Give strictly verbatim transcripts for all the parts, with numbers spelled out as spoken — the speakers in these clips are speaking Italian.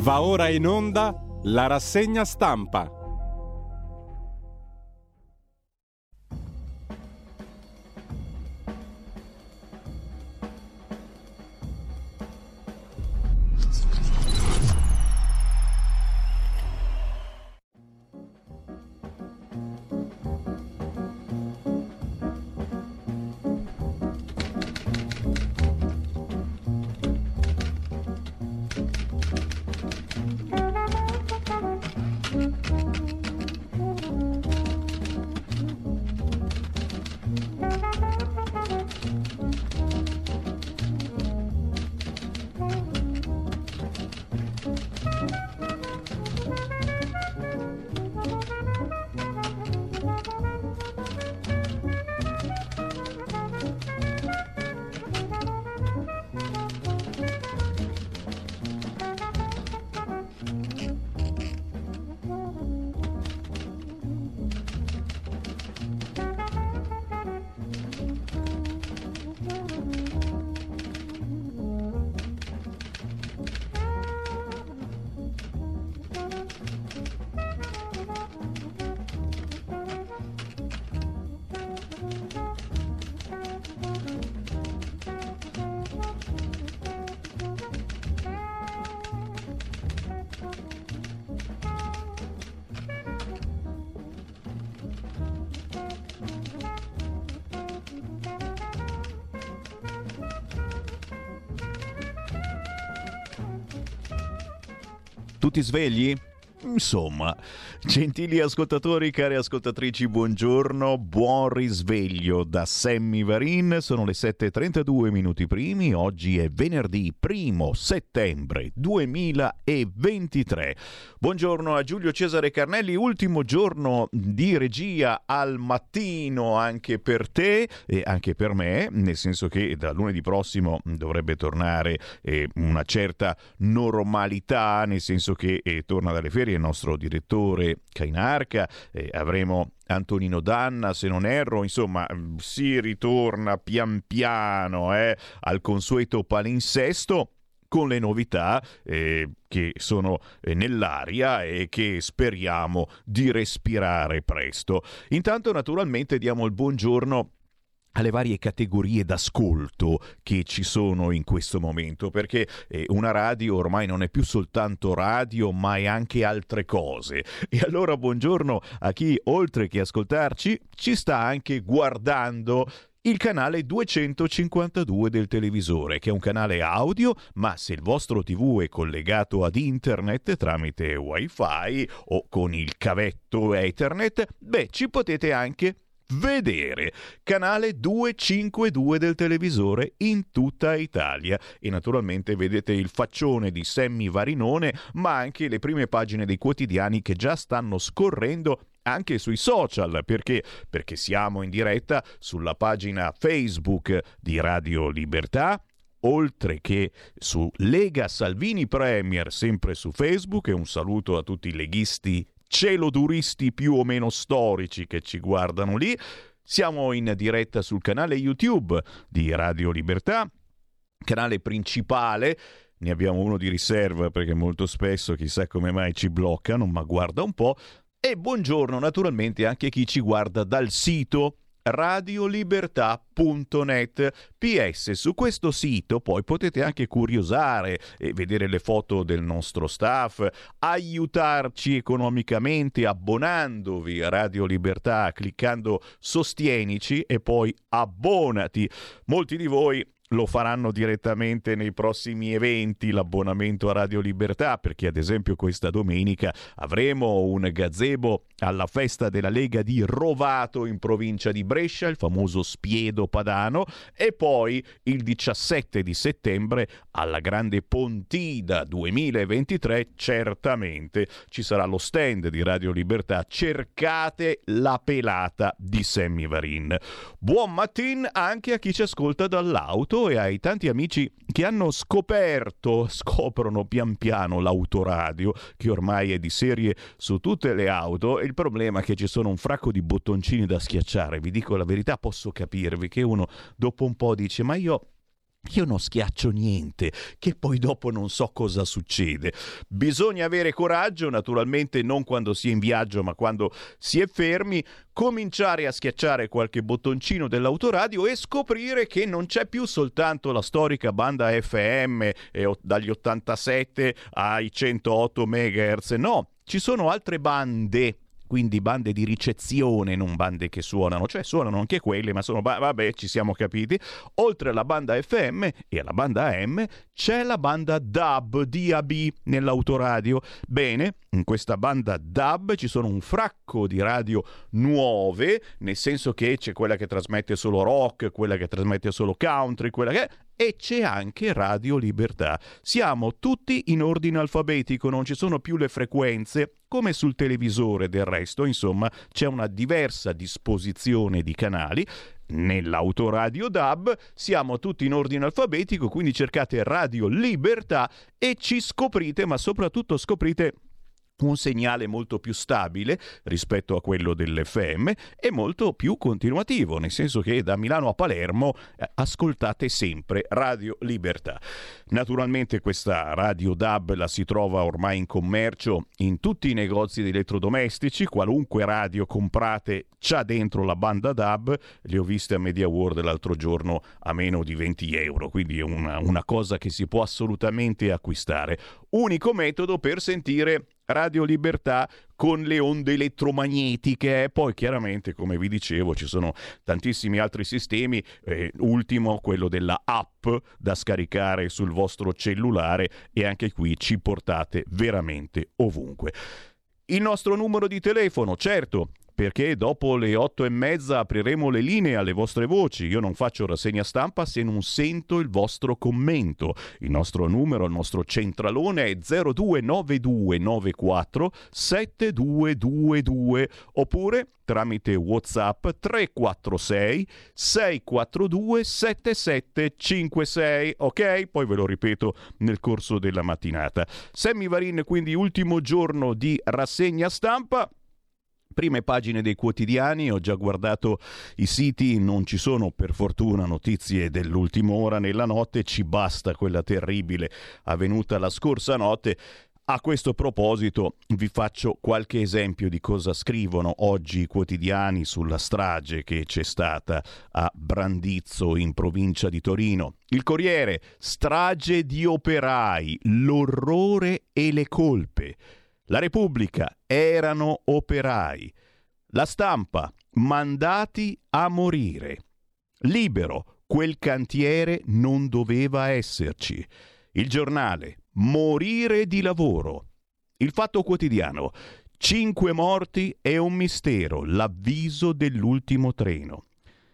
Va ora in onda la rassegna stampa. Tutti svegli? Insomma, gentili ascoltatori, cari ascoltatrici, buongiorno, buon risveglio da Sammy Varin. Sono le sette e trentadue minuti primi, oggi è venerdì primo settembre duemilaventitré. Buongiorno a Giulio Cesare Carnelli, ultimo giorno di regia al mattino anche per te e anche per me, nel senso che da lunedì prossimo dovrebbe tornare eh, una certa normalità, nel senso che eh, torna dalle ferie il nostro direttore Cainarca, eh, avremo Antonino Danna se non erro, insomma si ritorna pian piano eh, al consueto palinsesto, con le novità eh, che sono eh, nell'aria e che speriamo di respirare presto. Intanto naturalmente diamo il buongiorno alle varie categorie d'ascolto che ci sono in questo momento, perché eh, una radio ormai non è più soltanto radio, ma è anche altre cose. E allora buongiorno a chi, oltre che ascoltarci, ci sta anche guardando il canale duecentocinquantadue del televisore, che è un canale audio, ma se il vostro tivù è collegato ad internet tramite wifi o con il cavetto Ethernet, beh, ci potete anche vedere. Canale duecentocinquantadue del televisore in tutta Italia, e naturalmente vedete il faccione di Sammy Varinone, ma anche le prime pagine dei quotidiani che già stanno scorrendo anche sui social. Perché? Perché siamo in diretta sulla pagina Facebook di Radio Libertà, oltre che su Lega Salvini Premier, sempre su Facebook, e un saluto a tutti i leghisti celoduristi più o meno storici che ci guardano lì. Siamo in diretta sul canale YouTube di Radio Libertà, canale principale. Ne abbiamo uno di riserva perché molto spesso chissà come mai ci bloccano, ma guarda un po'. E buongiorno naturalmente anche a chi ci guarda dal sito radiolibertà punto net. P S, su questo sito poi potete anche curiosare e vedere le foto del nostro staff, aiutarci economicamente abbonandovi a Radio Libertà, cliccando sostienici e poi abbonati. Molti di voi lo faranno direttamente nei prossimi eventi, l'abbonamento a Radio Libertà, perché ad esempio questa domenica avremo un gazebo alla festa della Lega di Rovato in provincia di Brescia, il famoso Spiedo Padano, e poi il diciassette di settembre alla Grande Pontida duemilaventitré certamente ci sarà lo stand di Radio Libertà. Cercate la pelata di Sammy Varin. Buon mattin anche a chi ci ascolta dall'auto e ai tanti amici che hanno scoperto, scoprono pian piano l'autoradio, che ormai è di serie su tutte le auto. Il problema è che ci sono un fracco di bottoncini da schiacciare. Vi dico la verità, posso capirvi che uno dopo un po' dice: ma io io non schiaccio niente, che poi dopo non so cosa succede. Bisogna avere coraggio, naturalmente non quando si è in viaggio, ma quando si è fermi, cominciare a schiacciare qualche bottoncino dell'autoradio e scoprire che non c'è più soltanto la storica banda F M eh, dagli ottantasette ai centootto megahertz, no, ci sono altre bande. Quindi bande di ricezione, non bande che suonano, cioè suonano anche quelle, ma sono, ba- vabbè, ci siamo capiti. Oltre alla banda F M e alla banda A M c'è la banda D A B, D A B nell'autoradio. Bene, in questa banda D A B ci sono un fracco di radio nuove, nel senso che c'è quella che trasmette solo rock, quella che trasmette solo country, quella che... e c'è anche Radio Libertà. Siamo tutti in ordine alfabetico, non ci sono più le frequenze, come sul televisore del resto, insomma, c'è una diversa disposizione di canali. Nell'autoradio D A B siamo tutti in ordine alfabetico, quindi cercate Radio Libertà e ci scoprite, ma soprattutto scoprite un segnale molto più stabile rispetto a quello dell'F M e molto più continuativo, nel senso che da Milano a Palermo eh, ascoltate sempre Radio Libertà. Naturalmente questa radio D A B la si trova ormai in commercio in tutti i negozi di elettrodomestici, qualunque radio comprate c'ha dentro la banda D A B, le ho viste a Media World l'altro giorno a meno di venti euro, quindi è una, una cosa che si può assolutamente acquistare. Unico metodo per sentire Radio Libertà con le onde elettromagnetiche. Poi chiaramente, come vi dicevo, ci sono tantissimi altri sistemi, eh, ultimo quello della app da scaricare sul vostro cellulare, e anche qui ci portate veramente ovunque. Il nostro numero di telefono, certo, perché dopo le otto e mezza apriremo le linee alle vostre voci. Io non faccio rassegna stampa se non sento il vostro commento. Il nostro numero, il nostro centralone è zero due nove due nove quattro sette due due due, oppure tramite WhatsApp tre quattro sei sei quattro due sette sette cinque sei, ok? Poi ve lo ripeto nel corso della mattinata. Sammy Varin, quindi ultimo giorno di rassegna stampa. Prime pagine dei quotidiani, ho già guardato i siti, non ci sono per fortuna notizie dell'ultima ora nella notte, ci basta quella terribile avvenuta la scorsa notte. A questo proposito vi faccio qualche esempio di cosa scrivono oggi i quotidiani sulla strage che c'è stata a Brandizzo in provincia di Torino. Il Corriere: strage di operai, l'orrore e le colpe. La Repubblica: erano operai. La Stampa: mandati a morire. Libero: quel cantiere non doveva esserci. Il Giornale: morire di lavoro. Il Fatto Quotidiano: cinque morti e un mistero, l'avviso dell'ultimo treno.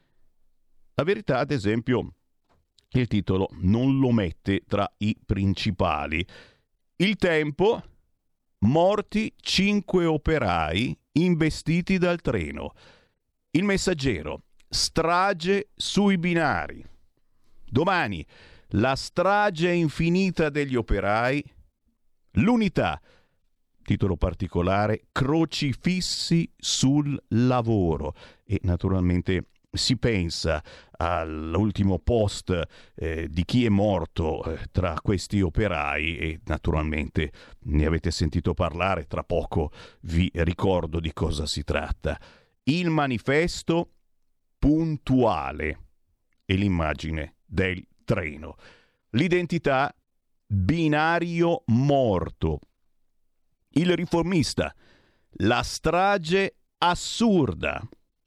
La Verità, ad esempio, il titolo non lo mette tra i principali. Il Tempo: morti cinque operai investiti dal treno. Il Messaggero: strage sui binari. Domani: la strage infinita degli operai. L'Unità, titolo particolare: crocifissi sul lavoro. E naturalmente si pensa all'ultimo post eh, di chi è morto eh, tra questi operai, e naturalmente ne avete sentito parlare, tra poco vi ricordo di cosa si tratta. Il Manifesto: puntuale, e l'immagine del treno. L'Identità: binario morto. Il Riformista: la strage assurda.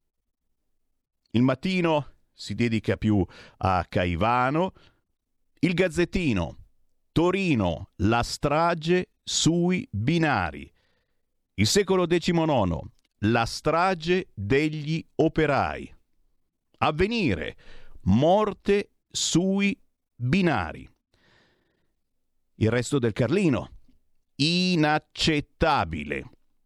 Il Mattino si dedica più a Caivano. Il Gazzettino: Torino, la strage sui binari. Il Secolo diciannove: la strage degli operai. Avvenire: morte sui binari. Il Resto del Carlino: inaccettabile.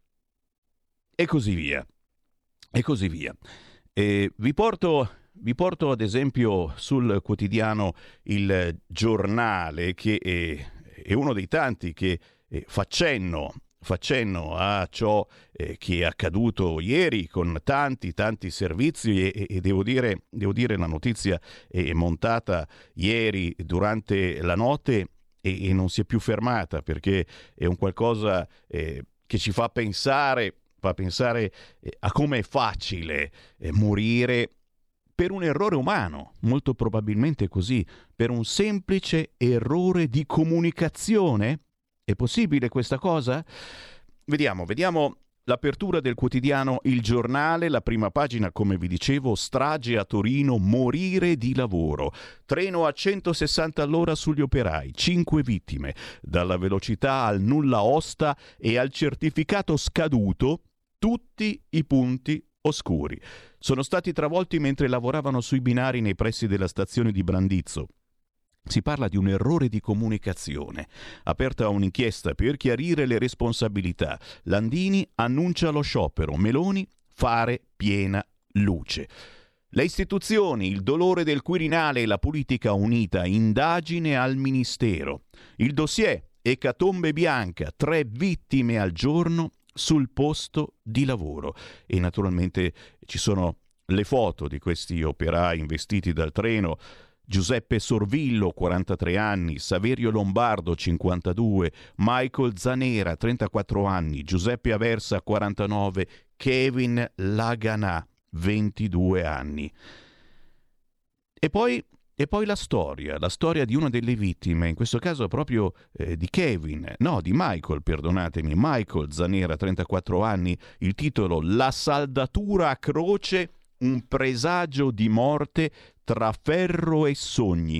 E così via. E così via. E vi porto, vi porto ad esempio sul quotidiano Il Giornale, che è, è uno dei tanti che fa cenno, fa cenno a ciò eh, che è accaduto ieri con tanti tanti servizi e, e devo dire, devo dire la notizia è montata ieri durante la notte e, e non si è più fermata, perché è un qualcosa eh, che ci fa pensare, fa pensare eh, a come è facile eh, morire per un errore umano, molto probabilmente così, per un semplice errore di comunicazione. È possibile questa cosa? Vediamo, vediamo l'apertura del quotidiano Il Giornale, la prima pagina, come vi dicevo, strage a Torino, morire di lavoro. Treno a centosessanta all'ora sugli operai, cinque vittime. Dalla velocità al nulla osta e al certificato scaduto, tutti i punti oscuri. Sono stati travolti mentre lavoravano sui binari nei pressi della stazione di Brandizzo. Si parla di un errore di comunicazione. Aperta un'inchiesta per chiarire le responsabilità. Landini annuncia lo sciopero. Meloni fare piena luce. Le istituzioni, il dolore del Quirinale e la politica unita, indagine al Ministero. Il dossier, ecatombe bianca, tre vittime al giorno sul posto di lavoro. E naturalmente ci sono le foto di questi operai investiti dal treno. Giuseppe Sorvillo, quarantatré anni, Saverio Lombardo, cinquantadue, Michael Zanera, trentaquattro anni, Giuseppe Aversa, quarantanove, Kevin Laganà, ventidue anni. E poi, e poi la storia, la storia di una delle vittime, in questo caso proprio eh, di Kevin, no, di Michael, perdonatemi, Michael Zanera, trentaquattro anni, il titolo La saldatura a croce, un presagio di morte tra ferro e sogni.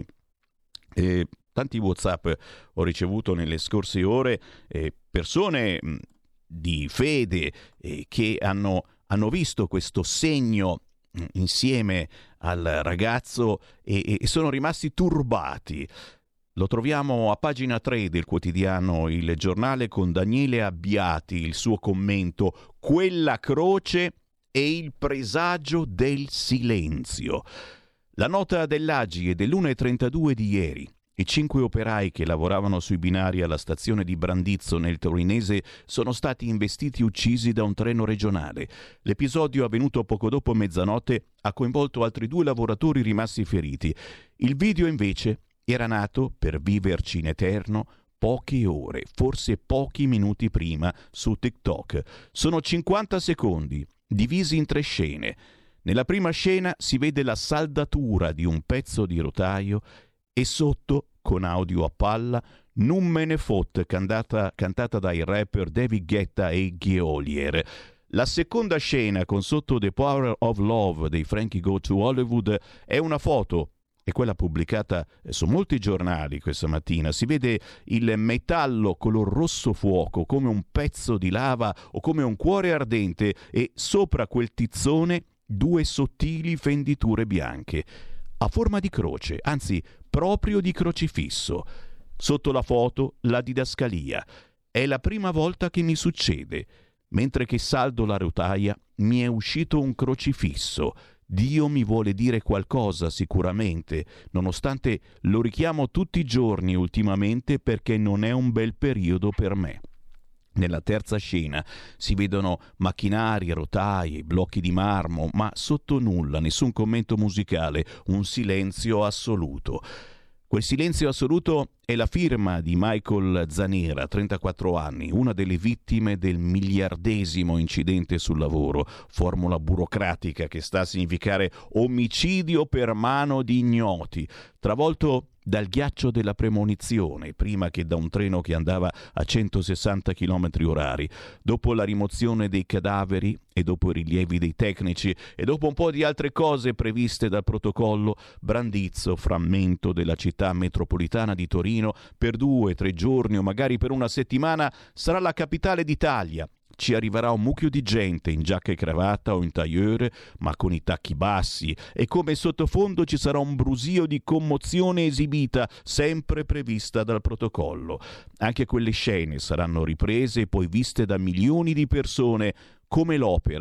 Eh, tanti WhatsApp ho ricevuto nelle scorse ore, eh, persone mh, di fede eh, che hanno, hanno visto questo segno mh, insieme al ragazzo e, e sono rimasti turbati. Lo troviamo a pagina tre del quotidiano Il Giornale con Daniele Abbiati, il suo commento: quella croce è il presagio del silenzio. La nota dell'A G I è dell'una e trentadue di ieri. I cinque operai che lavoravano sui binari alla stazione di Brandizzo nel torinese sono stati investiti e uccisi da un treno regionale. L'episodio, avvenuto poco dopo mezzanotte, ha coinvolto altri due lavoratori rimasti feriti. Il video invece era nato, per viverci in eterno, poche ore, forse pochi minuti prima, su TikTok. Sono cinquanta secondi, divisi in tre scene. Nella prima scena si vede la saldatura di un pezzo di rotaio e sotto, con audio a palla, Non me ne fotte, cantata, cantata dai rapper David Guetta e Iggy Olier. La seconda scena, con sotto The Power of Love dei Frankie Go to Hollywood, è una foto, è quella pubblicata su molti giornali questa mattina. Si vede il metallo color rosso fuoco come un pezzo di lava o come un cuore ardente e sopra quel tizzone due sottili fenditure bianche, a forma di croce, anzi proprio di crocifisso. Sotto la foto la didascalia. È la prima volta che mi succede. Mentre che saldo la rotaia mi è uscito un crocifisso. Dio mi vuole dire qualcosa sicuramente, nonostante lo richiamo tutti i giorni ultimamente perché non è un bel periodo per me. Nella terza scena si vedono macchinari, rotaie, blocchi di marmo, ma sotto nulla, nessun commento musicale, un silenzio assoluto. Quel silenzio assoluto è la firma di Michael Zanera, trentaquattro anni, una delle vittime del miliardesimo incidente sul lavoro, formula burocratica che sta a significare omicidio per mano di ignoti, travolto dal ghiaccio della premonizione, prima che da un treno che andava a centosessanta chilometri orari, dopo la rimozione dei cadaveri e dopo i rilievi dei tecnici e dopo un po' di altre cose previste dal protocollo, Brandizzo, frammento della città metropolitana di Torino, per due, tre giorni o magari per una settimana sarà la capitale d'Italia. Ci arriverà un mucchio di gente in giacca e cravatta o in tailleur, ma con i tacchi bassi, e come sottofondo ci sarà un brusio di commozione esibita, sempre prevista dal protocollo. Anche quelle scene saranno riprese e poi viste da milioni di persone, come l'opera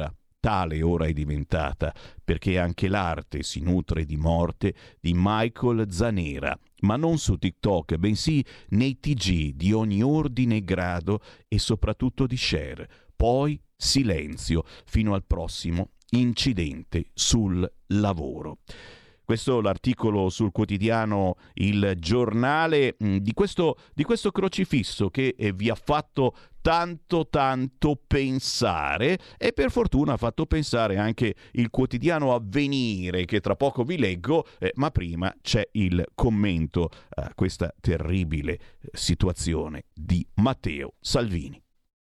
tale ora è diventata, perché anche l'arte si nutre di morte di Michael Zanera, ma non su TikTok, bensì nei T G di ogni ordine e grado e soprattutto di share. Poi silenzio fino al prossimo incidente sul lavoro. Questo è l'articolo sul quotidiano Il Giornale di questo, di questo crocifisso che eh, vi ha fatto tanto tanto pensare, e per fortuna ha fatto pensare anche il quotidiano Avvenire, che tra poco vi leggo, eh, ma prima c'è il commento a questa terribile eh, situazione di Matteo Salvini.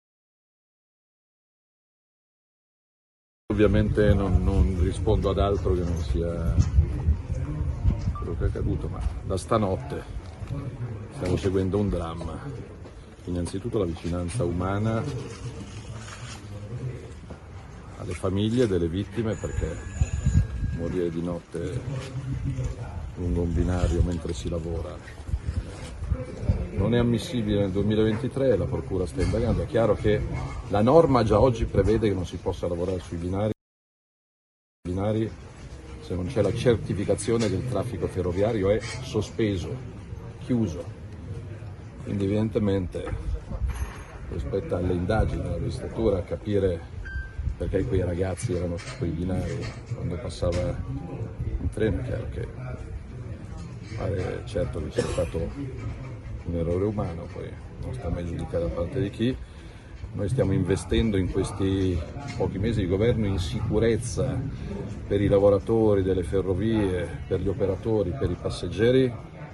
Ovviamente non, non rispondo ad altro che non sia quello che è accaduto, ma da stanotte stiamo seguendo un dramma. Innanzitutto la vicinanza umana alle famiglie delle vittime, perché morire di notte lungo un binario mentre si lavora non è ammissibile nel duemilaventitré, la Procura sta indagando. È chiaro che la norma già oggi prevede che non si possa lavorare sui binari, binari se non c'è la certificazione che il traffico ferroviario è sospeso, chiuso. Quindi evidentemente rispetto alle indagini della magistratura, a capire perché quei ragazzi erano su quei binari quando passava un treno, è chiaro che pare certo che sia stato un errore umano, poi non sta mai giudicare da parte di chi. Noi stiamo investendo in questi pochi mesi di governo in sicurezza per i lavoratori delle ferrovie, per gli operatori, per i passeggeri,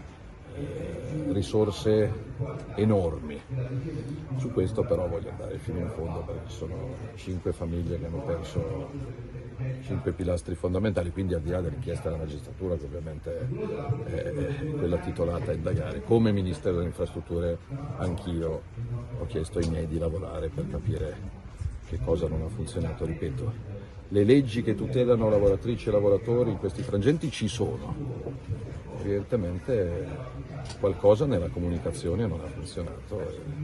eh, risorse enormi. Su questo però voglio andare fino in fondo, perché ci sono cinque famiglie che hanno perso cinque pilastri fondamentali, quindi al di là dell'inchiesta della magistratura, che ovviamente è quella titolata a indagare, come Ministero delle Infrastrutture anch'io ho chiesto ai miei di lavorare per capire che cosa non ha funzionato. Ripeto, le leggi che tutelano lavoratrici e lavoratori in questi frangenti ci sono, evidentemente qualcosa nella comunicazione non ha funzionato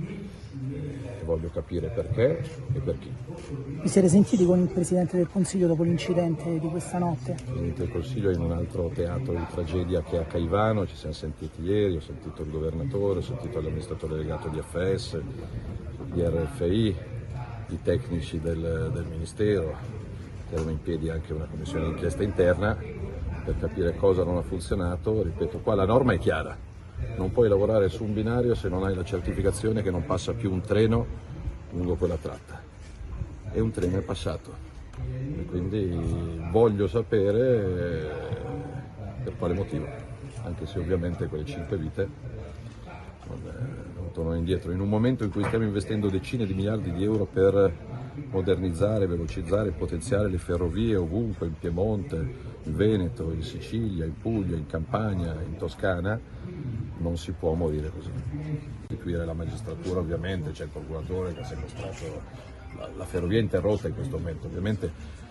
e, e voglio capire perché e per chi. Vi siete sentiti con il Presidente del Consiglio dopo l'incidente di questa notte? Il Presidente del Consiglio è in un altro teatro di tragedia che è a Caivano, ci siamo sentiti ieri, ho sentito il Governatore, ho sentito l'amministratore delegato di F S, di R F I, i tecnici del, del Ministero, terremo in piedi anche una commissione di inchiesta interna per capire cosa non ha funzionato. Ripeto, qua la norma è chiara, non puoi lavorare su un binario se non hai la certificazione che non passa più un treno lungo quella tratta, e un treno è passato, e quindi voglio sapere per quale motivo, anche se ovviamente quelle cinque vite non, non tornano indietro, in un momento in cui stiamo investendo decine di miliardi di euro per modernizzare, velocizzare, potenziare le ferrovie ovunque, in Piemonte, in Veneto, in Sicilia, in Puglia, in Campania, in Toscana. Non si può morire così. Istituire la magistratura, ovviamente c'è il procuratore che ha sequestrato la, la ferrovia interrotta in questo momento, ovviamente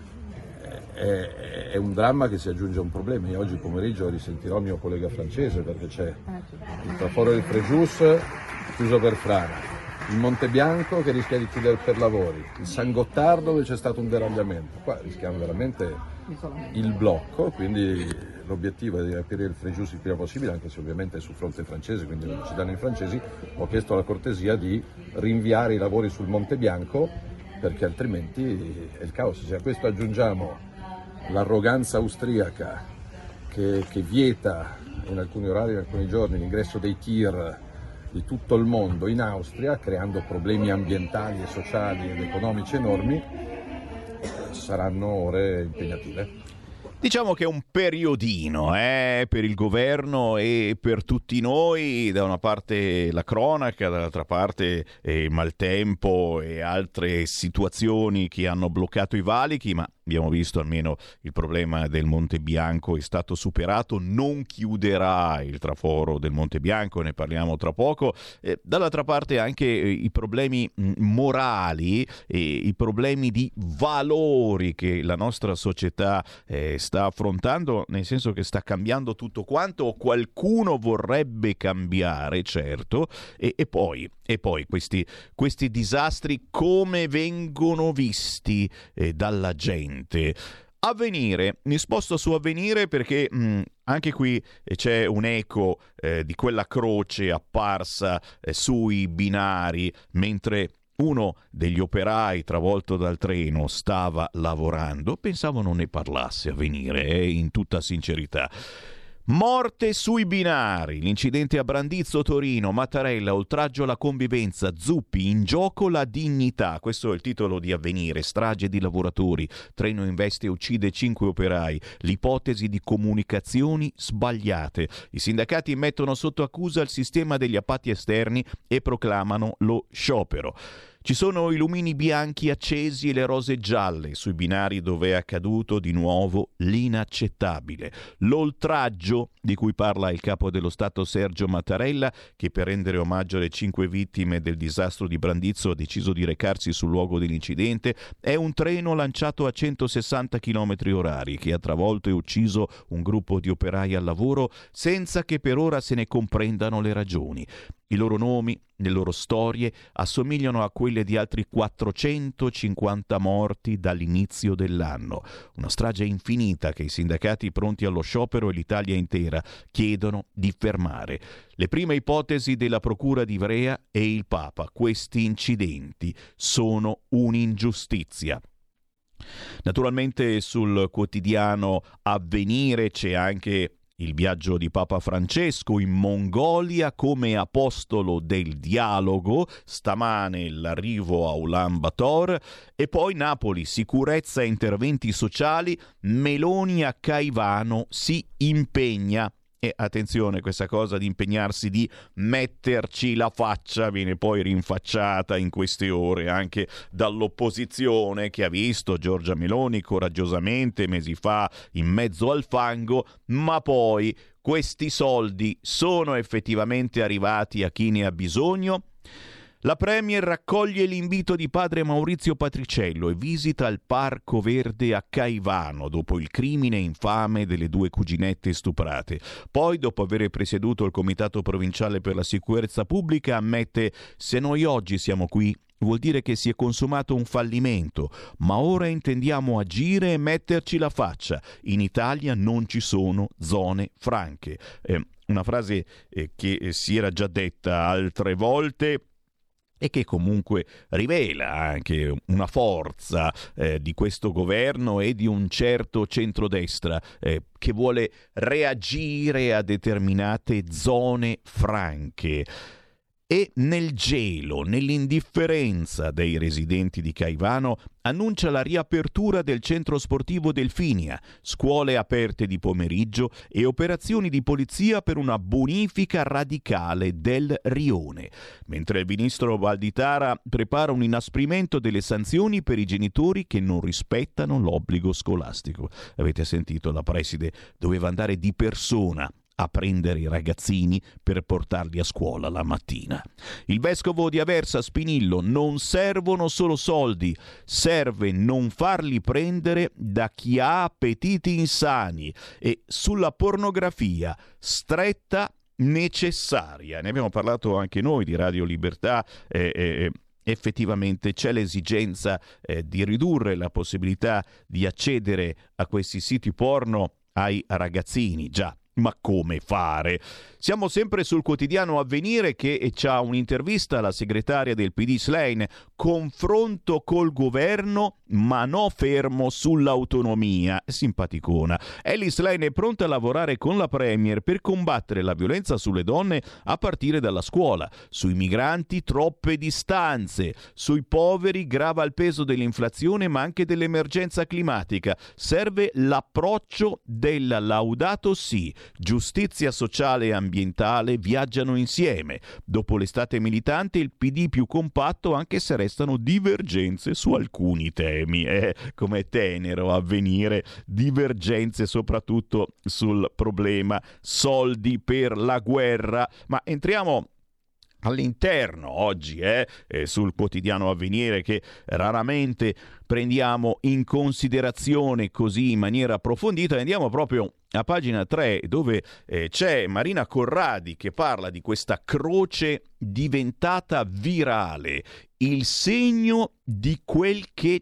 è, è un dramma che si aggiunge a un problema. Io oggi pomeriggio risentirò il mio collega francese, perché c'è il traforo del Frejus chiuso per frana, il Monte Bianco che rischia di chiudere per lavori, il San Gottardo dove c'è stato un deragliamento. Qua rischiamo veramente il blocco, quindi l'obiettivo è di aprire il Frejus il prima possibile, anche se ovviamente è sul fronte francese, quindi ci danno i francesi. Ho chiesto la cortesia di rinviare i lavori sul Monte Bianco, perché altrimenti è il caos. Se a questo aggiungiamo l'arroganza austriaca che, che vieta in alcuni orari, in alcuni giorni, l'ingresso dei tir di tutto il mondo in Austria, creando problemi ambientali e sociali ed economici enormi, saranno ore impegnative. Diciamo che è un periodino eh, per il governo e per tutti noi, da una parte la cronaca, dall'altra parte eh, il maltempo e altre situazioni che hanno bloccato i valichi, ma abbiamo visto almeno il problema del Monte Bianco è stato superato, non chiuderà il traforo del Monte Bianco, ne parliamo tra poco. Eh, dall'altra parte anche eh, i problemi mh, morali e i problemi di valori che la nostra società eh, sta affrontando, nel senso che sta cambiando tutto quanto, o qualcuno vorrebbe cambiare, certo, e, e poi, e poi questi, questi disastri come vengono visti eh, dalla gente. Avvenire, mi sposto su Avvenire perché mh, anche qui c'è un eco eh, di quella croce apparsa eh, sui binari mentre uno degli operai travolto dal treno stava lavorando. Pensavo non ne parlasse Avvenire, eh, in tutta sincerità. Morte sui binari, l'incidente a Brandizzo Torino, Mattarella, oltraggio alla convivenza, Zuppi, in gioco la dignità. Questo è il titolo di Avvenire, strage di lavoratori, treno investe e uccide cinque operai, l'ipotesi di comunicazioni sbagliate. I sindacati mettono sotto accusa il sistema degli appalti esterni e proclamano lo sciopero. Ci sono i lumini bianchi accesi e le rose gialle sui binari dove è accaduto di nuovo l'inaccettabile. L'oltraggio di cui parla il capo dello Stato Sergio Mattarella, che per rendere omaggio alle cinque vittime del disastro di Brandizzo ha deciso di recarsi sul luogo dell'incidente, è un treno lanciato a centosessanta chilometri orari che ha travolto e ucciso un gruppo di operai al lavoro senza che per ora se ne comprendano le ragioni. I loro nomi, le loro storie assomigliano a quelle di altri quattrocentocinquanta morti dall'inizio dell'anno. Una strage infinita che i sindacati pronti allo sciopero e l'Italia intera chiedono di fermare. Le prime ipotesi della Procura di Ivrea e il Papa. Questi incidenti sono un'ingiustizia. Naturalmente sul quotidiano Avvenire c'è anche il viaggio di Papa Francesco in Mongolia come apostolo del dialogo, stamane l'arrivo a Ulan Bator e poi Napoli, sicurezza e interventi sociali, Meloni a Caivano si impegna. E attenzione, questa cosa di impegnarsi di metterci la faccia viene poi rinfacciata in queste ore anche dall'opposizione, che ha visto Giorgia Meloni coraggiosamente mesi fa in mezzo al fango, ma poi questi soldi sono effettivamente arrivati a chi ne ha bisogno? La Premier raccoglie l'invito di padre Maurizio Patriciello e visita il Parco Verde a Caivano dopo il crimine infame delle due cuginette stuprate. Poi, dopo aver presieduto il Comitato Provinciale per la Sicurezza Pubblica, ammette: se noi oggi siamo qui vuol dire che si è consumato un fallimento, ma ora intendiamo agire e metterci la faccia. In Italia non ci sono zone franche. Eh, una frase eh, che si era già detta altre volte e che comunque rivela anche una forza eh, di questo governo e di un certo centrodestra eh, che vuole reagire a determinate zone franche. E nel gelo, nell'indifferenza dei residenti di Caivano, annuncia la riapertura del centro sportivo Delfinia, scuole aperte di pomeriggio e operazioni di polizia per una bonifica radicale del rione. Mentre il ministro Valditara prepara un inasprimento delle sanzioni per i genitori che non rispettano l'obbligo scolastico. Avete sentito, la preside doveva andare di persona a prendere i ragazzini per portarli a scuola la mattina. Il vescovo di Aversa Spinillo: non servono solo soldi, serve non farli prendere da chi ha appetiti insani. E sulla pornografia, stretta necessaria. Ne abbiamo parlato anche noi di Radio Libertà. Eh, eh, effettivamente c'è l'esigenza eh, di ridurre la possibilità di accedere a questi siti porno ai ragazzini, già. Ma come fare? Siamo sempre sul quotidiano Avvenire, che c'ha un'intervista alla segretaria del P D Schlein. Confronto col governo, ma no fermo sull'autonomia. Simpaticona. Elly Schlein è pronta a lavorare con la Premier per combattere la violenza sulle donne a partire dalla scuola. Sui migranti troppe distanze. Sui poveri grava il peso dell'inflazione ma anche dell'emergenza climatica. Serve l'approccio del Laudato Si. giustizia sociale e ambientale viaggiano insieme. Dopo l'estate militante il P D più compatto, anche se restano divergenze su alcuni temi. Eh, com'è tenero Avvenire, divergenze soprattutto sul problema soldi per la guerra. Ma entriamo all'interno oggi, eh, eh, sul quotidiano Avvenire, che raramente prendiamo in considerazione così in maniera approfondita. Andiamo proprio a pagina tre, dove eh, c'è Marina Corradi che parla di questa croce diventata virale, il segno di quel che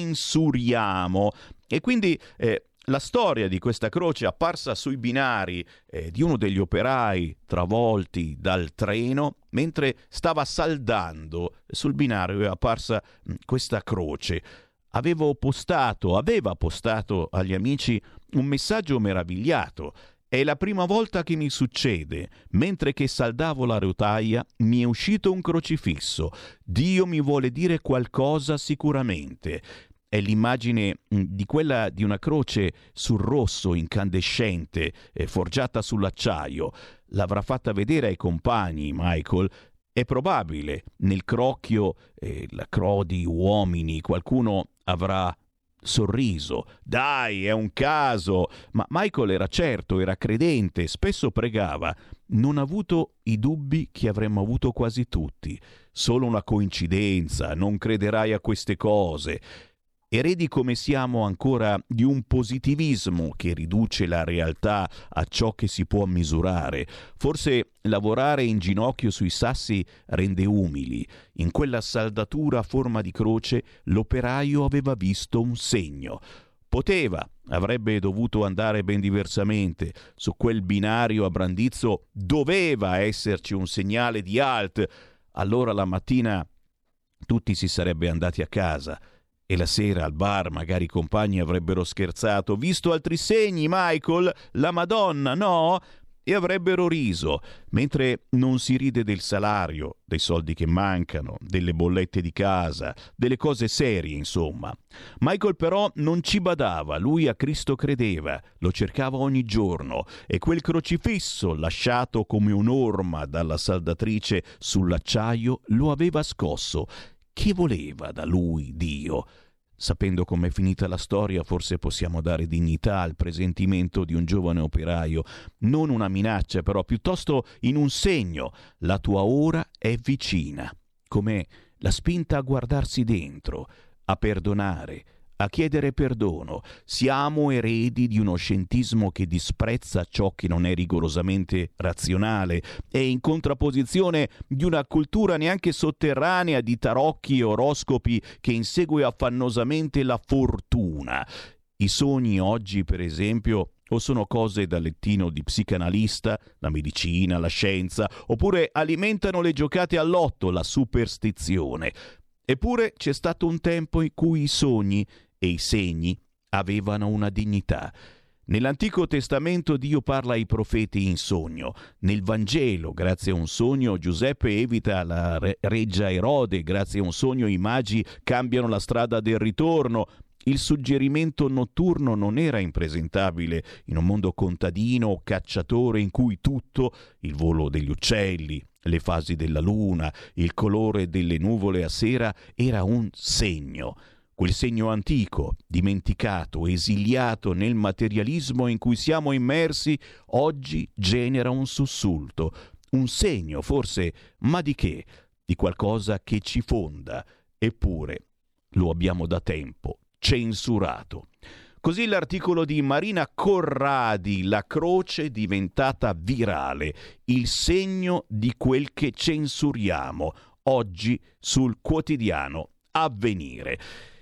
censuriamo. E quindi eh, la storia di questa croce apparsa sui binari eh, di uno degli operai travolti dal treno mentre stava saldando. Sul binario è apparsa mh, questa croce. Avevo postato, aveva postato agli amici un messaggio meravigliato. È la prima volta che mi succede. Mentre che saldavo la rotaia mi è uscito un crocifisso. Dio mi vuole dire qualcosa sicuramente. È l'immagine di quella di una croce sul rosso incandescente, eh, forgiata sull'acciaio. L'avrà fatta vedere ai compagni, Michael. È probabile, nel crocchio, eh, la crodi uomini, qualcuno avrà sorriso. Dai, è un caso! Ma Michael era certo, era credente, spesso pregava. Non ha avuto i dubbi che avremmo avuto quasi tutti. Solo una coincidenza, non crederai a queste cose. Eredi come siamo ancora di un positivismo che riduce la realtà a ciò che si può misurare. Forse lavorare in ginocchio sui sassi rende umili. In quella saldatura a forma di croce l'operaio aveva visto un segno. Poteva, avrebbe dovuto andare ben diversamente. Su quel binario a Brandizzo doveva esserci un segnale di halt. Allora la mattina tutti si sarebbe andati a casa. E la sera al bar magari i compagni avrebbero scherzato. Visto altri segni, Michael? La Madonna, no? E avrebbero riso. Mentre non si ride del salario, dei soldi che mancano, delle bollette di casa, delle cose serie, insomma. Michael però non ci badava. Lui a Cristo credeva. Lo cercava ogni giorno. E quel crocifisso lasciato come un'orma dalla saldatrice sull'acciaio lo aveva scosso. Che voleva da lui Dio? Sapendo com'è finita la storia, forse possiamo dare dignità al presentimento di un giovane operaio, non una minaccia, però piuttosto in un segno. La tua ora è vicina, come la spinta a guardarsi dentro, a perdonare, a chiedere perdono. Siamo eredi di uno scientismo che disprezza ciò che non è rigorosamente razionale e in contrapposizione di una cultura neanche sotterranea di tarocchi e oroscopi che insegue affannosamente la fortuna. I sogni oggi, per esempio, o sono cose da lettino di psicanalista, la medicina, la scienza, oppure alimentano le giocate al lotto, la superstizione. Eppure c'è stato un tempo in cui i sogni e i segni avevano una dignità. Nell'Antico Testamento Dio parla ai profeti in sogno. Nel Vangelo, grazie a un sogno, Giuseppe evita la re- reggia Erode. Grazie a un sogno i magi cambiano la strada del ritorno. Il suggerimento notturno non era impresentabile in un mondo contadino o cacciatore in cui tutto, il volo degli uccelli, le fasi della luna, il colore delle nuvole a sera, era un segno. Quel segno antico, dimenticato, esiliato nel materialismo in cui siamo immersi, oggi genera un sussulto, un segno forse, ma di che? Di qualcosa che ci fonda. Eppure lo abbiamo da tempo censurato. Così l'articolo di Marina Corradi, la croce diventata virale, il segno di quel che censuriamo, oggi sul quotidiano Avvenire.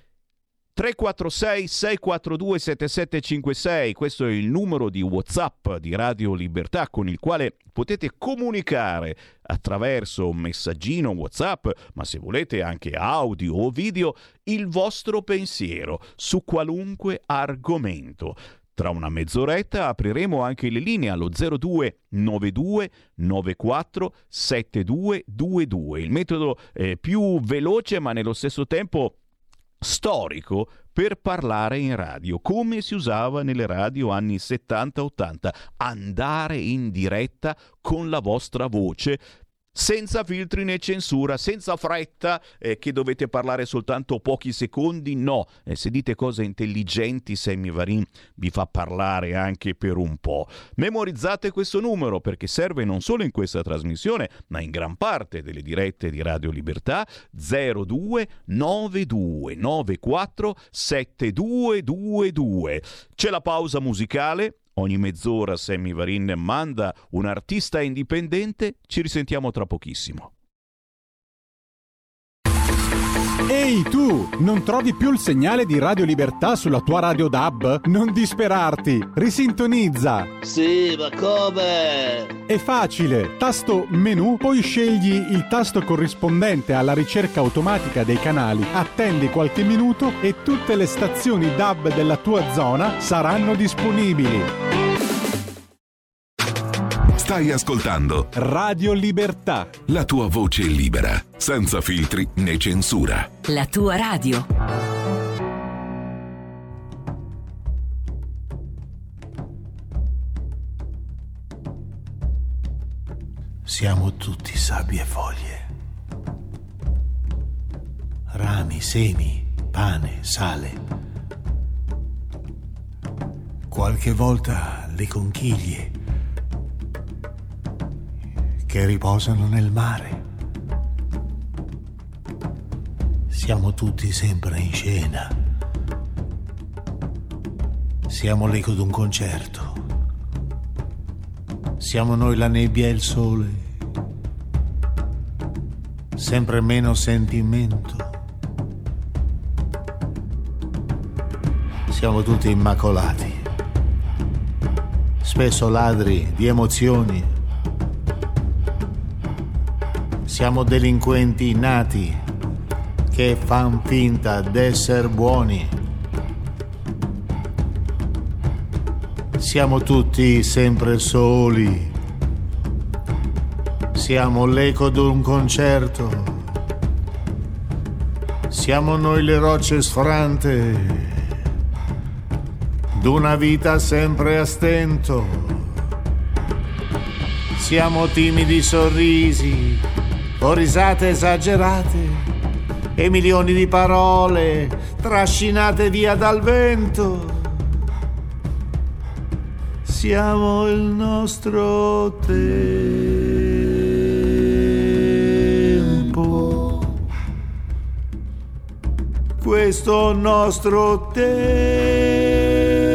tre quattro sei sei quattro due sette sette cinque sei, questo è il numero di WhatsApp di Radio Libertà con il quale potete comunicare attraverso un messaggino WhatsApp, ma se volete anche audio o video, il vostro pensiero su qualunque argomento. Tra una mezz'oretta apriremo anche le linee allo zero due nove due nove quattro sette due due due, il metodo eh, più veloce ma nello stesso tempo storico per parlare in radio, come si usava nelle radio anni settanta ottanta, andare in diretta con la vostra voce, senza filtri né censura, senza fretta, eh, che dovete parlare soltanto pochi secondi. No, eh, se dite cose intelligenti, Sammy Varin vi fa parlare anche per un po'. Memorizzate questo numero, perché serve non solo in questa trasmissione, ma in gran parte delle dirette di Radio Libertà. Zero due nove due nove quattro sette due due due. C'è la pausa musicale. Ogni mezz'ora Sammy Varin manda un artista indipendente. Ci risentiamo tra pochissimo. Ehi tu, non trovi più il segnale di Radio Libertà sulla tua radio D A B? Non disperarti, risintonizza. Sì, ma come? È facile, tasto menu, poi scegli il tasto corrispondente alla ricerca automatica dei canali, attendi qualche minuto e tutte le stazioni D A B della tua zona saranno disponibili. Stai ascoltando Radio Libertà, la tua voce libera, senza filtri né censura. La tua radio. Siamo tutti sabbie e foglie, rami, semi, pane, sale. Qualche volta le conchiglie che riposano nel mare. Siamo tutti sempre in scena. Siamo l'eco d'un concerto. Siamo noi la nebbia e il sole. Sempre meno sentimento. Siamo tutti immacolati. Spesso ladri di emozioni. Siamo delinquenti nati che fan finta d'esser buoni. Siamo tutti sempre soli. Siamo l'eco d'un concerto. Siamo noi le rocce sfrante d'una vita sempre a stento. Siamo timidi sorrisi o risate esagerate e milioni di parole trascinate via dal vento. Siamo il nostro tempo, questo nostro tempo.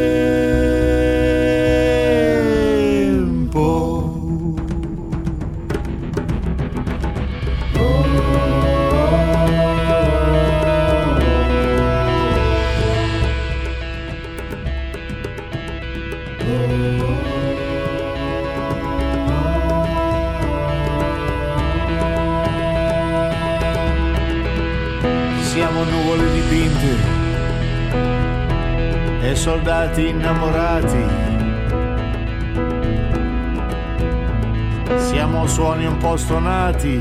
Siamo nuvole dipinte e soldati innamorati. Siamo suoni un po' stonati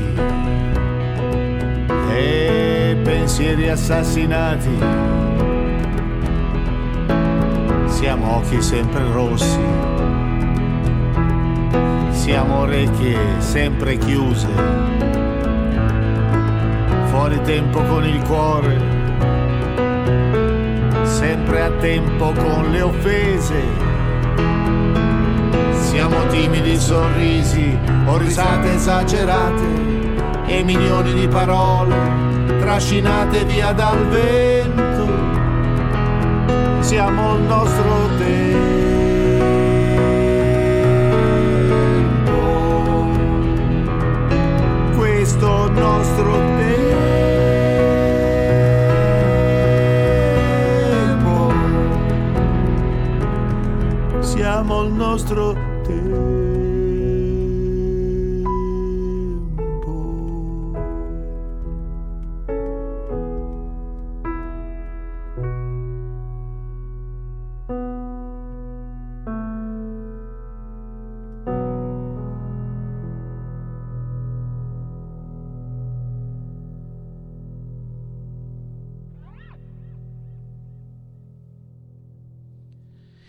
e pensieri assassinati. Siamo occhi sempre rossi. Siamo orecchie sempre chiuse. Fuori tempo con il cuore, sempre a tempo con le offese. Siamo timidi sorrisi o risate esagerate e milioni di parole trascinate via dal vento. Siamo il nostro tempo, questo nostro tempo. Siamo il nostro tempo.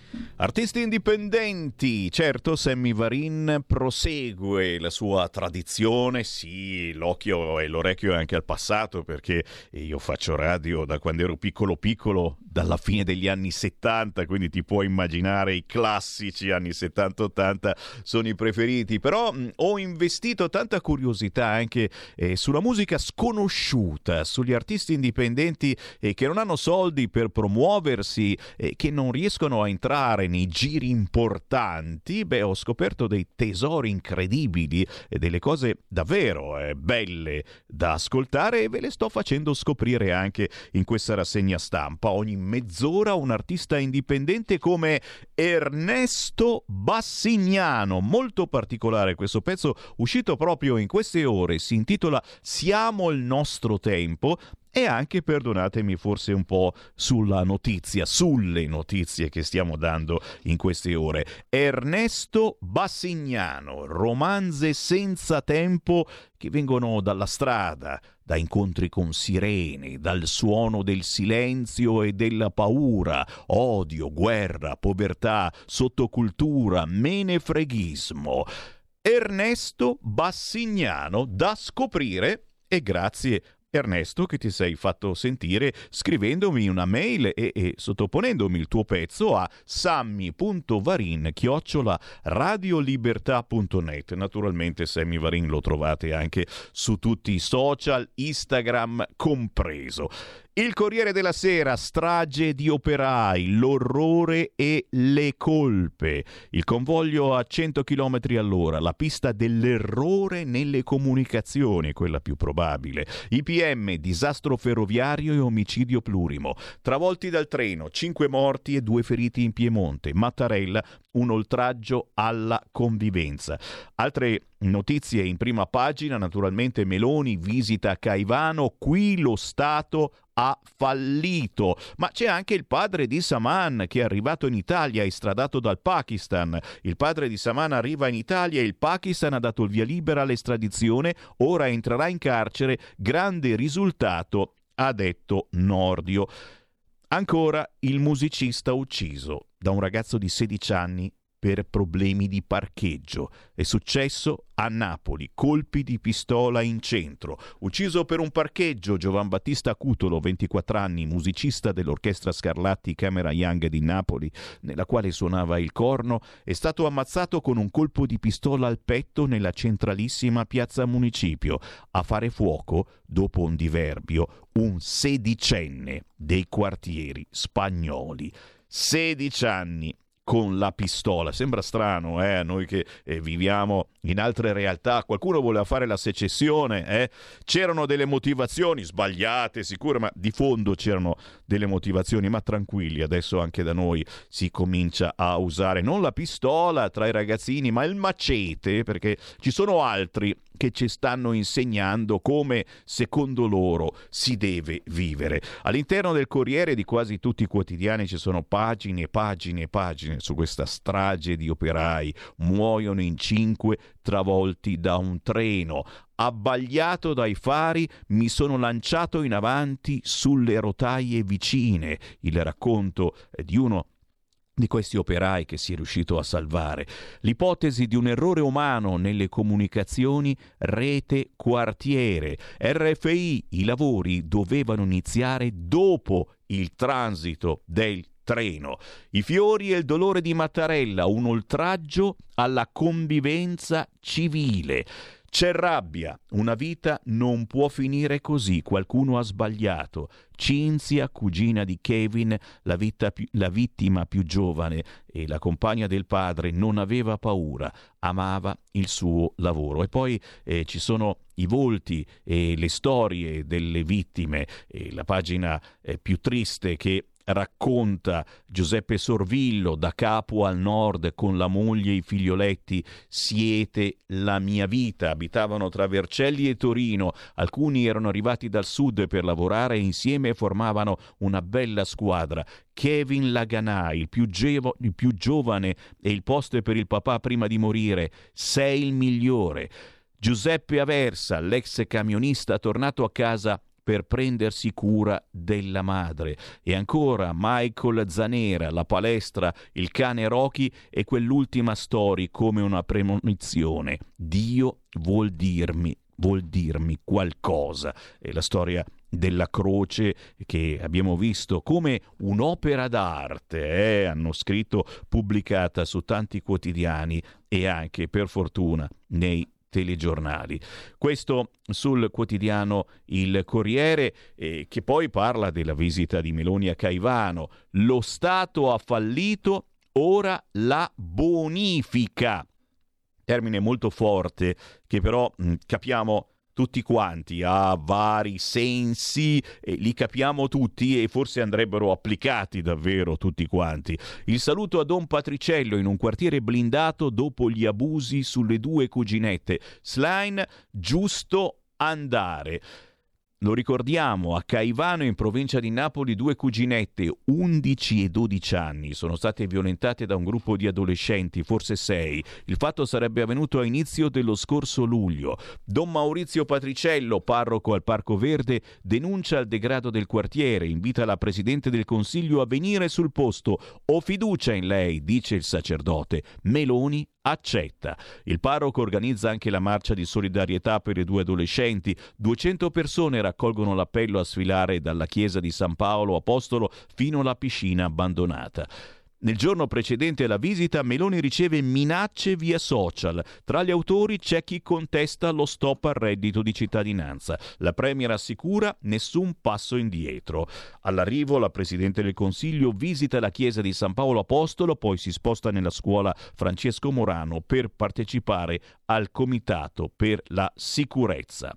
Artisti indipendenti, certo Sammy Varin prosegue la sua tradizione, sì, l'occhio e l'orecchio anche al passato, perché io faccio radio da quando ero piccolo piccolo, dalla fine degli anni settanta, quindi ti puoi immaginare i classici anni settanta ottanta sono i preferiti, però mh, ho investito tanta curiosità anche eh, sulla musica sconosciuta, sugli artisti indipendenti eh, che non hanno soldi per promuoversi, eh, che non riescono a entrare nei giri importanti. Beh, ho scoperto dei tesori incredibili e delle cose davvero eh, belle da ascoltare e ve le sto facendo scoprire anche in questa rassegna stampa. Ogni mezz'ora un artista indipendente come Ernesto Bassignano, molto particolare questo pezzo uscito proprio in queste ore, si intitola Siamo il nostro tempo. E anche, perdonatemi, forse un po' sulla notizia, sulle notizie che stiamo dando in queste ore. Ernesto Bassignano, romanze senza tempo che vengono dalla strada, da incontri con sirene, dal suono del silenzio e della paura, odio, guerra, povertà, sottocultura, menefreghismo. Ernesto Bassignano, da scoprire, e grazie Ernesto che ti sei fatto sentire scrivendomi una mail e, e sottoponendomi il tuo pezzo a sammy punto varin chiocciola radiolibertà punto net. Naturalmente Sammy Varin lo trovate anche su tutti i social, Instagram compreso. Il Corriere della Sera, strage di operai, l'orrore e le colpe. Il convoglio a cento chilometri all'ora, la pista dell'errore nelle comunicazioni, quella più probabile. I P M, disastro ferroviario e omicidio plurimo. Travolti dal treno, cinque morti e due feriti in Piemonte. Mattarella, un oltraggio alla convivenza. Altre notizie in prima pagina, naturalmente Meloni visita Caivano, qui lo Stato ha fallito, ma c'è anche il padre di Saman che è arrivato in Italia, estradato dal Pakistan. Il padre di Saman arriva in Italia e il Pakistan ha dato il via libera all'estradizione, ora entrerà in carcere, grande risultato, ha detto Nordio. Ancora il musicista ucciso da un ragazzo di sedici anni per problemi di parcheggio. È successo a Napoli, colpi di pistola in centro. Ucciso per un parcheggio Giovan Battista Cutolo, ventiquattro anni, musicista dell'Orchestra Scarlatti Camera Young di Napoli, nella quale suonava il corno, è stato ammazzato con un colpo di pistola al petto nella centralissima piazza Municipio. A fare fuoco, dopo un diverbio, un sedicenne dei quartieri spagnoli. sedici anni con la pistola. Sembra strano, eh? Noi che eh, viviamo in altre realtà. Qualcuno voleva fare la secessione, eh? C'erano delle motivazioni sbagliate, sicure, ma di fondo c'erano delle motivazioni. Ma tranquilli, adesso anche da noi si comincia a usare non la pistola tra i ragazzini, ma il macete, perché ci sono altri che ci stanno insegnando come, secondo loro, si deve vivere. All'interno del Corriere di quasi tutti i quotidiani ci sono pagine e pagine e pagine su questa strage di operai. Muoiono in cinque travolti da un treno. Abbagliato dai fari, mi sono lanciato in avanti sulle rotaie vicine. Il racconto di uno di questi operai che si è riuscito a salvare. L'ipotesi di un errore umano nelle comunicazioni rete-quartiere. R F I, i lavori dovevano iniziare dopo il transito del treno. I fiori e il dolore di Mattarella, un oltraggio alla convivenza civile. C'è rabbia, una vita non può finire così, qualcuno ha sbagliato. Cinzia, cugina di Kevin, la, vita più, la vittima più giovane e la compagna del padre, non aveva paura, amava il suo lavoro. E poi eh, ci sono i volti e le storie delle vittime, e la pagina eh, più triste che racconta Giuseppe Sorvillo, da Capua al nord con la moglie e i figlioletti. Siete la mia vita. Abitavano tra Vercelli e Torino, alcuni erano arrivati dal sud per lavorare e insieme formavano una bella squadra. Kevin Laganà, il più, gevo, il più giovane e il posto per il papà prima di morire. Sei il migliore. Giuseppe Aversa, l'ex camionista tornato a casa per prendersi cura della madre. E ancora Michael Zanera, la palestra, il cane Rocky e quell'ultima story come una premonizione. Dio vuol dirmi, vuol dirmi qualcosa. È la storia della croce che abbiamo visto come un'opera d'arte, eh? hanno scritto, pubblicata su tanti quotidiani e anche, per fortuna, nei telegiornali. Questo sul quotidiano Il Corriere, eh, che poi parla della visita di Meloni a Caivano. Lo Stato ha fallito, ora la bonifica. Termine molto forte che però mh, capiamo tutti quanti, ha vari sensi, e li capiamo tutti e forse andrebbero applicati davvero tutti quanti. Il saluto a Don Patriciello in un quartiere blindato dopo gli abusi sulle due cuginette. Schlein, giusto andare. Lo ricordiamo, a Caivano in provincia di Napoli due cuginette, undici e dodici anni, sono state violentate da un gruppo di adolescenti, forse sei. Il fatto sarebbe avvenuto a inizio dello scorso luglio. Don Maurizio Patriciello, parroco al Parco Verde, denuncia il degrado del quartiere, invita la Presidente del Consiglio a venire sul posto. Ho fiducia in lei, dice il sacerdote. Meloni accetta. Il parroco organizza anche la marcia di solidarietà per i due adolescenti. duecento persone raccolgono l'appello a sfilare dalla chiesa di San Paolo Apostolo fino alla piscina abbandonata. Nel giorno precedente alla visita, Meloni riceve minacce via social. Tra gli autori c'è chi contesta lo stop al reddito di cittadinanza. La Premier assicura nessun passo indietro. All'arrivo, la Presidente del Consiglio visita la chiesa di San Paolo Apostolo, poi si sposta nella scuola Francesco Morano per partecipare al Comitato per la Sicurezza.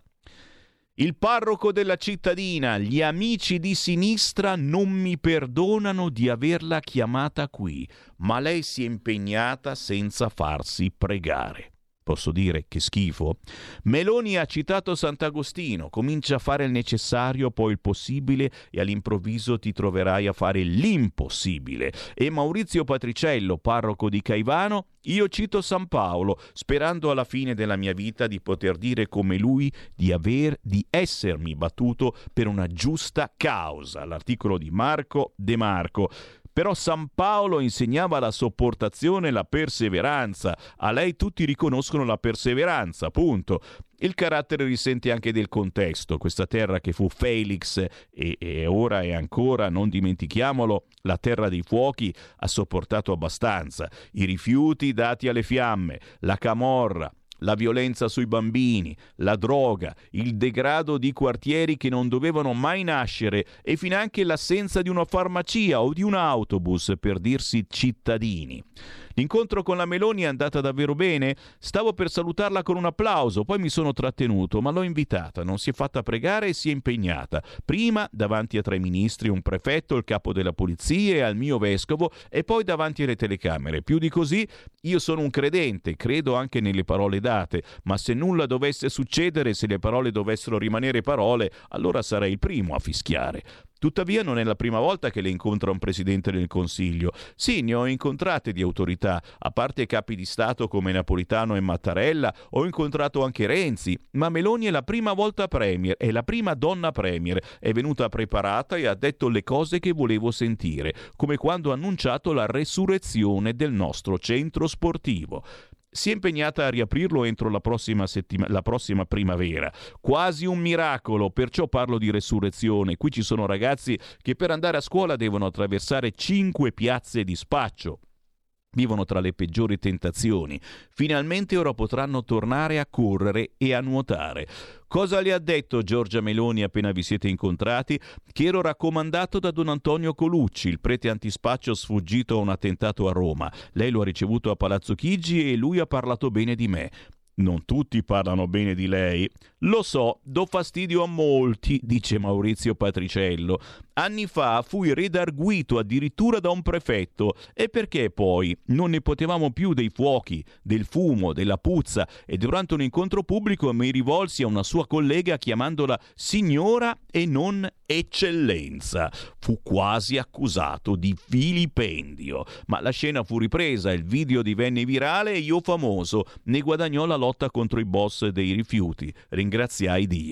Il parroco della cittadina, gli amici di sinistra non mi perdonano di averla chiamata qui, ma lei si è impegnata senza farsi pregare. Posso dire che schifo? Meloni ha citato Sant'Agostino, comincia a fare il necessario, poi il possibile e all'improvviso ti troverai a fare l'impossibile. E Maurizio Patriciello, parroco di Caivano, io cito San Paolo, sperando alla fine della mia vita di poter dire come lui di aver, di essermi battuto per una giusta causa. L'articolo di Marco De Marco. Però San Paolo insegnava la sopportazione e la perseveranza. A lei tutti riconoscono la perseveranza, punto. Il carattere risente anche del contesto. Questa terra che fu Felix e, e ora e ancora, non dimentichiamolo, la terra dei fuochi, ha sopportato abbastanza. I rifiuti dati alle fiamme, la camorra, la violenza sui bambini, la droga, il degrado di quartieri che non dovevano mai nascere e finanche l'assenza di una farmacia o di un autobus per dirsi cittadini. L'incontro con la Meloni è andata davvero bene? Stavo per salutarla con un applauso, poi mi sono trattenuto, ma l'ho invitata, non si è fatta pregare e si è impegnata. Prima davanti a tre ministri, un prefetto, il capo della polizia e al mio vescovo e poi davanti alle telecamere. Più di così, io sono un credente, credo anche nelle parole date, ma se nulla dovesse succedere, se le parole dovessero rimanere parole, allora sarei il primo a fischiare. Tuttavia non è la prima volta che le incontra un Presidente del Consiglio. Sì, ne ho incontrate di autorità, a parte capi di Stato come Napolitano e Mattarella, ho incontrato anche Renzi, ma Meloni è la prima volta Premier, è la prima donna Premier, è venuta preparata e ha detto le cose che volevo sentire, come quando ha annunciato la resurrezione del nostro centro sportivo. Si è impegnata a riaprirlo entro la prossima, settima- la prossima primavera. Quasi un miracolo, perciò parlo di resurrezione. Qui ci sono ragazzi che per andare a scuola devono attraversare cinque piazze di spaccio. Vivono tra le peggiori tentazioni. Finalmente ora potranno tornare a correre e a nuotare. Cosa le ha detto Giorgia Meloni appena vi siete incontrati? Che ero raccomandato da Don Antonio Colucci, il prete antispaccio sfuggito a un attentato a Roma. Lei lo ha ricevuto a Palazzo Chigi e lui ha parlato bene di me. Non tutti parlano bene di lei. Lo so, do fastidio a molti, dice Maurizio Patriciello. Anni fa fui redarguito addirittura da un prefetto. E perché poi? Non ne potevamo più dei fuochi, del fumo, della puzza e durante un incontro pubblico mi rivolsi a una sua collega chiamandola signora e non eccellenza. Fu quasi accusato di vilipendio. Ma la scena fu ripresa, il video divenne virale e io famoso. Ne guadagnò la lotta contro i boss dei rifiuti. Ringraziai Dio.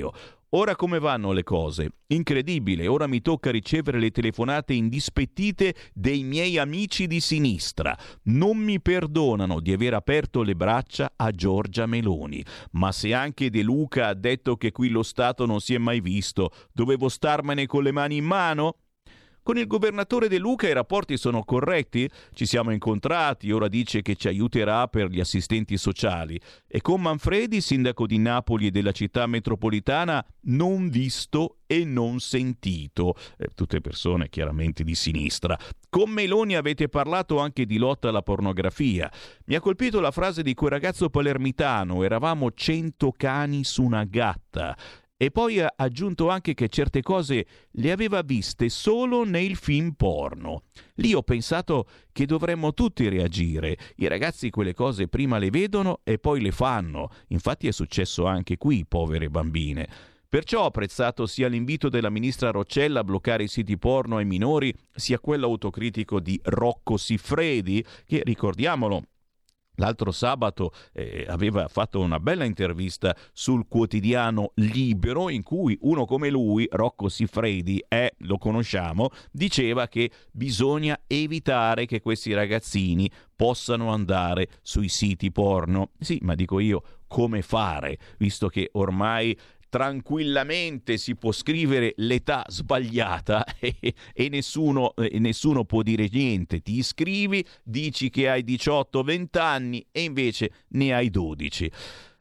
Ora come vanno le cose? Incredibile, ora mi tocca ricevere le telefonate indispettite dei miei amici di sinistra. Non mi perdonano di aver aperto le braccia a Giorgia Meloni. Ma se anche De Luca ha detto che qui lo Stato non si è mai visto, dovevo starmene con le mani in mano? Con il governatore De Luca i rapporti sono corretti? Ci siamo incontrati, ora dice che ci aiuterà per gli assistenti sociali. E con Manfredi, sindaco di Napoli e della città metropolitana, non visto e non sentito. Eh, tutte persone chiaramente di sinistra. Con Meloni avete parlato anche di lotta alla pornografia. Mi ha colpito la frase di quel ragazzo palermitano: eravamo cento cani su una gatta. E poi ha aggiunto anche che certe cose le aveva viste solo nei film porno. Lì ho pensato che dovremmo tutti reagire. I ragazzi quelle cose prima le vedono e poi le fanno. Infatti è successo anche qui, povere bambine. Perciò ho apprezzato sia l'invito della ministra Roccella a bloccare i siti porno ai minori, sia quello autocritico di Rocco Siffredi, che, ricordiamolo, l'altro sabato eh, aveva fatto una bella intervista sul quotidiano Libero, in cui uno come lui, Rocco Siffredi, eh, lo conosciamo, diceva che bisogna evitare che questi ragazzini possano andare sui siti porno. Sì, ma dico io, come fare, visto che ormai tranquillamente si può scrivere l'età sbagliata e, e nessuno, e nessuno può dire niente. Ti iscrivi, dici che hai diciotto venti anni e invece ne hai dodici.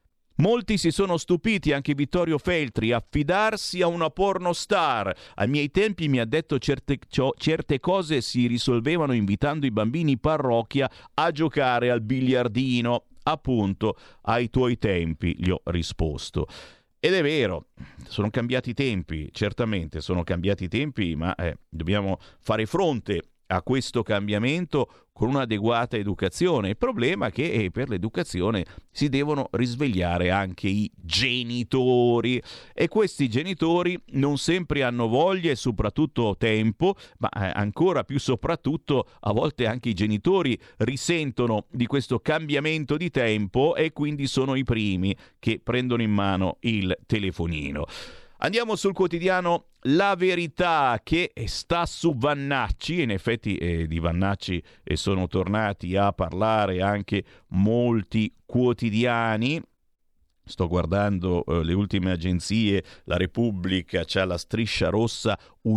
Molti si sono stupiti, anche Vittorio Feltri, a fidarsi a una pornostar. Ai miei tempi mi ha detto certe, cio, certe cose si risolvevano invitando i bambini in parrocchia a giocare al biliardino. Appunto, ai tuoi tempi, gli ho risposto. Ed è vero, sono cambiati i tempi, certamente sono cambiati i tempi, ma eh, dobbiamo fare fronte a questo cambiamento con un'adeguata educazione. Il problema è che eh, per l'educazione si devono risvegliare anche i genitori, e questi genitori non sempre hanno voglia e soprattutto tempo, ma eh, ancora più soprattutto a volte anche i genitori risentono di questo cambiamento di tempo e quindi sono i primi che prendono in mano il telefonino. Andiamo sul quotidiano La Verità, che sta su Vannacci. In effetti eh, di Vannacci eh, sono tornati a parlare anche molti quotidiani. Sto guardando eh, le ultime agenzie. La Repubblica c'ha la striscia rossa: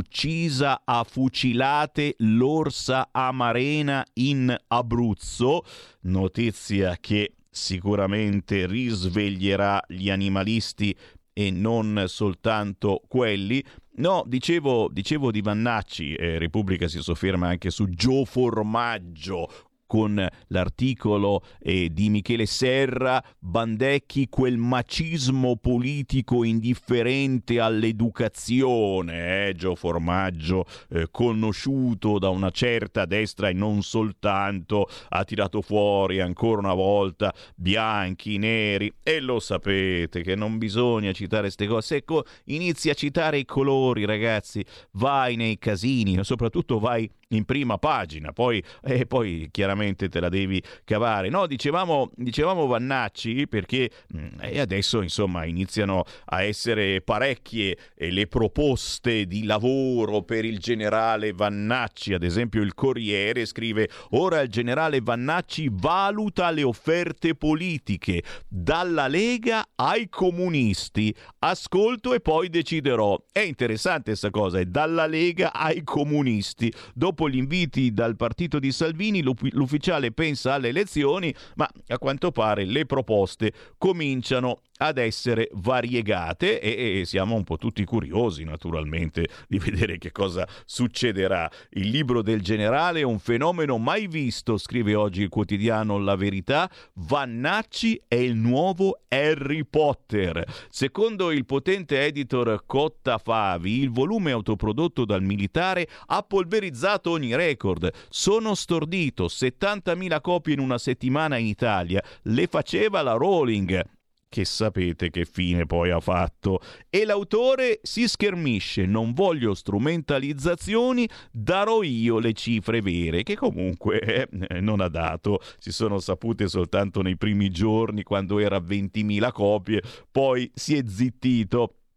uccisa a fucilate l'orsa amarena in Abruzzo. Notizia che sicuramente risveglierà gli animalisti e non soltanto quelli. No, dicevo, dicevo di Vannacci, eh, Repubblica si sofferma anche su Gio Formaggio, con l'articolo eh, di Michele Serra, Bandecchi, quel macismo politico indifferente all'educazione. Eh, Gio Formaggio, eh, conosciuto da una certa destra e non soltanto, ha tirato fuori ancora una volta bianchi, neri, e lo sapete che non bisogna citare queste cose. Ecco, inizi a citare i colori, ragazzi, vai nei casini, soprattutto vai in prima pagina, poi, eh, poi chiaramente te la devi cavare. No, dicevamo, dicevamo Vannacci perché mh, e adesso insomma iniziano a essere parecchie eh, le proposte di lavoro per il generale Vannacci. Ad esempio il Corriere scrive: ora il generale Vannacci valuta le offerte politiche, dalla Lega ai comunisti, ascolto e poi deciderò. È interessante questa cosa, è dalla Lega ai comunisti. Dopo gli inviti dal partito di Salvini, l'ufficiale pensa alle elezioni, ma a quanto pare le proposte cominciano ad essere variegate e, e siamo un po' tutti curiosi naturalmente di vedere che cosa succederà. Il libro del generale è un fenomeno mai visto, scrive oggi il quotidiano La Verità. Vannacci è il nuovo Harry Potter. Secondo il potente editor Cotta Favi, il volume autoprodotto dal militare ha polverizzato ogni record. Sono stordito, settantamila copie in una settimana in Italia. Le faceva la Rowling, che sapete che fine poi ha fatto. E l'autore si schermisce: non voglio strumentalizzazioni, darò io le cifre vere, che comunque eh, non ha dato. Si sono sapute soltanto nei primi giorni, quando era ventimila copie, poi si è zittito.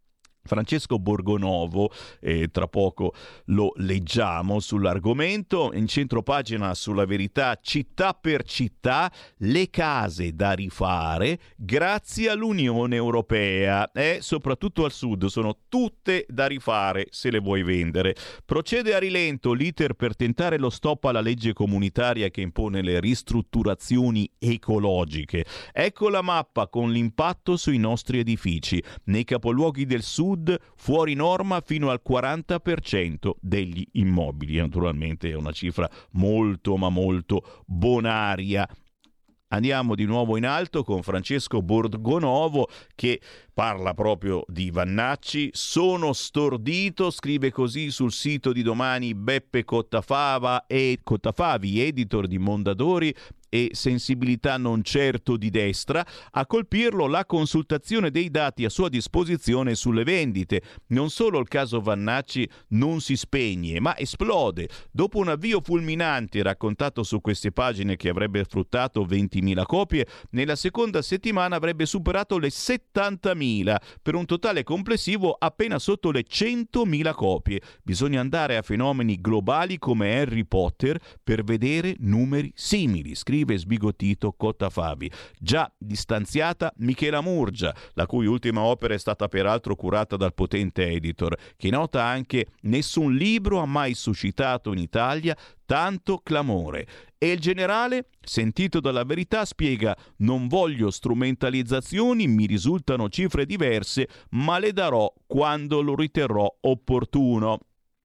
Francesco Borgonovo, eh, tra poco lo leggiamo sull'argomento, in centropagina sulla Verità, città per città, le case da rifare grazie all'Unione Europea, e soprattutto al sud sono tutte da rifare se le vuoi vendere. Procede a rilento l'iter per tentare lo stop alla legge comunitaria che impone le ristrutturazioni ecologiche. Ecco la mappa con l'impatto sui nostri edifici. Nei capoluoghi del sud fuori norma fino al quaranta per cento degli immobili. Naturalmente è una cifra molto ma molto bonaria. Andiamo di nuovo in alto con Francesco Borgonovo che parla proprio di Vannacci. Sono stordito, scrive così sul sito di Domani Beppe Cottafava e Cottafavi, editor di Mondadori e sensibilità non certo di destra. A colpirlo la consultazione dei dati a sua disposizione sulle vendite. Non solo il caso Vannacci non si spegne, ma esplode. Dopo un avvio fulminante raccontato su queste pagine che avrebbe fruttato ventimila copie, nella seconda settimana avrebbe superato le settantamila, per un totale complessivo appena sotto le centomila copie. Bisogna andare a fenomeni globali come Harry Potter per vedere numeri simili, scrive sbigottito Cottafavi. Già distanziata Michela Murgia, la cui ultima opera è stata peraltro curata dal potente editor, che nota anche: nessun libro ha mai suscitato in Italia tanto clamore. E il generale, sentito dalla Verità, spiega: non voglio strumentalizzazioni, mi risultano cifre diverse, ma le darò quando lo riterrò opportuno.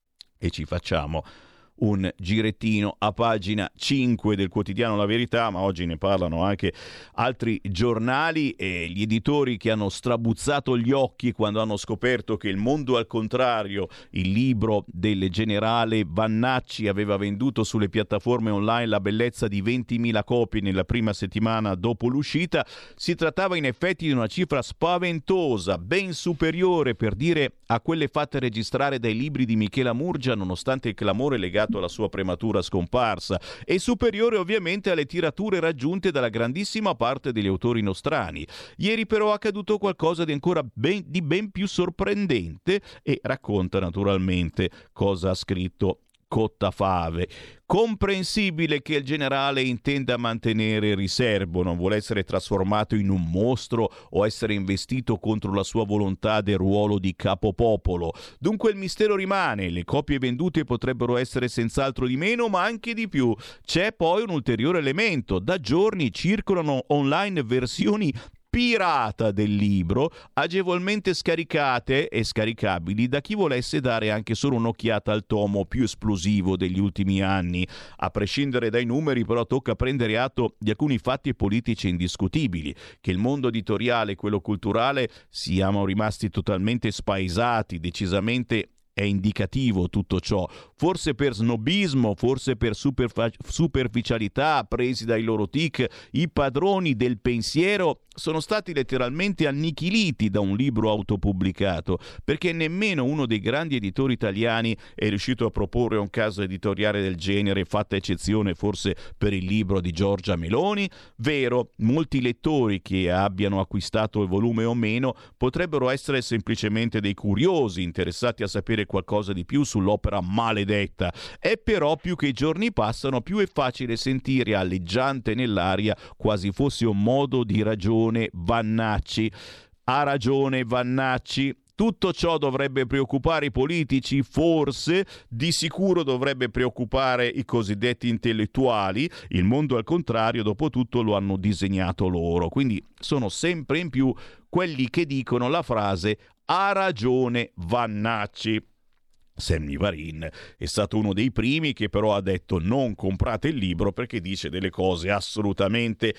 E ci facciamo un girettino a pagina cinque del quotidiano La Verità, ma oggi ne parlano anche altri giornali, e gli editori che hanno strabuzzato gli occhi quando hanno scoperto che Il Mondo al Contrario, il libro del generale Vannacci, aveva venduto sulle piattaforme online la bellezza di ventimila copie nella prima settimana dopo l'uscita. Si trattava in effetti di una cifra spaventosa, ben superiore per dire a quelle fatte registrare dai libri di Michela Murgia, nonostante il clamore legato alla sua prematura scomparsa, e superiore ovviamente alle tirature raggiunte dalla grandissima parte degli autori nostrani. Ieri però è accaduto qualcosa di ancora ben, di ben più sorprendente, e racconta naturalmente cosa ha scritto Cottafave. Comprensibile che il generale intenda mantenere riserbo, non vuole essere trasformato in un mostro o essere investito contro la sua volontà del ruolo di capopopolo. Dunque il mistero rimane, le copie vendute potrebbero essere senz'altro di meno, ma anche di più. C'è poi un ulteriore elemento: da giorni circolano online versioni pirata del libro, agevolmente scaricate e scaricabili da chi volesse dare anche solo un'occhiata al tomo più esplosivo degli ultimi anni. A prescindere dai numeri, però, tocca prendere atto di alcuni fatti politici indiscutibili: che il mondo editoriale e quello culturale siamo rimasti totalmente spaesati, decisamente è indicativo tutto ciò, forse per snobismo, forse per superfa- superficialità, presi dai loro tic. I padroni del pensiero sono stati letteralmente annichiliti da un libro autopubblicato, perché nemmeno uno dei grandi editori italiani è riuscito a proporre un caso editoriale del genere, fatta eccezione forse per il libro di Giorgia Meloni. Vero, molti lettori che abbiano acquistato il volume o meno potrebbero essere semplicemente dei curiosi interessati a sapere qualcosa di più sull'opera maledetta. E però più che i giorni passano, più è facile sentire alleggiante nell'aria, quasi fosse un modo di ragione, Vannacci. Ha ragione Vannacci. Tutto ciò dovrebbe preoccupare i politici? Forse. Di sicuro dovrebbe preoccupare i cosiddetti intellettuali. Il Mondo al Contrario, dopo tutto, lo hanno disegnato loro. Quindi sono sempre in più quelli che dicono la frase "ha ragione Vannacci". Sammy Varin è stato uno dei primi che però ha detto non comprate il libro, perché dice delle cose assolutamente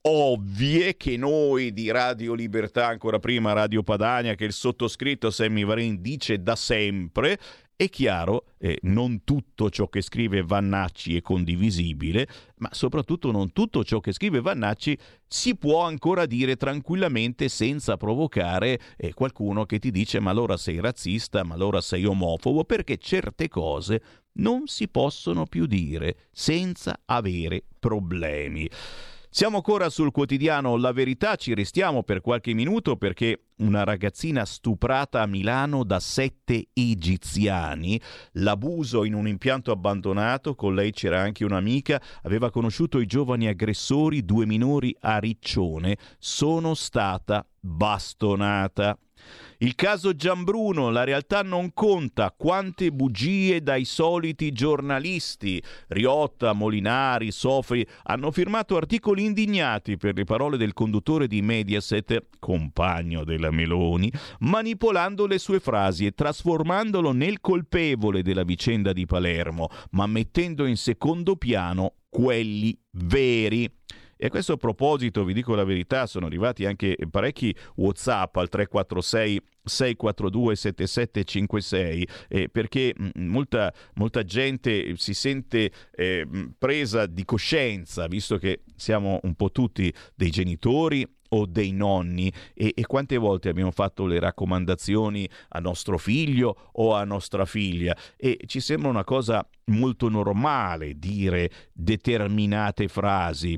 ovvie che noi di Radio Libertà, ancora prima Radio Padania, che il sottoscritto Sammy Varin dice da sempre. È chiaro, eh, non tutto ciò che scrive Vannacci è condivisibile, ma soprattutto non tutto ciò che scrive Vannacci si può ancora dire tranquillamente senza provocare eh, qualcuno che ti dice ma allora sei razzista, ma allora sei omofobo, perché certe cose non si possono più dire senza avere problemi. Siamo ancora sul quotidiano La Verità, ci restiamo per qualche minuto perché una ragazzina stuprata a Milano da sette egiziani, l'abuso in un impianto abbandonato, con lei c'era anche un'amica, aveva conosciuto i giovani aggressori, due minori a Riccione, sono stata bastonata. Il caso Gianbruno, la realtà non conta, quante bugie dai soliti giornalisti. Riotta, Molinari, Sofri hanno firmato articoli indignati per le parole del conduttore di Mediaset, compagno della Meloni, manipolando le sue frasi e trasformandolo nel colpevole della vicenda di Palermo, ma mettendo in secondo piano quelli veri. E a questo proposito, vi dico la verità, sono arrivati anche parecchi WhatsApp al tre quattro sei sei quattro due sette sette cinque sei eh, perché molta, molta gente si sente eh, presa di coscienza, visto che siamo un po' tutti dei genitori o dei nonni e, e quante volte abbiamo fatto le raccomandazioni a nostro figlio o a nostra figlia e ci sembra una cosa molto normale dire determinate frasi.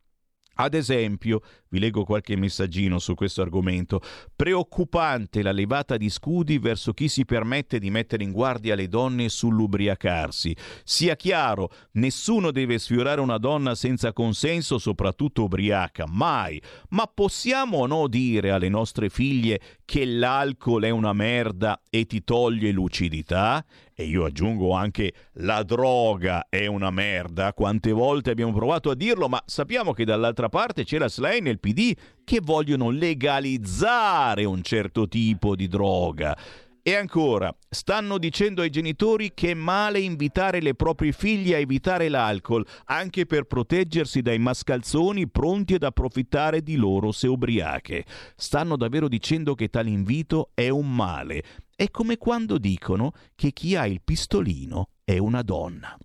Ad esempio, vi leggo qualche messaggino su questo argomento. Preoccupante la levata di scudi verso chi si permette di mettere in guardia le donne sull'ubriacarsi. Sia chiaro, nessuno deve sfiorare una donna senza consenso, soprattutto ubriaca, mai. Ma possiamo o no dire alle nostre figlie che l'alcol è una merda e ti toglie lucidità? E io aggiungo anche la droga è una merda. Quante volte abbiamo provato a dirlo, ma sappiamo che dall'altra parte c'è la S L A I nel P D che vogliono legalizzare un certo tipo di droga. E ancora, stanno dicendo ai genitori che è male invitare le proprie figlie a evitare l'alcol, anche per proteggersi dai mascalzoni pronti ad approfittare di loro se ubriache. Stanno davvero dicendo che tale invito è un male. È come quando dicono che chi ha il pistolino è una donna.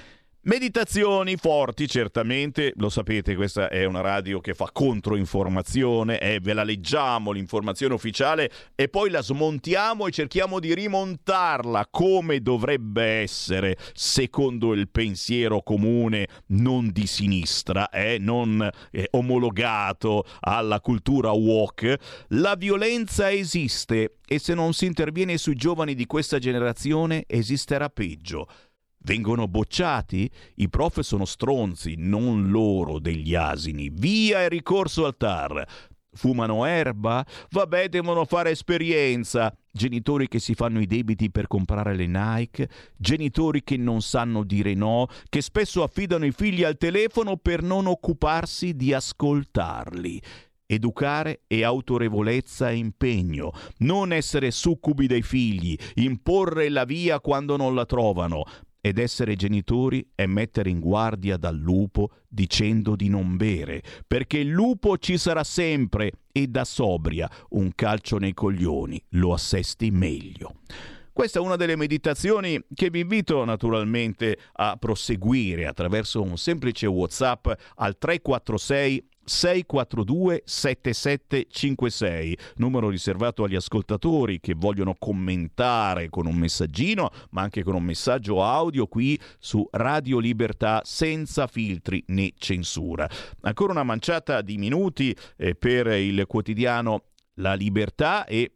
Meditazioni forti, certamente, lo sapete, questa è una radio che fa controinformazione, eh, ve la leggiamo l'informazione ufficiale e poi la smontiamo e cerchiamo di rimontarla come dovrebbe essere, secondo il pensiero comune non di sinistra, eh, non eh, omologato alla cultura woke. La violenza esiste e se non si interviene sui giovani di questa generazione esisterà peggio. Vengono bocciati? I prof sono stronzi, non loro degli asini. Via il ricorso al T A R. Fumano erba? Vabbè, devono fare esperienza. Genitori che si fanno i debiti per comprare le Nike, genitori che non sanno dire no, che spesso affidano i figli al telefono per non occuparsi di ascoltarli. Educare è autorevolezza e impegno, non essere succubi dei figli, imporre la via quando non la trovano. Ed essere genitori è mettere in guardia dal lupo dicendo di non bere, perché il lupo ci sarà sempre e da sobria un calcio nei coglioni lo assesti meglio. Questa è una delle meditazioni che vi invito naturalmente a proseguire attraverso un semplice WhatsApp al tre quattro sei sei quattro due sette sette cinque sei, numero riservato agli ascoltatori che vogliono commentare con un messaggino, ma anche con un messaggio audio qui su Radio Libertà, senza filtri né censura. Ancora una manciata di minuti eh, per il quotidiano La Libertà e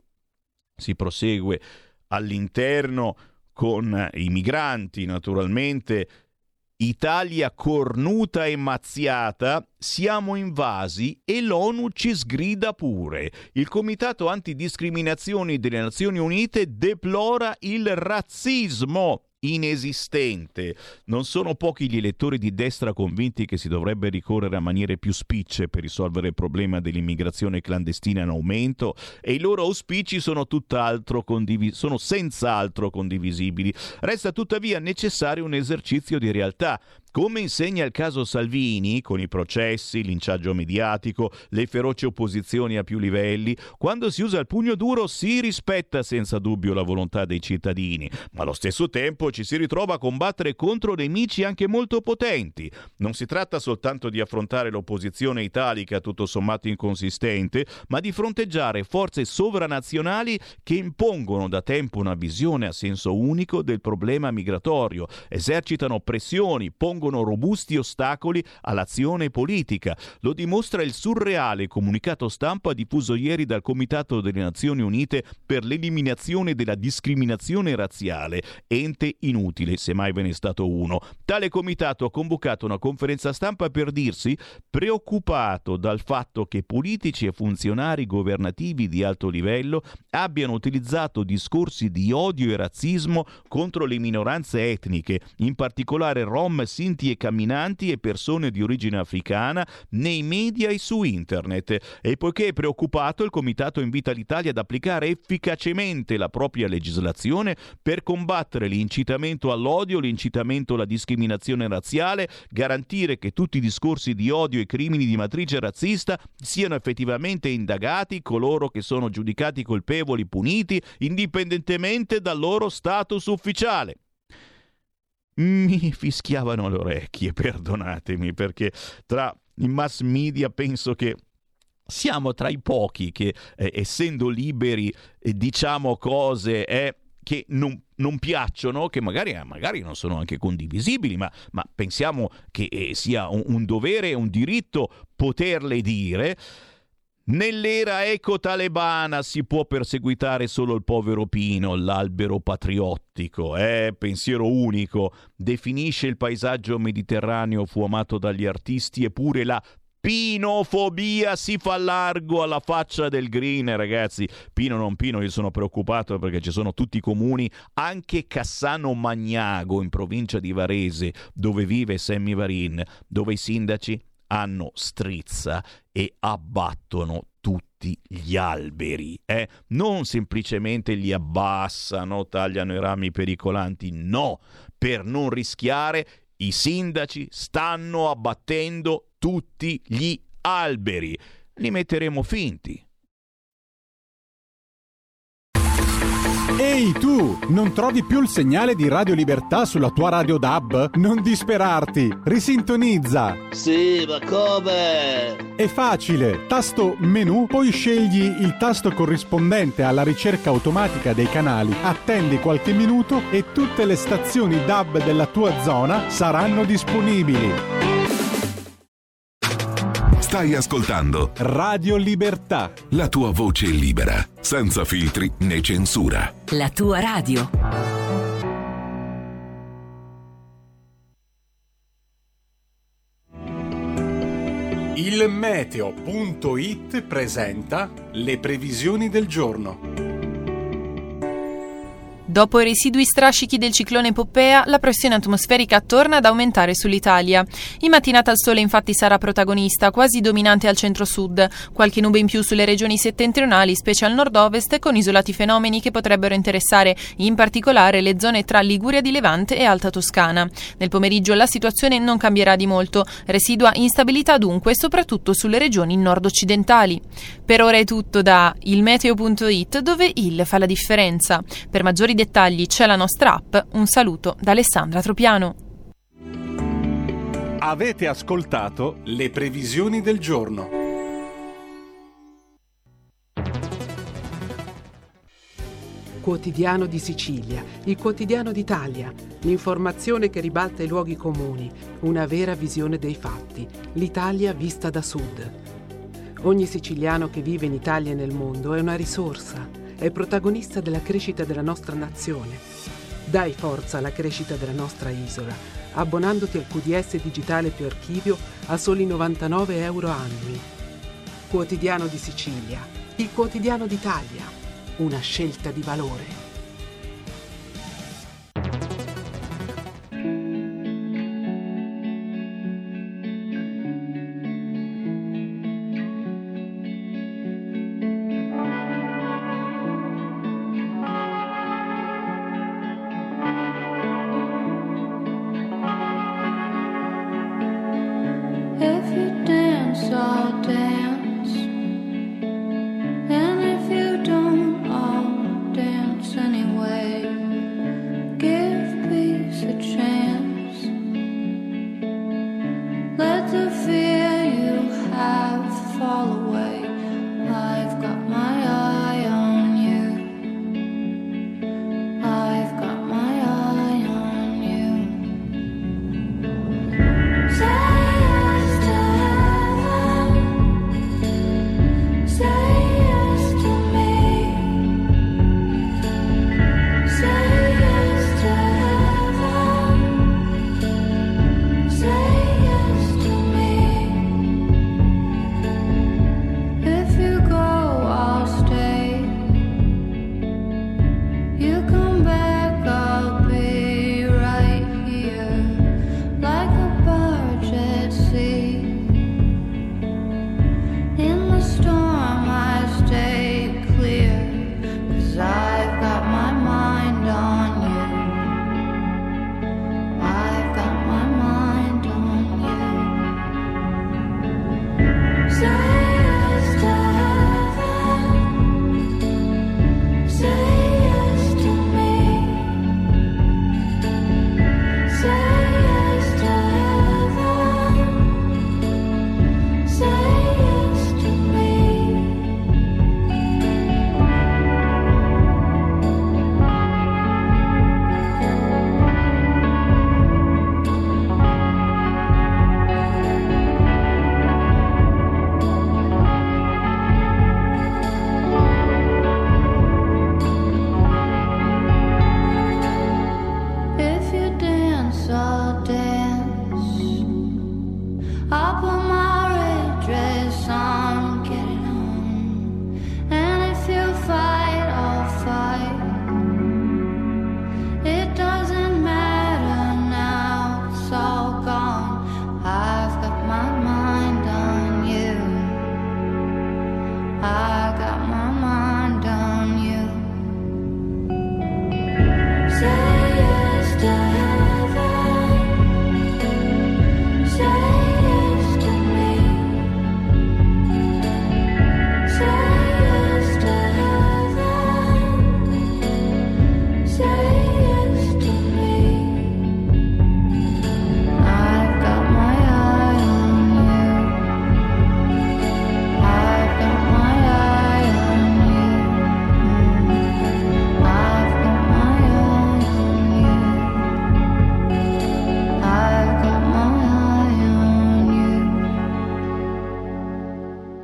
si prosegue all'interno con i migranti, naturalmente. Italia cornuta e mazziata, siamo invasi e l'ONU ci sgrida pure. Il Comitato Antidiscriminazioni delle Nazioni Unite deplora il razzismo inesistente. Non sono pochi gli elettori di destra convinti che si dovrebbe ricorrere a maniere più spicce per risolvere il problema dell'immigrazione clandestina in aumento e i loro auspici sono tutt'altro condivis- sono senz'altro condivisibili. Resta tuttavia necessario un esercizio di realtà. Come insegna il caso Salvini, con i processi, il linciaggio mediatico, le feroci opposizioni a più livelli, quando si usa il pugno duro si rispetta senza dubbio la volontà dei cittadini, ma allo stesso tempo ci si ritrova a combattere contro nemici anche molto potenti. Non si tratta soltanto di affrontare l'opposizione italica tutto sommato inconsistente, ma di fronteggiare forze sovranazionali che impongono da tempo una visione a senso unico del problema migratorio, esercitano pressioni, pongono rimangono robusti ostacoli all'azione politica. Lo dimostra il surreale comunicato stampa diffuso ieri dal Comitato delle Nazioni Unite per l'eliminazione della discriminazione razziale, ente inutile se mai ve n'è stato uno. Tale comitato ha convocato una conferenza stampa per dirsi preoccupato dal fatto che politici e funzionari governativi di alto livello abbiano utilizzato discorsi di odio e razzismo contro le minoranze etniche, in particolare rom, sinti e camminanti e persone di origine africana, nei media e su internet. E poiché è preoccupato, il comitato invita l'Italia ad applicare efficacemente la propria legislazione per combattere l'incitamento all'odio, l'incitamento alla discriminazione razziale, garantire che tutti i discorsi di odio e crimini di matrice razzista siano effettivamente indagati, coloro che sono giudicati colpevoli puniti, indipendentemente dal loro status ufficiale. Mi fischiavano le orecchie, perdonatemi, perché tra i mass media penso che siamo tra i pochi che, eh, essendo liberi, eh, diciamo cose eh, che non, non piacciono, che magari, magari non sono anche condivisibili, ma, ma pensiamo che eh, sia un, un dovere e un diritto poterle dire. Nell'era eco-talebana si può perseguitare solo il povero pino, l'albero patriottico, eh? Pensiero unico, definisce il paesaggio mediterraneo fumato dagli artisti, eppure la pinofobia si fa largo alla faccia del green, ragazzi. Pino non pino, io sono preoccupato perché ci sono tutti i comuni, anche Cassano Magnago in provincia di Varese, dove vive Sammy Varin, dove i sindaci hanno strizza e abbattono tutti gli alberi, eh? Non semplicemente li abbassano, tagliano i rami pericolanti, no, per non rischiare i sindaci stanno abbattendo tutti gli alberi. Li metteremo finti. Ehi tu, non trovi più il segnale di Radio Libertà sulla tua radio D A B? Non disperarti, risintonizza! Sì, ma come? È facile, tasto menu, poi scegli il tasto corrispondente alla ricerca automatica dei canali, attendi qualche minuto e tutte le stazioni D A B della tua zona saranno disponibili. Stai ascoltando Radio Libertà, la tua voce libera, senza filtri né censura. La tua radio. Il meteo punto it presenta le previsioni del giorno. Dopo i residui strascichi del ciclone Poppea, la pressione atmosferica torna ad aumentare sull'Italia. In mattinata il sole infatti sarà protagonista, quasi dominante al centro-sud. Qualche nube in più sulle regioni settentrionali, specie al nord-ovest, con isolati fenomeni che potrebbero interessare in particolare le zone tra Liguria di Levante e Alta Toscana. Nel pomeriggio la situazione non cambierà di molto, residua instabilità dunque, soprattutto sulle regioni nord-occidentali. Per ora è tutto da il meteo punto it, dove il fa la differenza. Per maggiori dettagli c'è la nostra app. Un saluto da Alessandra Tropiano. Avete ascoltato le previsioni del giorno. Quotidiano di Sicilia, il quotidiano d'Italia, l'informazione che ribalta i luoghi comuni, una vera visione dei fatti, l'Italia vista da sud. Ogni siciliano che vive in Italia e nel mondo è una risorsa, è protagonista della crescita della nostra nazione. Dai forza alla crescita della nostra isola, abbonandoti al Q D S digitale più archivio a soli novantanove euro annui. Quotidiano di Sicilia, il quotidiano d'Italia, una scelta di valore. And if you don't all dance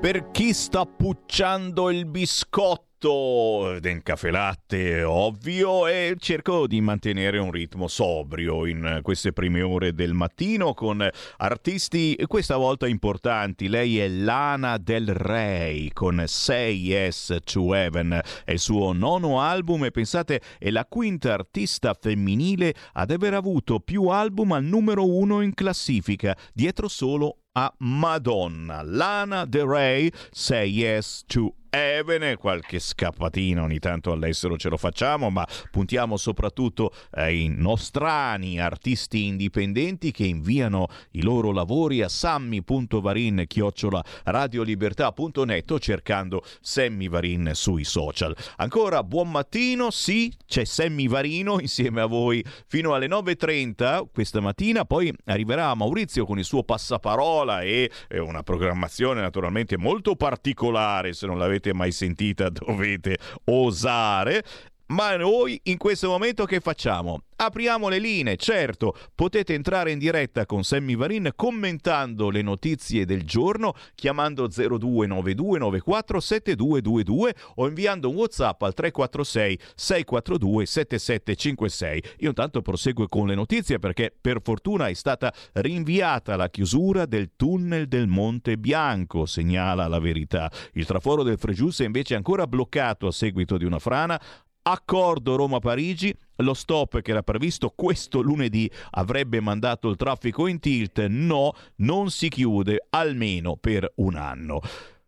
per chi sta pucciando il biscotto del caffè latte, ovvio, e cerco di mantenere un ritmo sobrio in queste prime ore del mattino con artisti questa volta importanti. Lei è Lana Del Rey con Say Yes to Heaven, è il suo nono album e pensate è la quinta artista femminile ad aver avuto più album al numero uno in classifica, dietro solo a Madonna. Lana Del Rey, Say Yes to Heaven. Qualche scappatina ogni tanto all'estero ce lo facciamo, ma puntiamo soprattutto ai nostrani artisti indipendenti che inviano i loro lavori a sammy punto varin chiocciola radiolibertà punto net cercando Sammy Varin sui social. Ancora buon mattino, sì, c'è Sammy Varino insieme a voi fino alle nove e trenta questa mattina, poi arriverà Maurizio con il suo passaparola e una programmazione naturalmente molto particolare. Se non l'avete mai sentita dovete osare. Ma noi in questo momento che facciamo? Apriamo le linee, certo, potete entrare in diretta con Sammy Varin commentando le notizie del giorno, chiamando zero due nove due nove quattro sette due due due o inviando un WhatsApp al tre quattro sei sei quattro due sette sette cinque sei. Io intanto proseguo con le notizie perché per fortuna è stata rinviata la chiusura del tunnel del Monte Bianco, segnala La Verità. Il traforo del Frejus è invece ancora bloccato a seguito di una frana. Accordo Roma-Parigi, lo stop che era previsto questo lunedì avrebbe mandato il traffico in tilt, no, non si chiude almeno per un anno.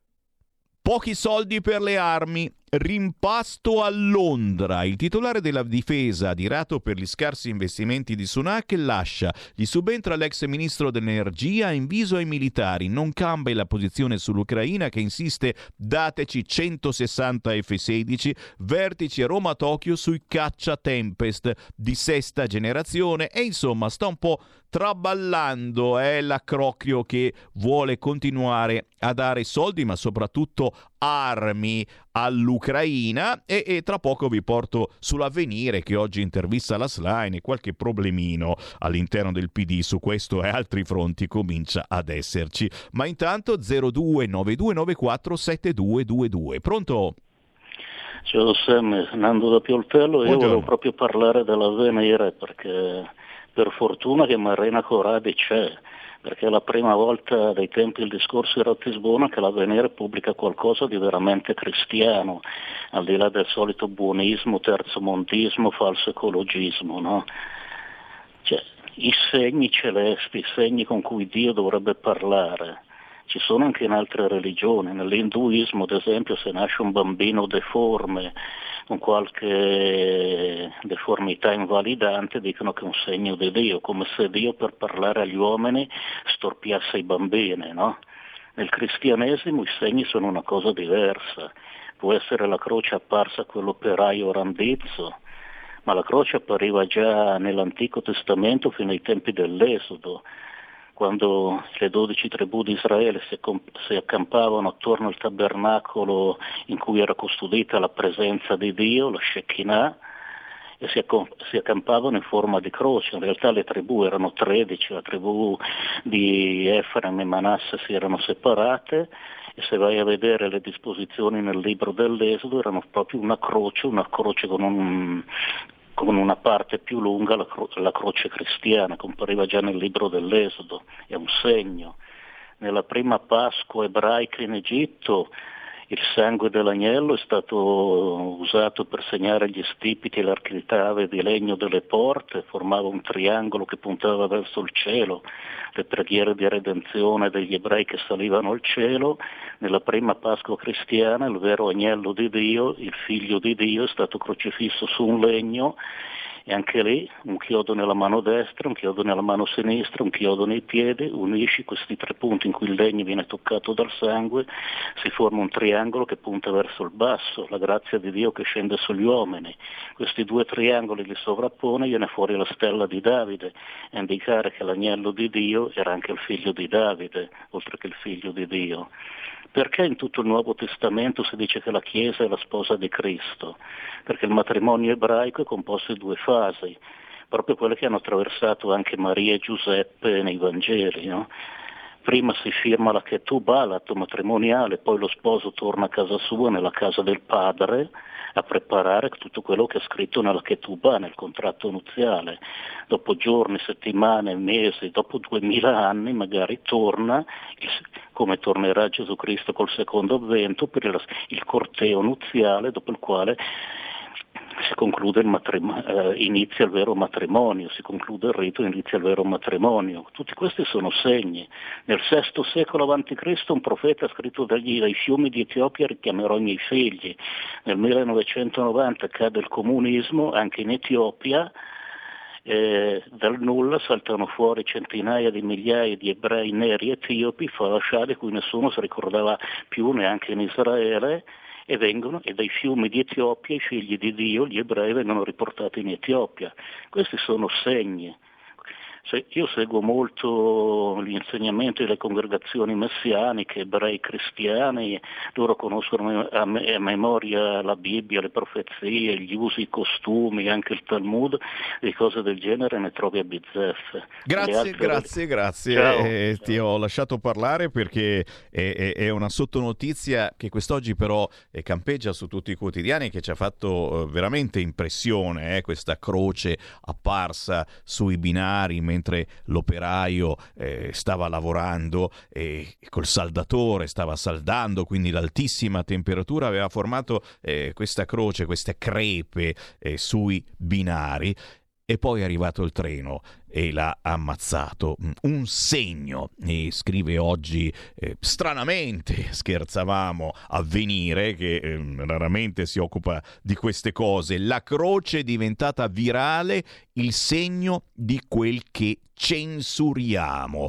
Pochi soldi per le armi, rimpasto a Londra. Il titolare della difesa, adirato per gli scarsi investimenti di Sunak, lascia. Gli subentra l'ex ministro dell'energia in viso ai militari. Non cambia la posizione sull'Ucraina che insiste dateci centosessanta F sedici, vertici a Roma-Tokyo sui caccia Tempest di sesta generazione e insomma sta un po' traballando è l'accrocchio che vuole continuare a dare soldi ma soprattutto armi all'Ucraina e, e tra poco vi porto sull'Avvenire che oggi intervista la Schlein e qualche problemino all'interno del P D su questo e altri fronti comincia ad esserci. Ma intanto zero due nove due nove quattro sette due due due. Pronto? Ciao Sam, Nando da Pioltello. Io Buongiorno. volevo proprio parlare dell'Avvenire perché per fortuna che Marina Corradi c'è, perché è la prima volta dai tempi del discorso di Ratisbona che l'Avvenire pubblica qualcosa di veramente cristiano, al di là del solito buonismo, terzomondismo, falso ecologismo, no? Cioè, i segni celesti, i segni con cui Dio dovrebbe parlare, ci sono anche in altre religioni. Nell'induismo, ad esempio, se nasce un bambino deforme, con qualche deformità invalidante, dicono che è un segno di Dio, come se Dio per parlare agli uomini storpiasse i bambini, no? Nel cristianesimo i segni sono una cosa diversa. Può essere la croce apparsa a quell'operaio Randizzo, ma la croce appariva già nell'Antico Testamento fino ai tempi dell'Esodo, quando le dodici tribù di Israele si, si accampavano attorno al tabernacolo in cui era custodita la presenza di Dio, la Shekinah, e si, si accampavano in forma di croce. In realtà le tribù erano tredici, la tribù di Efraim e Manasse si erano separate, e se vai a vedere le disposizioni nel libro dell'Esodo erano proprio una croce, una croce con un... con una parte più lunga, la, cro- la croce cristiana, compariva già nel libro dell'Esodo, è un segno. Nella prima Pasqua ebraica in Egitto il sangue dell'agnello è stato usato per segnare gli stipiti e l'architrave di legno delle porte, formava un triangolo che puntava verso il cielo, le preghiere di redenzione degli ebrei che salivano al cielo. Nella prima Pasqua cristiana il vero agnello di Dio, il figlio di Dio, è stato crocifisso su un legno, e anche lì un chiodo nella mano destra, un chiodo nella mano sinistra, un chiodo nei piedi, unisci questi tre punti in cui il legno viene toccato dal sangue, si forma un triangolo che punta verso il basso, la grazia di Dio che scende sugli uomini. Questi due triangoli li sovrappone, viene fuori la stella di Davide, a indicare che l'agnello di Dio era anche il figlio di Davide, oltre che il figlio di Dio. Perché in tutto il Nuovo Testamento si dice che la Chiesa è la sposa di Cristo? Perché il matrimonio ebraico è composto di due fasi, proprio quelle che hanno attraversato anche Maria e Giuseppe nei Vangeli, no? prima si firma la ketubah, l'atto matrimoniale, poi lo sposo torna a casa sua, nella casa del padre, a preparare tutto quello che è scritto nella ketubah, nel contratto nuziale. Dopo giorni, settimane, mesi, dopo duemila anni magari torna, come tornerà Gesù Cristo col secondo avvento, per il, il corteo nuziale, dopo il quale si conclude il matrimonio, eh, inizia il vero matrimonio, si conclude il rito, inizia il vero matrimonio. Tutti questi sono segni. Nel sesto secolo avanti Cristo un profeta ha scritto dagli, dai fiumi di Etiopia richiamerò i miei figli. Nel millenovecentonovanta cade il comunismo anche in Etiopia. Eh, dal nulla saltano fuori centinaia di migliaia di ebrei neri etiopi, falasciati, di cui nessuno si ricordava più neanche in Israele, e vengono, e dai fiumi di Etiopia i figli di Dio, gli ebrei, vengono riportati in Etiopia. Questi sono segni. Se io seguo molto gli insegnamenti delle congregazioni messianiche, ebrei cristiani, loro conoscono a, me, a memoria la Bibbia, le profezie, gli usi, i costumi, anche il Talmud, e cose del genere ne trovi a bizzeffe. Grazie, altre... grazie, grazie. Ciao. Eh, ti ho lasciato parlare perché è, è, è una sottonotizia che quest'oggi però eh, campeggia su tutti i quotidiani, che ci ha fatto eh, veramente impressione, eh, questa croce apparsa sui binari mentre l'operaio eh, stava lavorando e col saldatore stava saldando, quindi l'altissima temperatura aveva formato eh, questa croce, queste crepe eh, sui binari. E poi è arrivato il treno e l'ha ammazzato. Un segno. E scrive oggi, eh, stranamente, scherzavamo, Avvenire, che eh, raramente si occupa di queste cose. La croce è diventata virale, il segno di quel che censuriamo.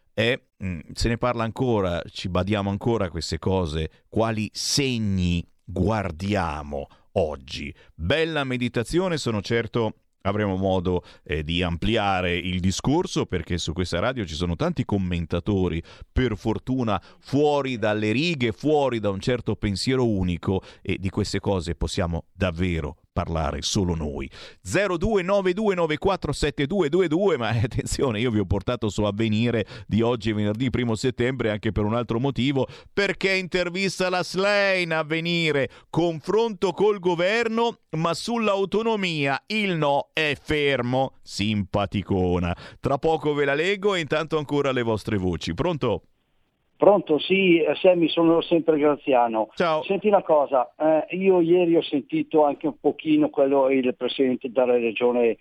E mh, se ne parla ancora, ci badiamo ancora a queste cose. Quali segni guardiamo oggi? Bella meditazione, sono certo. Avremo modo eh, di ampliare il discorso, perché su questa radio ci sono tanti commentatori, per fortuna fuori dalle righe, fuori da un certo pensiero unico, e di queste cose possiamo davvero parlare solo noi. zero due nove due nove quattro sette due due due, ma attenzione, io vi ho portato su Avvenire di oggi, venerdì primo settembre, anche per un altro motivo, perché intervista la Schlein. Avvenire, confronto col governo, ma sull'autonomia il no è fermo. Simpaticona. Tra poco ve la leggo e intanto ancora le vostre voci. Pronto? Pronto, sì, Sammy, sono sempre Graziano. Ciao. Senti una cosa, eh, io ieri ho sentito anche un pochino quello, il presidente della regione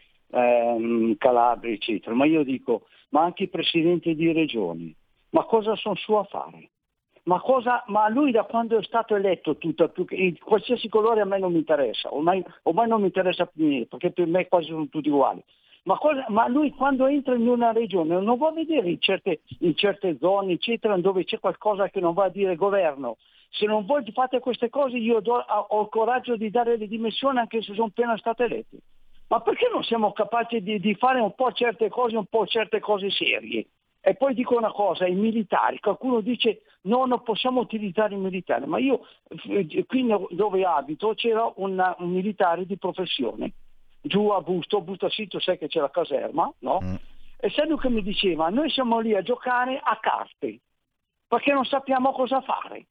ehm, Calabria, eccetera, ma io dico, ma anche i presidenti di regioni, ma cosa sono su a fare? Ma, cosa, ma lui da quando è stato eletto, tutto, qualsiasi colore a me non mi interessa, ormai, ormai non mi interessa più niente, perché per me quasi sono tutti uguali. Ma, cosa, ma lui quando entra in una regione non va a vedere in certe, in certe zone, eccetera, dove c'è qualcosa che non va a dire governo. Se non voi fate queste cose io do, ho il coraggio di dare le dimissioni anche se sono appena state elette. Ma perché non siamo capaci di, di fare un po' certe cose, un po' certe cose serie? E poi dico una cosa, i militari, qualcuno dice no, non possiamo utilizzare i militari, ma io qui dove abito c'era una, un militare di professione, giù a Busto, Busto Sito, sai che c'è la caserma, no? Mm. E sai lui che mi diceva, noi siamo lì a giocare a carte, perché non sappiamo cosa fare.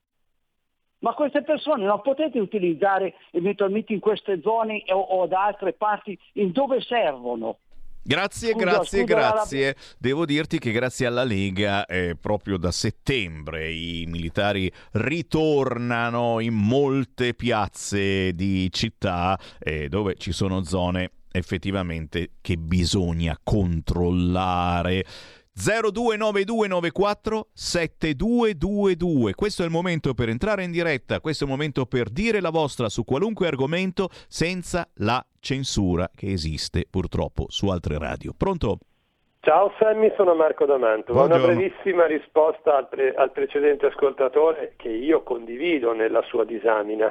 Ma queste persone non potete utilizzare eventualmente in queste zone o, o da altre parti in dove servono. Grazie, scusa, grazie, scusa, grazie. La... Devo dirti che grazie alla Lega eh, proprio da settembre i militari ritornano in molte piazze di città eh, dove ci sono zone effettivamente che bisogna controllare. zero due nove due nove quattro sette due due due. Questo è il momento per entrare in diretta, questo è il momento per dire la vostra su qualunque argomento senza la censura che esiste purtroppo su altre radio. Pronto? Ciao Sammy, sono Marco D'Amantova. Una brevissima risposta al, pre- al precedente ascoltatore che io condivido nella sua disamina.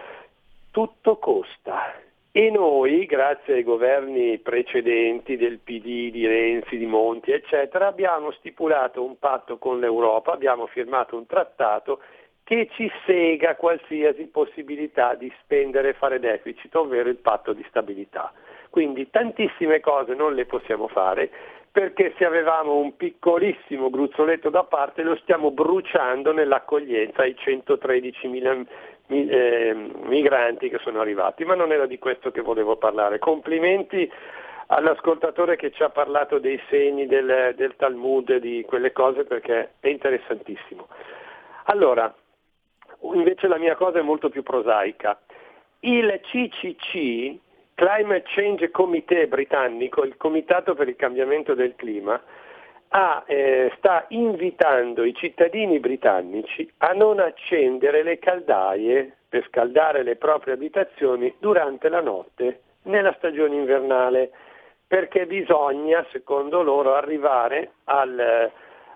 Tutto costa. E noi, grazie ai governi precedenti del P D, di Renzi, di Monti, eccetera, abbiamo stipulato un patto con l'Europa, abbiamo firmato un trattato che ci sega qualsiasi possibilità di spendere e fare deficit, ovvero il patto di stabilità. Quindi tantissime cose non le possiamo fare, perché se avevamo un piccolissimo gruzzoletto da parte lo stiamo bruciando nell'accoglienza ai centotredicimila mi, eh, migranti che sono arrivati, ma non era di questo che volevo parlare. Complimenti all'ascoltatore che ci ha parlato dei segni del, del Talmud, di quelle cose, perché è interessantissimo. Allora, invece la mia cosa è molto più prosaica. Il C C C, Climate Change Committee britannico, il Comitato per il cambiamento del clima, ha, eh, sta invitando i cittadini britannici a non accendere le caldaie per scaldare le proprie abitazioni durante la notte nella stagione invernale, perché bisogna, secondo loro, arrivare al,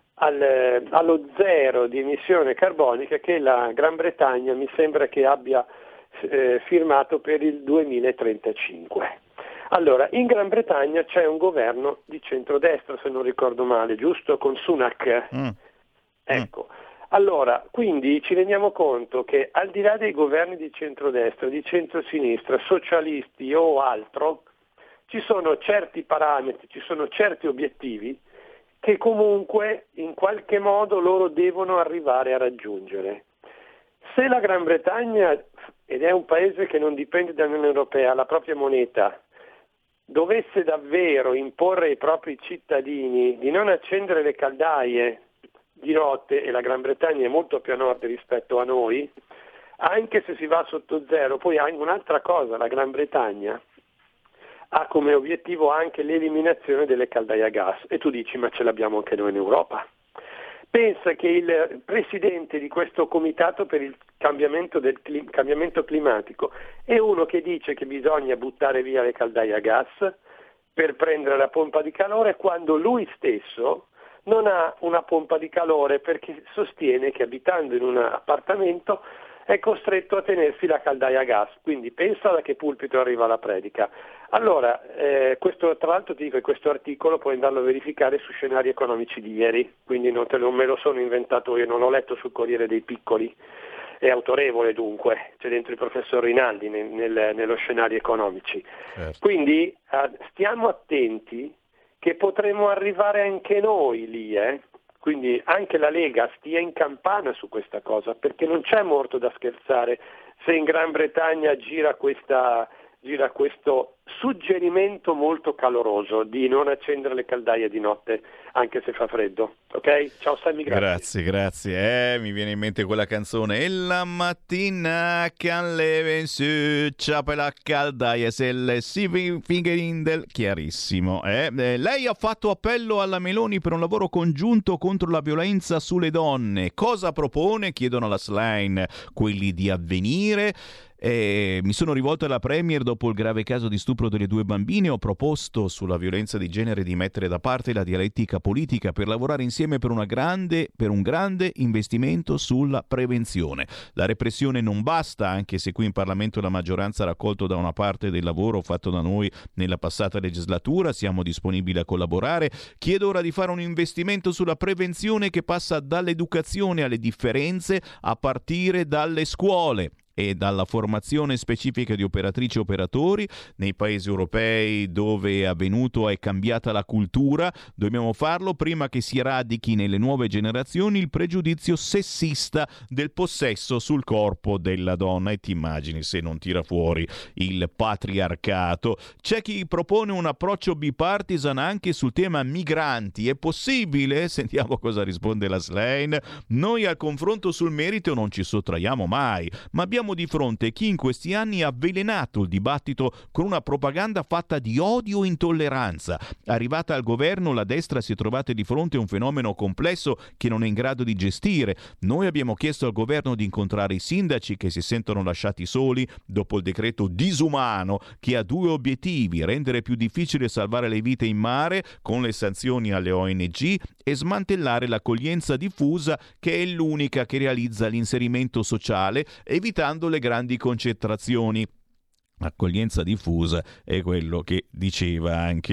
al, allo zero di emissione carbonica che la Gran Bretagna mi sembra che abbia eh, firmato per il duemilatrentacinque. Allora, in Gran Bretagna c'è un governo di centrodestra, se non ricordo male, giusto? Con Sunak. Mm. Ecco. Allora, quindi ci rendiamo conto che al di là dei governi di centrodestra, di centrosinistra, socialisti o altro, ci sono certi parametri, ci sono certi obiettivi che comunque in qualche modo loro devono arrivare a raggiungere. Se la Gran Bretagna, ed è un paese che non dipende dall'Unione Europea, la propria moneta, dovesse davvero imporre ai propri cittadini di non accendere le caldaie di notte, e la Gran Bretagna è molto più a nord rispetto a noi, anche se si va sotto zero, poi anche un'altra cosa, la Gran Bretagna ha come obiettivo anche l'eliminazione delle caldaie a gas, e tu dici ma ce l'abbiamo anche noi in Europa. Pensa che il presidente di questo comitato per il cambiamento, del clim- cambiamento climatico è uno che dice che bisogna buttare via le caldaie a gas per prendere la pompa di calore, quando lui stesso non ha una pompa di calore, perché sostiene che abitando in un appartamento è costretto a tenersi la caldaia a gas. Quindi pensa da che pulpito arriva la predica. Allora, eh, questo, tra l'altro ti dico che questo articolo puoi andarlo a verificare su Scenari Economici di ieri, quindi non, te lo, me lo sono inventato io, non l'ho letto sul Corriere dei Piccoli, è autorevole dunque, c'è dentro il professor Rinaldi nel, nel, nello Scenari Economici. Certo. Quindi eh, stiamo attenti che potremo arrivare anche noi lì, eh? Quindi anche la Lega stia in campana su questa cosa, perché non c'è morto da scherzare se in Gran Bretagna gira, questa, gira questo suggerimento molto caloroso di non accendere le caldaie di notte anche se fa freddo. Ok? Ciao Sammy, grazie. Grazie, grazie. Eh, mi viene in mente quella canzone. E la mattina che leve su c'è per la caldaia se le si fingerindel. Chiarissimo. Eh? Eh, lei ha fatto appello alla Meloni per un lavoro congiunto contro la violenza sulle donne. Cosa propone? Chiedono alla Slime quelli di Avvenire. Eh, mi sono rivolto alla Premier dopo il grave caso di stupro delle due bambine. Ho proposto sulla violenza di genere di mettere da parte la dialettica politica per lavorare insieme per una grande, per un grande investimento sulla prevenzione. La repressione non basta, anche se qui in Parlamento la maggioranza ha raccolto da una parte del lavoro fatto da noi nella passata legislatura. Siamo disponibili a collaborare. Chiedo ora di fare un investimento sulla prevenzione che passa dall'educazione alle differenze a partire dalle scuole e dalla formazione specifica di operatrici e operatori. Nei paesi europei dove è avvenuto è cambiata la cultura. Dobbiamo farlo prima che si radichi nelle nuove generazioni il pregiudizio sessista del possesso sul corpo della donna, e ti immagini se non tira fuori il patriarcato. C'è chi propone un approccio bipartisan anche sul tema migranti. È possibile? Sentiamo cosa risponde la Slane. Noi al confronto sul merito non ci sottraiamo mai, ma abbiamo di fronte chi in questi anni ha avvelenato il dibattito con una propaganda fatta di odio e intolleranza. Arrivata al governo, la destra si è trovata di fronte a un fenomeno complesso che non è in grado di gestire. Noi abbiamo chiesto al governo di incontrare i sindaci che si sentono lasciati soli dopo il decreto disumano che ha due obiettivi: rendere più difficile salvare le vite in mare con le sanzioni alle O N G e smantellare l'accoglienza diffusa, che è l'unica che realizza l'inserimento sociale, evitando le grandi concentrazioni. Accoglienza diffusa è quello che diceva anche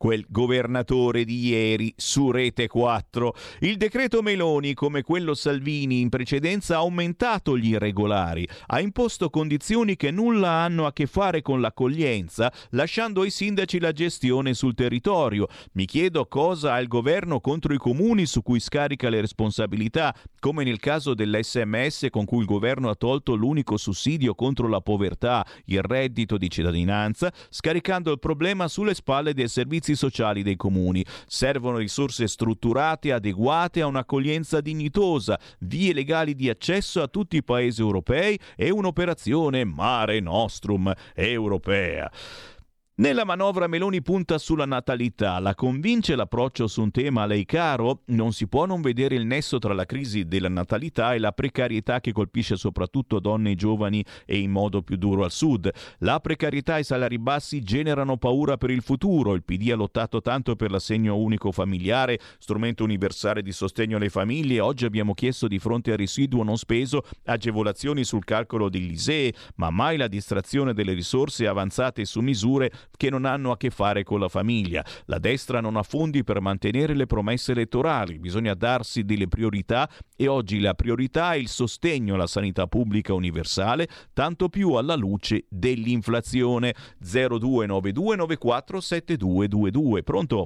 quel governatore di ieri su Rete quattro. Il decreto Meloni, come quello Salvini in precedenza, ha aumentato gli irregolari, ha imposto condizioni che nulla hanno a che fare con l'accoglienza, lasciando ai sindaci la gestione sul territorio. Mi chiedo cosa ha il governo contro i comuni su cui scarica le responsabilità, come nel caso dell'esse emme esse con cui il governo ha tolto l'unico sussidio contro la povertà, il reddito di cittadinanza, scaricando il problema sulle spalle dei servizi sociali dei comuni. Servono risorse strutturate, adeguate a un'accoglienza dignitosa, vie legali di accesso a tutti i paesi europei e un'operazione Mare Nostrum europea. Nella manovra Meloni punta sulla natalità. La convince l'approccio su un tema a lei caro? Non si può non vedere il nesso tra la crisi della natalità e la precarietà che colpisce soprattutto donne e giovani e in modo più duro al sud. La precarietà e i salari bassi generano paura per il futuro. Il P D ha lottato tanto per l'assegno unico familiare, strumento universale di sostegno alle famiglie. Oggi abbiamo chiesto di fronte al residuo non speso agevolazioni sul calcolo dell'I S E E, ma mai la distrazione delle risorse avanzate su misure che non hanno a che fare con la famiglia. La destra non ha fondi per mantenere le promesse elettorali, bisogna darsi delle priorità e oggi la priorità è il sostegno alla sanità pubblica universale, tanto più alla luce dell'inflazione. zero due nove due nove quattro sette due due due. Pronto?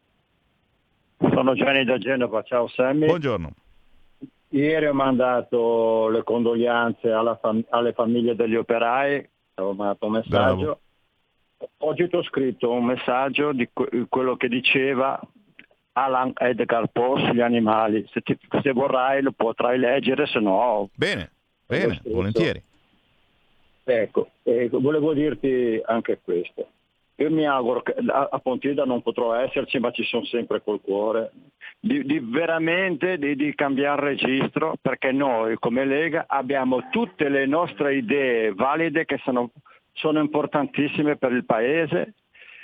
Sono Gianni da Genova, ciao Sammy. Buongiorno. Ieri ho mandato le condoglianze alla fam- alle famiglie degli operai, ho mandato un messaggio. Bravo. Oggi ti ho scritto un messaggio di que- quello che diceva Alan Edgar Poe sugli animali. Se, ti, se vorrai lo potrai leggere, se no... Bene, bene, volentieri. Ecco, eh, volevo dirti anche questo. Io mi auguro che a, a Pontida non potrò esserci, ma ci sono sempre col cuore, di, di veramente di, di cambiare registro, perché noi come Lega abbiamo tutte le nostre idee valide che sono... sono importantissime per il Paese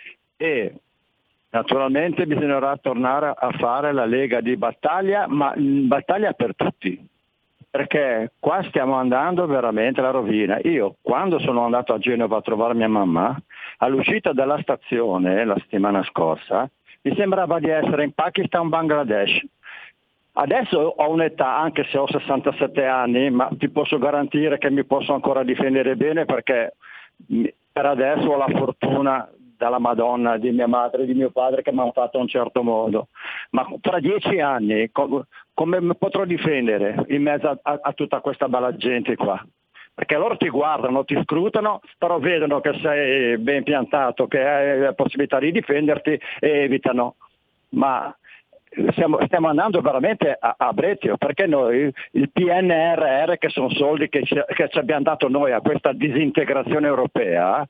e naturalmente bisognerà tornare a fare la Lega di battaglia, ma battaglia per tutti, perché qua stiamo andando veramente alla rovina. Io quando sono andato a Genova a trovare mia mamma, all'uscita dalla stazione la settimana scorsa, mi sembrava di essere in Pakistan, Bangladesh. Adesso ho un'età, anche se ho sessantasette anni, ma ti posso garantire che mi posso ancora difendere bene, perché per adesso ho la fortuna dalla Madonna di mia madre e di mio padre che mi hanno fatto in un certo modo, ma tra dieci anni co- come mi potrò difendere in mezzo a, a, a tutta questa bella gente qua? Perché loro ti guardano, ti scrutano, però vedono che sei ben piantato, che hai la possibilità di difenderti e evitano. Ma Stiamo, stiamo andando veramente a, a brezio, perché noi il P N R R, che sono soldi che ci, che ci abbiamo dato noi a questa disintegrazione europea,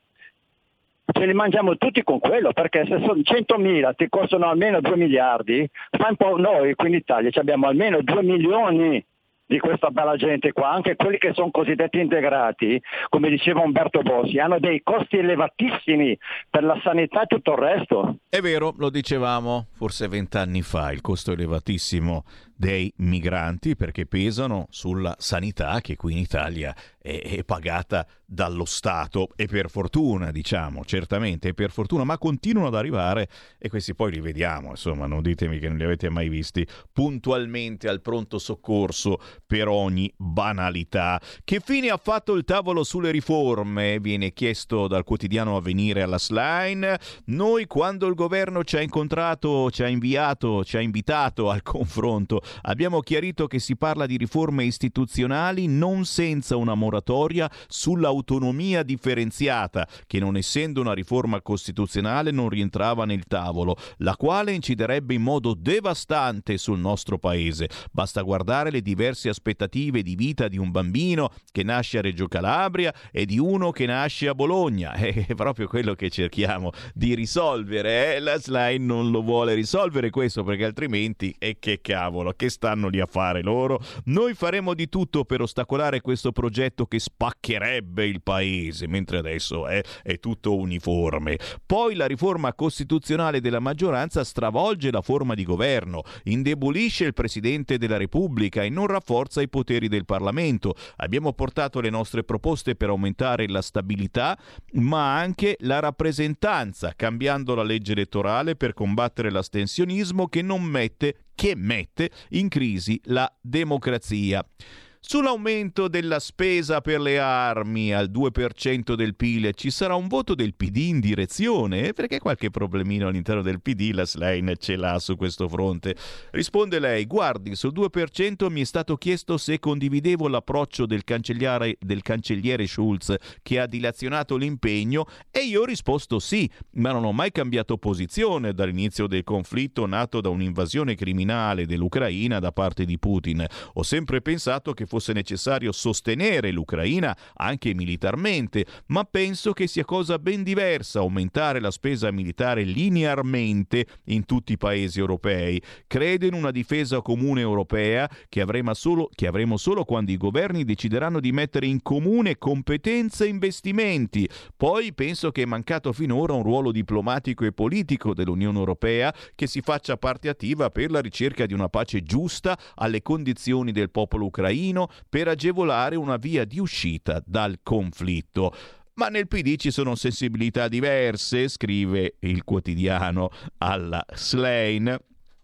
ce li mangiamo tutti con quello, perché se sono centomila ti costano almeno due miliardi, fa un po' noi qui in Italia ci abbiamo almeno due milioni di questa bella gente qua, anche quelli che sono cosiddetti integrati, come diceva Umberto Bossi, hanno dei costi elevatissimi per la sanità e tutto il resto. È vero, lo dicevamo forse vent'anni fa, il costo elevatissimo dei migranti, perché pesano sulla sanità che qui in Italia è, è pagata dallo Stato, e per fortuna, diciamo, certamente è per fortuna, ma continuano ad arrivare, e questi poi li vediamo, insomma, non ditemi che non li avete mai visti, puntualmente al pronto soccorso per ogni banalità. Che fine ha fatto il tavolo sulle riforme? Viene chiesto dal quotidiano Avvenire alla Slime. Noi, quando il governo ci ha incontrato, ci ha inviato, ci ha invitato al confronto, abbiamo chiarito che si parla di riforme istituzionali, non senza una moratoria sull'autonomia differenziata, che non essendo una riforma costituzionale non rientrava nel tavolo, la quale inciderebbe in modo devastante sul nostro paese. Basta guardare le diverse aspettative di vita di un bambino che nasce a Reggio Calabria e di uno che nasce a Bologna. È proprio quello che cerchiamo di risolvere. Eh? La Slime non lo vuole risolvere questo, perché altrimenti, e che cavolo, che stanno lì a fare loro? Noi faremo di tutto per ostacolare questo progetto che spaccherebbe il paese, mentre adesso è, è tutto uniforme. Poi la riforma costituzionale della maggioranza stravolge la forma di governo, indebolisce il Presidente della Repubblica e non rafforza i poteri del Parlamento. Abbiamo portato le nostre proposte per aumentare la stabilità, ma anche la rappresentanza, cambiando la legge elettorale per combattere l'astensionismo che non mette, che mette in crisi la democrazia. Sull'aumento della spesa per le armi al due per cento del P I L ci sarà un voto del P D in direzione? Perché qualche problemino all'interno del P D la Schlein ce l'ha su questo fronte. Risponde lei: guardi, sul due per cento mi è stato chiesto se condividevo l'approccio del cancelliere, del cancelliere Schulz che ha dilazionato l'impegno e io ho risposto sì, ma non ho mai cambiato posizione dall'inizio del conflitto nato da un'invasione criminale dell'Ucraina da parte di Putin. Ho sempre pensato che fosse necessario sostenere l'Ucraina anche militarmente, ma penso che sia cosa ben diversa aumentare la spesa militare linearmente in tutti i paesi europei. Credo in una difesa comune europea che avremo solo, che avremo solo quando i governi decideranno di mettere in comune competenze e investimenti. Poi penso che è mancato finora un ruolo diplomatico e politico dell'Unione Europea che si faccia parte attiva per la ricerca di una pace giusta alle condizioni del popolo ucraino, per agevolare una via di uscita dal conflitto. Ma nel P D ci sono sensibilità diverse, scrive il quotidiano alla Schlein.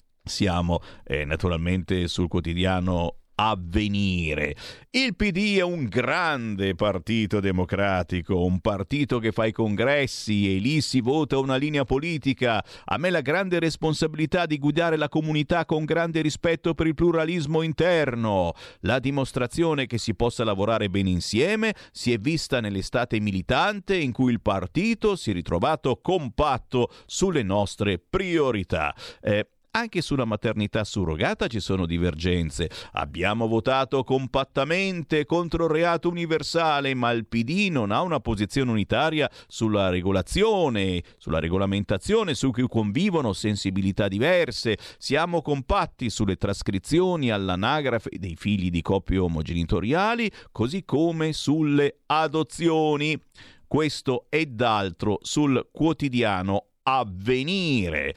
Siamo eh, naturalmente sul quotidiano Avvenire. Il P D è un grande partito democratico, un partito che fa i congressi e lì si vota una linea politica. A me la grande responsabilità di guidare la comunità con grande rispetto per il pluralismo interno. La dimostrazione che si possa lavorare bene insieme si è vista nell'estate militante in cui il partito si è ritrovato compatto sulle nostre priorità. Eh, Anche sulla maternità surrogata ci sono divergenze. Abbiamo votato compattamente contro il reato universale, ma il P D non ha una posizione unitaria sulla regolazione, sulla regolamentazione, su cui convivono sensibilità diverse. Siamo compatti sulle trascrizioni all'anagrafe dei figli di coppie omogenitoriali, così come sulle adozioni. Questo ed altro sul quotidiano Avvenire.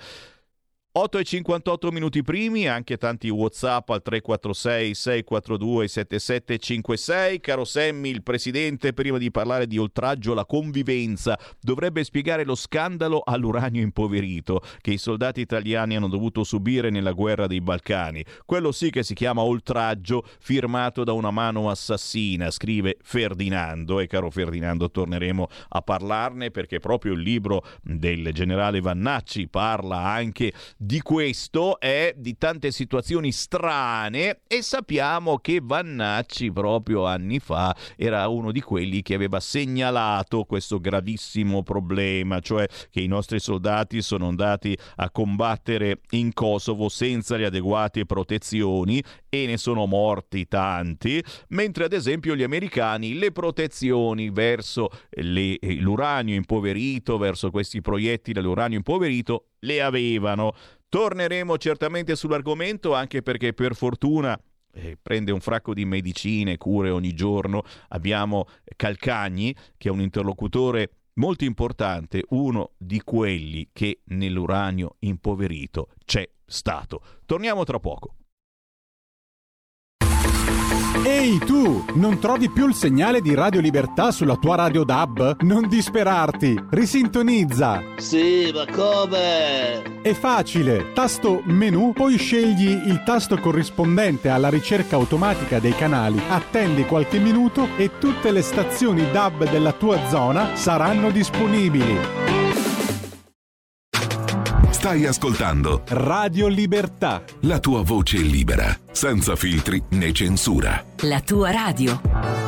otto e cinquantotto minuti primi, anche tanti WhatsApp al tre quattro sei sei quattro due sette sette cinque sei. Caro Semmi, il presidente, prima di parlare di oltraggio alla convivenza, dovrebbe spiegare lo scandalo all'uranio impoverito che i soldati italiani hanno dovuto subire nella guerra dei Balcani. Quello sì che si chiama oltraggio firmato da una mano assassina, scrive Ferdinando. E caro Ferdinando, torneremo a parlarne perché proprio il libro del generale Vannacci parla anche di questo e di tante situazioni strane, e sappiamo che Vannacci proprio anni fa era uno di quelli che aveva segnalato questo gravissimo problema, cioè che i nostri soldati sono andati a combattere in Kosovo senza le adeguate protezioni e ne sono morti tanti, mentre ad esempio gli americani le protezioni verso le, l'uranio impoverito, verso questi proiettili all'uranio impoverito le avevano. Torneremo certamente sull'argomento, anche perché per fortuna eh, prende un fracco di medicine, cure ogni giorno. Abbiamo Calcagni, che è un interlocutore molto importante, uno di quelli che nell'uranio impoverito c'è stato. Torniamo tra poco. Ehi tu, non trovi più il segnale di Radio Libertà sulla tua radio D A B? Non disperarti, risintonizza! Sì, ma come? È facile, tasto menu, poi scegli il tasto corrispondente alla ricerca automatica dei canali, attendi qualche minuto e tutte le stazioni D A B della tua zona saranno disponibili. Stai ascoltando Radio Libertà, la tua voce libera, senza filtri né censura. La tua radio.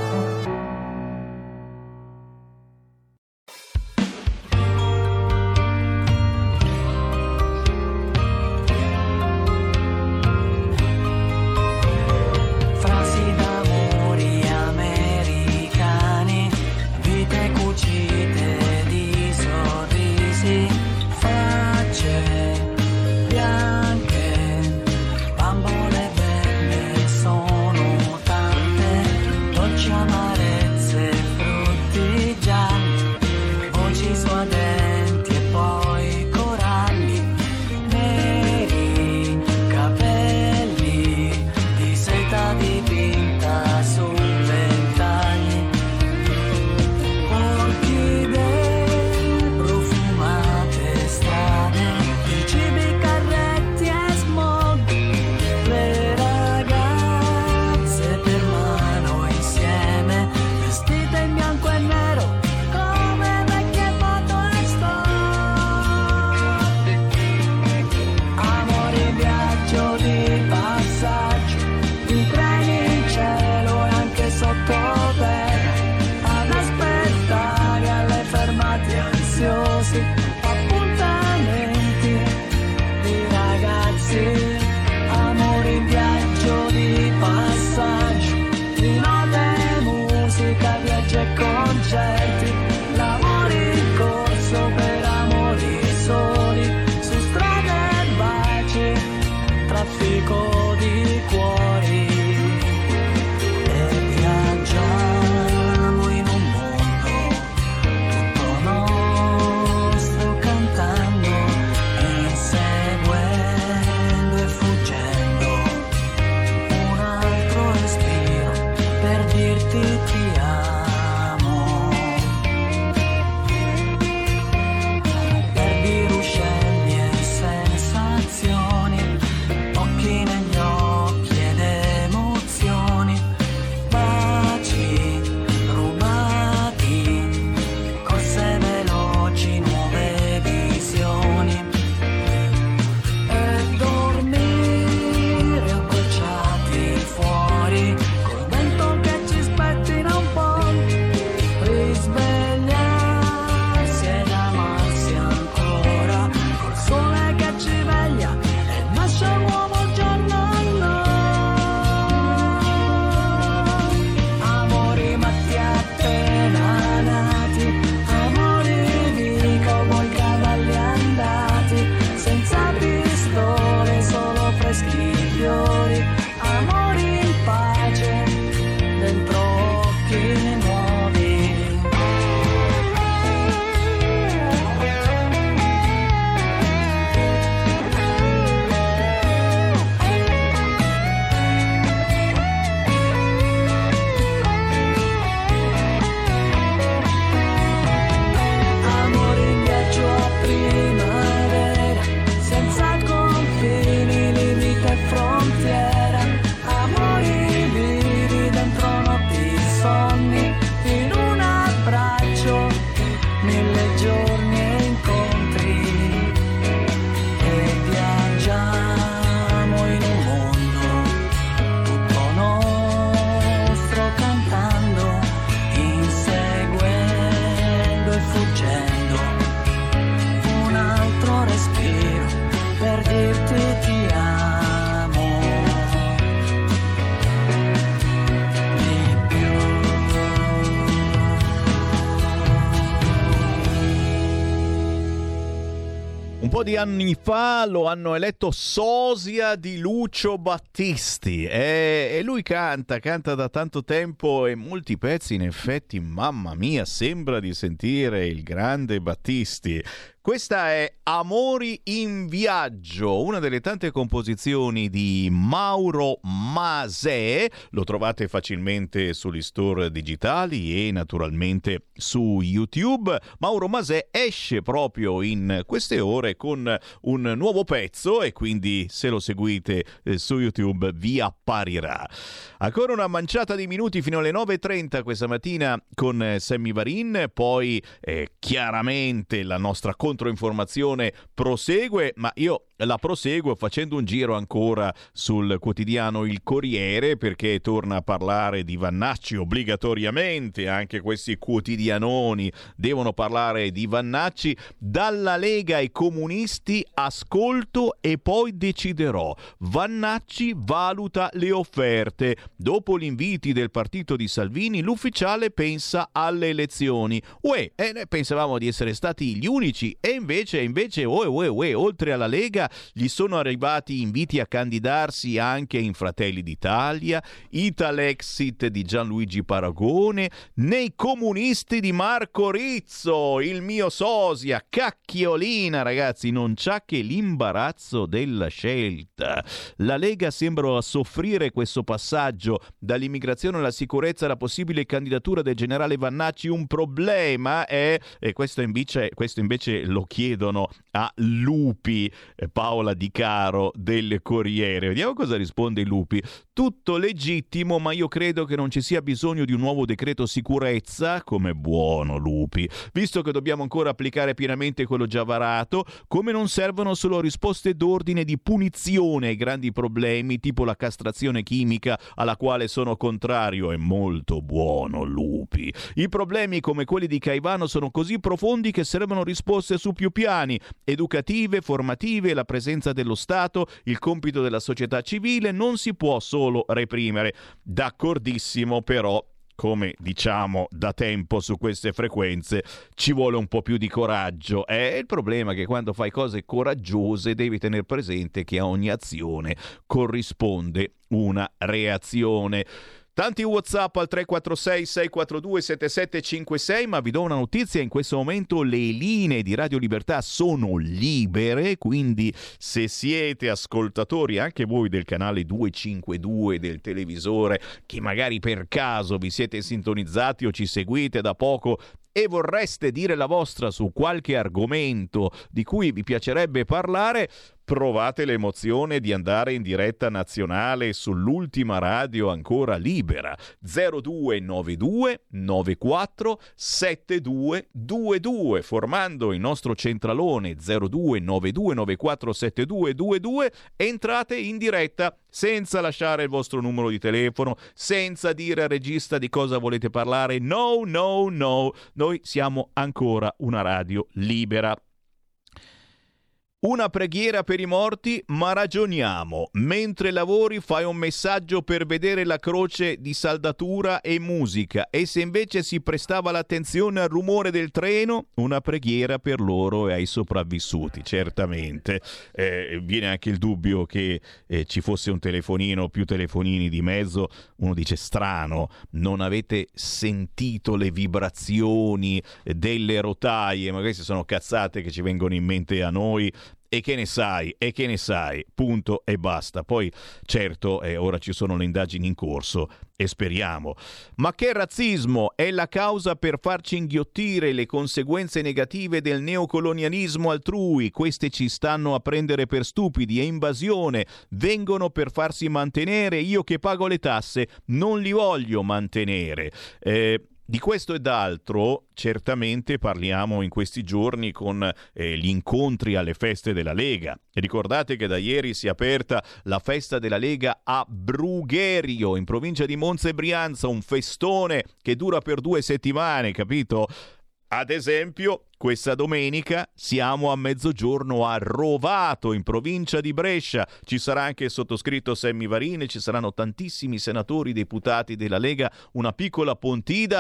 Frasi d'amori americani, vite cucite di sorrisi, facce bianche, bambole vere. po' di anni fa lo hanno eletto sosia di Lucio Battisti e, e lui canta, canta da tanto tempo e molti pezzi in effetti, mamma mia, sembra di sentire il grande Battisti. Questa è Amori in viaggio, una delle tante composizioni di Mauro Masè. Lo trovate facilmente sugli store digitali e naturalmente su YouTube. Mauro Masè esce proprio in queste ore con un nuovo pezzo e quindi se lo seguite eh, su YouTube vi apparirà. Ancora una manciata di minuti fino alle nove e trenta questa mattina con eh, Sammy Varin, poi eh, chiaramente la nostra controinformazione prosegue, ma io la proseguo facendo un giro ancora sul quotidiano Il Corriere, perché torna a parlare di Vannacci obbligatoriamente, anche questi quotidianoni devono parlare di Vannacci. Dalla Lega ai comunisti ascolto e poi deciderò. Vannacci valuta le offerte. Dopo gli inviti del partito di Salvini, l'ufficiale pensa alle elezioni. Uè, e noi pensavamo di essere stati gli unici e invece, invece, uè, uè, uè, oltre alla Lega gli sono arrivati inviti a candidarsi anche in Fratelli d'Italia, Italexit di Gianluigi Paragone, nei comunisti di Marco Rizzo, il mio sosia, cacchiolina ragazzi, non c'ha che l'imbarazzo della scelta. La Lega sembra soffrire questo passaggio dall'immigrazione alla sicurezza alla possibile candidatura del generale Vannacci. Un problema è, e questo invece, questo invece lo chiedono a Lupi, Paola Di Caro del Corriere. Vediamo cosa risponde Lupi. Tutto legittimo, ma io credo che non ci sia bisogno di un nuovo decreto sicurezza, come buono Lupi, visto che dobbiamo ancora applicare pienamente quello già varato, come non servono solo risposte d'ordine di punizione ai grandi problemi, tipo la castrazione chimica, alla quale sono contrario. È molto buono Lupi. I problemi come quelli di Caivano sono così profondi che servono risposte su più piani, educative, formative, la presenza dello Stato, il compito della società civile. Non si può solo reprimere. D'accordissimo, però, come diciamo da tempo su queste frequenze, ci vuole un po' più di coraggio. È il problema che quando fai cose coraggiose devi tenere presente che a ogni azione corrisponde una reazione. Tanti WhatsApp al tre quattro sei sei quattro due sette sette cinque sei, ma vi do una notizia: in questo momento le linee di Radio Libertà sono libere, quindi se siete ascoltatori anche voi del canale duecentocinquantadue del televisore, che magari per caso vi siete sintonizzati o ci seguite da poco e vorreste dire la vostra su qualche argomento di cui vi piacerebbe parlare, provate l'emozione di andare in diretta nazionale sull'ultima radio ancora libera, zero due nove due nove quattro sette due due due, formando il nostro centralone zero due nove due nove quattro sette due due due. Entrate in diretta senza lasciare il vostro numero di telefono, senza dire al regista di cosa volete parlare. No, no, no, noi siamo ancora una radio libera. Una preghiera per i morti, ma ragioniamo. Mentre lavori fai un messaggio per vedere la croce di saldatura e musica, e se invece si prestava l'attenzione al rumore del treno, una preghiera per loro e ai sopravvissuti. Certamente eh, viene anche il dubbio che eh, ci fosse un telefonino, più telefonini di mezzo. Uno dice: strano, non avete sentito le vibrazioni delle rotaie? Magari si sono cazzate che ci vengono in mente a noi. E che ne sai, e che ne sai, punto e basta. Poi, certo, eh, ora ci sono le indagini in corso e speriamo. Ma che razzismo è la causa per farci inghiottire le conseguenze negative del neocolonialismo altrui? Queste ci stanno a prendere per stupidi, è invasione, vengono per farsi mantenere. Io che pago le tasse non li voglio mantenere. Eh... Di questo e d'altro certamente parliamo in questi giorni con eh, gli incontri alle feste della Lega. E ricordate che da ieri si è aperta la festa della Lega a Brugherio, in provincia di Monza e Brianza, un festone che dura per due settimane, capito? Ad esempio, questa domenica siamo a mezzogiorno a Rovato, in provincia di Brescia. Ci sarà anche il sottoscritto Sammy Varin, ci saranno tantissimi senatori, deputati della Lega, una piccola pontida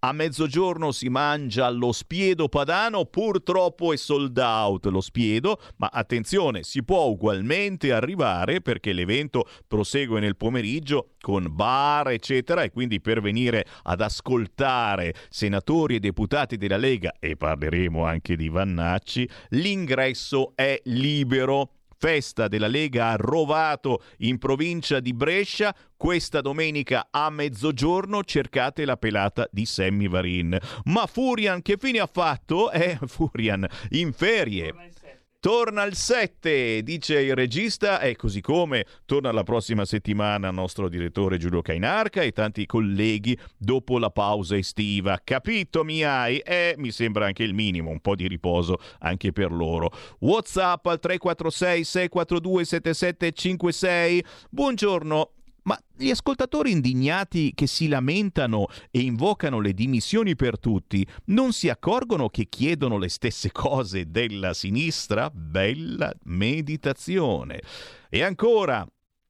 A mezzogiorno si mangia lo spiedo padano, purtroppo è sold out lo spiedo, ma attenzione, si può ugualmente arrivare perché l'evento prosegue nel pomeriggio con bar eccetera, e quindi per venire ad ascoltare senatori e deputati della Lega, e parleremo anche di Vannacci, l'ingresso è libero. Festa della Lega a Rovato in provincia di Brescia, questa domenica a mezzogiorno. Cercate la pelata di Sammy Varin. Ma Furian che fine ha fatto? Eh, Furian in ferie. Torna al sette, dice il regista, e così come torna la prossima settimana il nostro direttore Giulio Cainarca e tanti colleghi dopo la pausa estiva. Capito mi hai? Eh, mi sembra anche il minimo, un po' di riposo anche per loro. WhatsApp al tre quattro sei sei quattro due sette sette cinque sei. Buongiorno. Ma gli ascoltatori indignati che si lamentano e invocano le dimissioni per tutti non si accorgono che chiedono le stesse cose della sinistra? Bella meditazione. E ancora,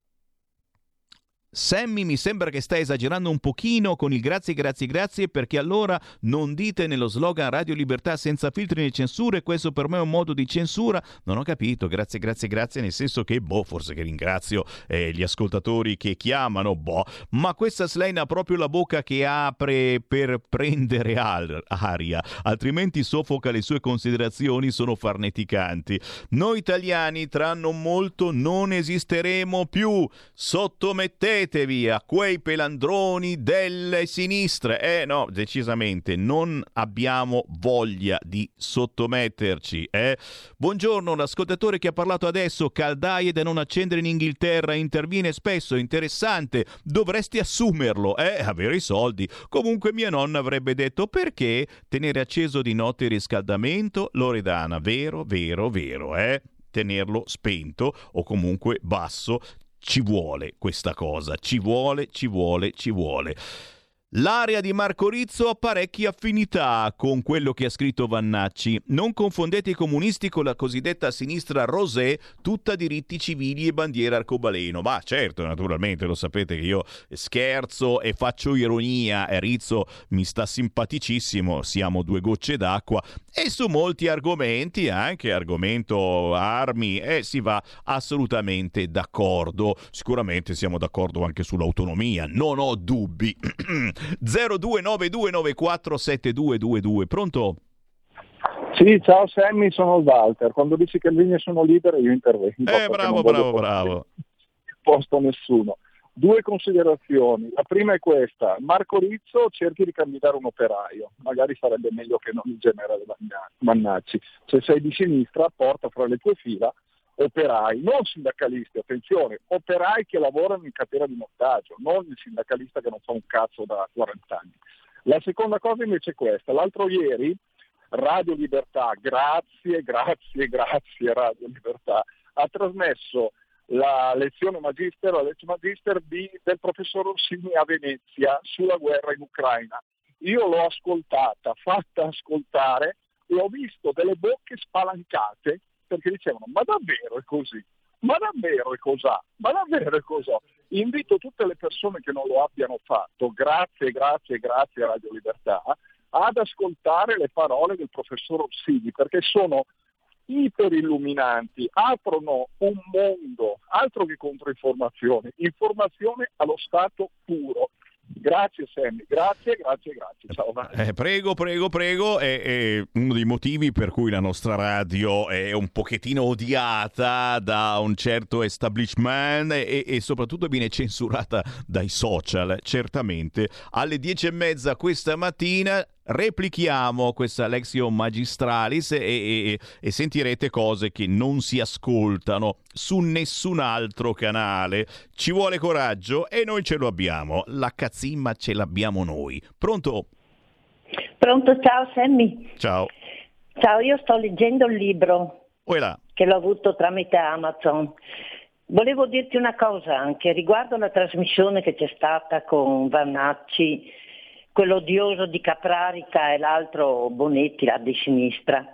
Sammy, mi sembra che stai esagerando un pochino con il grazie, grazie, grazie, perché allora non dite nello slogan Radio Libertà senza filtri né censure, questo per me è un modo di censura. Non ho capito, grazie, grazie, grazie, nel senso che, boh, forse che ringrazio eh, gli ascoltatori che chiamano, boh, ma questa Slane ha proprio la bocca che apre per prendere al- aria, altrimenti soffoca le sue considerazioni, sono farneticanti. Noi italiani tra non molto non esisteremo più, sottomettete a quei pelandroni delle sinistre. Eh no, decisamente non abbiamo voglia di sottometterci. Eh? Buongiorno, l'ascoltatore che ha parlato adesso, caldaie da non accendere in Inghilterra, interviene spesso, interessante, dovresti assumerlo, eh? Avere i soldi. Comunque mia nonna avrebbe detto: perché tenere acceso di notte il riscaldamento? Loredana, vero, vero, vero, eh? Tenerlo spento o comunque basso. Ci vuole questa cosa, ci vuole, ci vuole, ci vuole. L'area di Marco Rizzo ha parecchie affinità con quello che ha scritto Vannacci. Non confondete i comunisti con la cosiddetta sinistra rosé, tutta diritti civili e bandiera arcobaleno. Ma certo, naturalmente, lo sapete che io scherzo e faccio ironia, e Rizzo mi sta simpaticissimo, siamo due gocce d'acqua, e su molti argomenti, anche argomento armi, eh, si va assolutamente d'accordo. Sicuramente siamo d'accordo anche sull'autonomia, non ho dubbi. zero due nove due nove quattro sette due due due. Pronto? Sì, ciao Sammy, sono il Walter. Quando dici che le linee sono libere io intervengo. Eh, bravo, bravo, bravo. Posto nessuno. Due considerazioni. La prima è questa: Marco Rizzo cerchi di candidare un operaio, magari sarebbe meglio che non il generale Vannacci. Se sei di sinistra porta fra le tue fila operai, non sindacalisti, attenzione, operai che lavorano in catena di montaggio, non il sindacalista che non fa un cazzo da quaranta anni. La seconda cosa invece è questa: l'altro ieri Radio Libertà, grazie, grazie, grazie Radio Libertà, ha trasmesso la lezione magister, la lezione magister di, del professor Orsini a Venezia sulla guerra in Ucraina. Io l'ho ascoltata, fatta ascoltare, e ho visto delle bocche spalancate perché dicevano: ma davvero è così? Ma davvero è cos'ha? Ma davvero è cos'ha? Invito tutte le persone che non lo abbiano fatto, grazie, grazie, grazie a Radio Libertà, ad ascoltare le parole del professor Orsini, perché sono iperilluminanti, aprono un mondo, altro che controinformazione, informazione allo stato puro. Grazie Sammy, grazie, grazie, grazie. Ciao. Eh, prego, prego, prego. È, è uno dei motivi per cui la nostra radio è un pochettino odiata da un certo establishment e, e soprattutto viene censurata dai social, certamente. Alle dieci e mezza questa mattina replichiamo questa Lexio Magistralis e, e, e sentirete cose che non si ascoltano su nessun altro canale. Ci vuole coraggio e noi ce lo abbiamo. La cazzimma ce l'abbiamo noi. Pronto? Pronto, ciao Sammy. Ciao. Ciao, io sto leggendo il libro Uela. che l'ho avuto tramite Amazon. Volevo dirti una cosa anche riguardo la trasmissione che c'è stata con Vannacci, quello odioso di Caprarica e l'altro Bonetti, là di sinistra.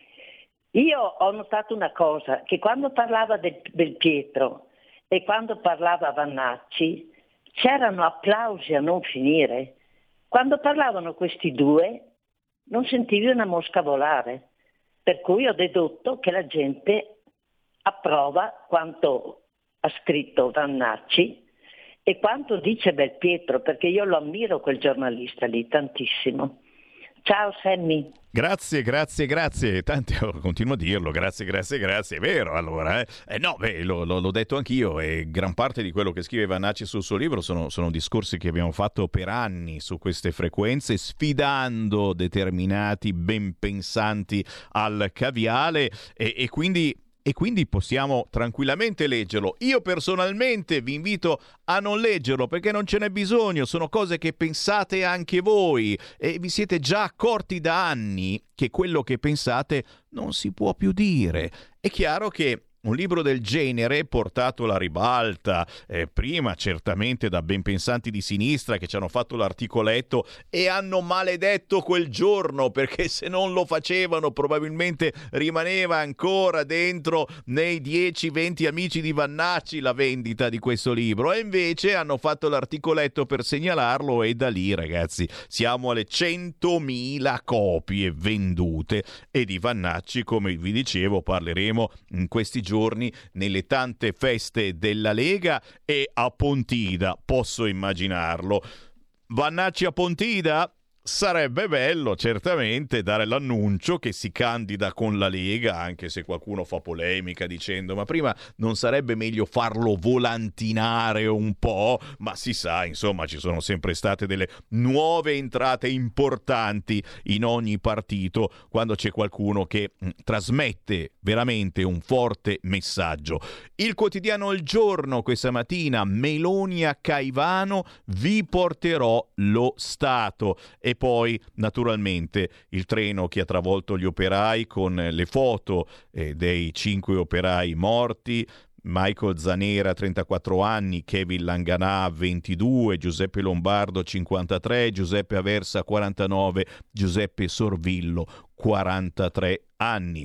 Io ho notato una cosa, che quando parlava del, del Pietro e quando parlava Vannacci c'erano applausi a non finire. Quando parlavano questi due non sentivi una mosca volare, per cui ho dedotto che la gente approva quanto ha scritto Vannacci e quanto dice Belpietro, perché io lo ammiro quel giornalista lì tantissimo. Ciao Sammy. Grazie, grazie, grazie. Tanti, continuo a dirlo, grazie, grazie, grazie. È vero, allora. Eh, eh no, beh, lo, lo, l'ho detto anch'io e gran parte di quello che scrive Vannacci sul suo libro sono, sono discorsi che abbiamo fatto per anni su queste frequenze, sfidando determinati ben pensanti al caviale e, e quindi... E quindi possiamo tranquillamente leggerlo. Io personalmente vi invito a non leggerlo perché non ce n'è bisogno, sono cose che pensate anche voi e vi siete già accorti da anni che quello che pensate non si può più dire. È chiaro che un libro del genere, portato alla ribalta, eh, prima certamente da ben pensanti di sinistra che ci hanno fatto l'articoletto e hanno maledetto quel giorno, perché se non lo facevano probabilmente rimaneva ancora dentro nei dieci venti amici di Vannacci la vendita di questo libro, e invece hanno fatto l'articoletto per segnalarlo e da lì, ragazzi, siamo alle centomila copie vendute e di Vannacci, come vi dicevo, parleremo in questi giorni nelle tante feste della Lega e a Pontida, posso immaginarlo. Vannacci a Pontida? Sarebbe bello certamente dare l'annuncio che si candida con la Lega, anche se qualcuno fa polemica dicendo ma prima non sarebbe meglio farlo volantinare un po', ma si sa, insomma, ci sono sempre state delle nuove entrate importanti in ogni partito quando c'è qualcuno che mh, trasmette veramente un forte messaggio. Il quotidiano Il Giorno questa mattina: Meloni a Caivano, vi porterò lo Stato. E poi naturalmente il treno che ha travolto gli operai, con le foto eh, dei cinque operai morti: Michael Zanera trentaquattro anni, Kevin Langanà ventidue, Giuseppe Lombardo cinquantatré, Giuseppe Aversa quarantanove, Giuseppe Sorvillo quarantatré anni.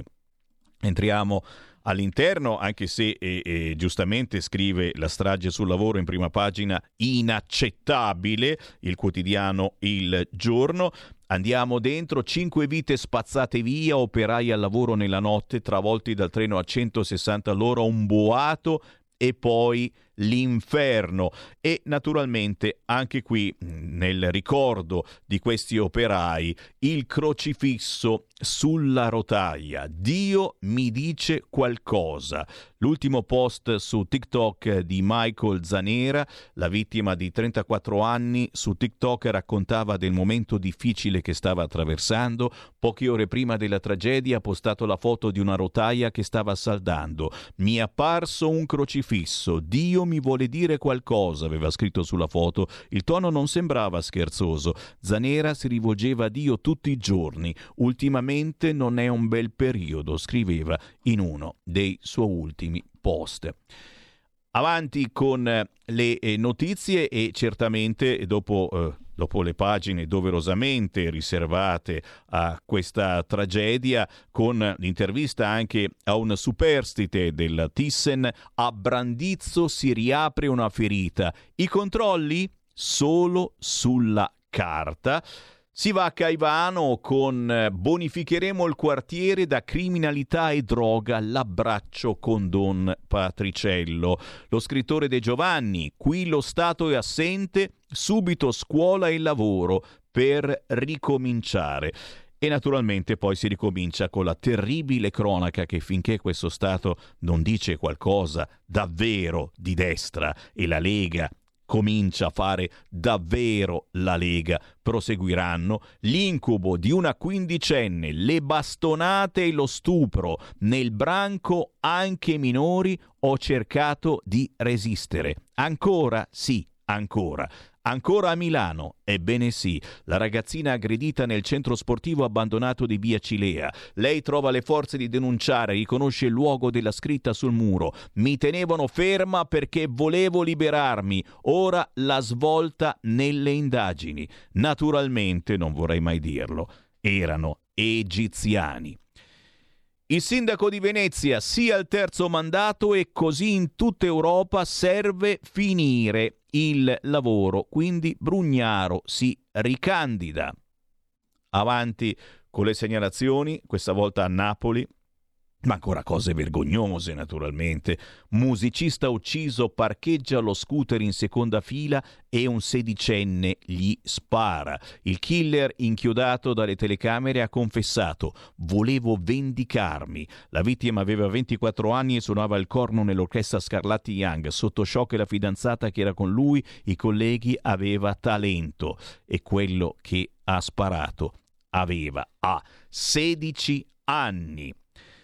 Entriamo all'interno, anche se eh, eh, giustamente scrive la strage sul lavoro in prima pagina, inaccettabile, il quotidiano Il Giorno. Andiamo dentro: cinque vite spazzate via, operai al lavoro nella notte, travolti dal treno a centosessanta all'ora, un boato e poi l'inferno. E naturalmente anche qui, nel ricordo di questi operai, il crocifisso sulla rotaia. Dio mi dice qualcosa. L'ultimo post su TikTok di Michael Zanera, la vittima di trentaquattro anni, su TikTok raccontava del momento difficile che stava attraversando. Poche ore prima della tragedia ha postato la foto di una rotaia che stava saldando. Mi è apparso un crocifisso. Dio mi vuole dire qualcosa, aveva scritto sulla foto. Il tono non sembrava scherzoso. Zanera si rivolgeva a Dio tutti i giorni. Ultimamente non è un bel periodo, scriveva in uno dei suoi ultimi post. Avanti con le notizie e certamente dopo, eh, dopo le pagine doverosamente riservate a questa tragedia, con l'intervista anche a un superstite del Thyssen: a Brandizzo si riapre una ferita, i controlli solo sulla carta. Si va a Caivano con bonificheremo il quartiere da criminalità e droga, l'abbraccio con Don Patriciello. Lo scrittore De Giovanni: qui lo Stato è assente, subito scuola e lavoro per ricominciare. E naturalmente poi si ricomincia con la terribile cronaca che finché questo Stato non dice qualcosa davvero di destra e la Lega comincia a fare davvero la Lega, proseguiranno l'incubo di una quindicenne, le bastonate e lo stupro, nel branco anche minori. Ho cercato di resistere. Ancora, sì, ancora. Ancora a Milano, ebbene sì, la ragazzina aggredita nel centro sportivo abbandonato di via Cilea. Lei trova le forze di denunciare, riconosce il luogo della scritta sul muro. Mi tenevano ferma perché volevo liberarmi. Ora la svolta nelle indagini. Naturalmente, non vorrei mai dirlo, erano egiziani. Il sindaco di Venezia: sì al terzo mandato e così in tutta Europa serve finire. il lavoro, quindi Brugnaro si ricandida. Avanti con le segnalazioni, questa volta a Napoli. Ma ancora cose vergognose, naturalmente. Musicista ucciso, parcheggia lo scooter in seconda fila e un sedicenne gli spara. Il killer, inchiodato dalle telecamere, ha confessato: volevo vendicarmi. La vittima aveva ventiquattro anni e suonava il corno nell'orchestra Scarlatti Young. Sotto shock la fidanzata che era con lui, i colleghi, aveva talento. E quello che ha sparato aveva a sedici anni.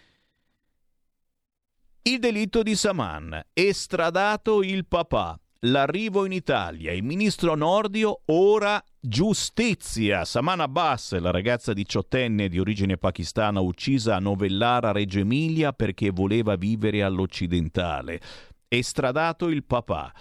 Il delitto di Saman, estradato il papà, l'arrivo in Italia, il ministro Nordio, ora giustizia. Saman Abbas, la ragazza diciottenne di origine pakistana uccisa a Novellara a Reggio Emilia perché voleva vivere all'occidentale. Estradato il papà.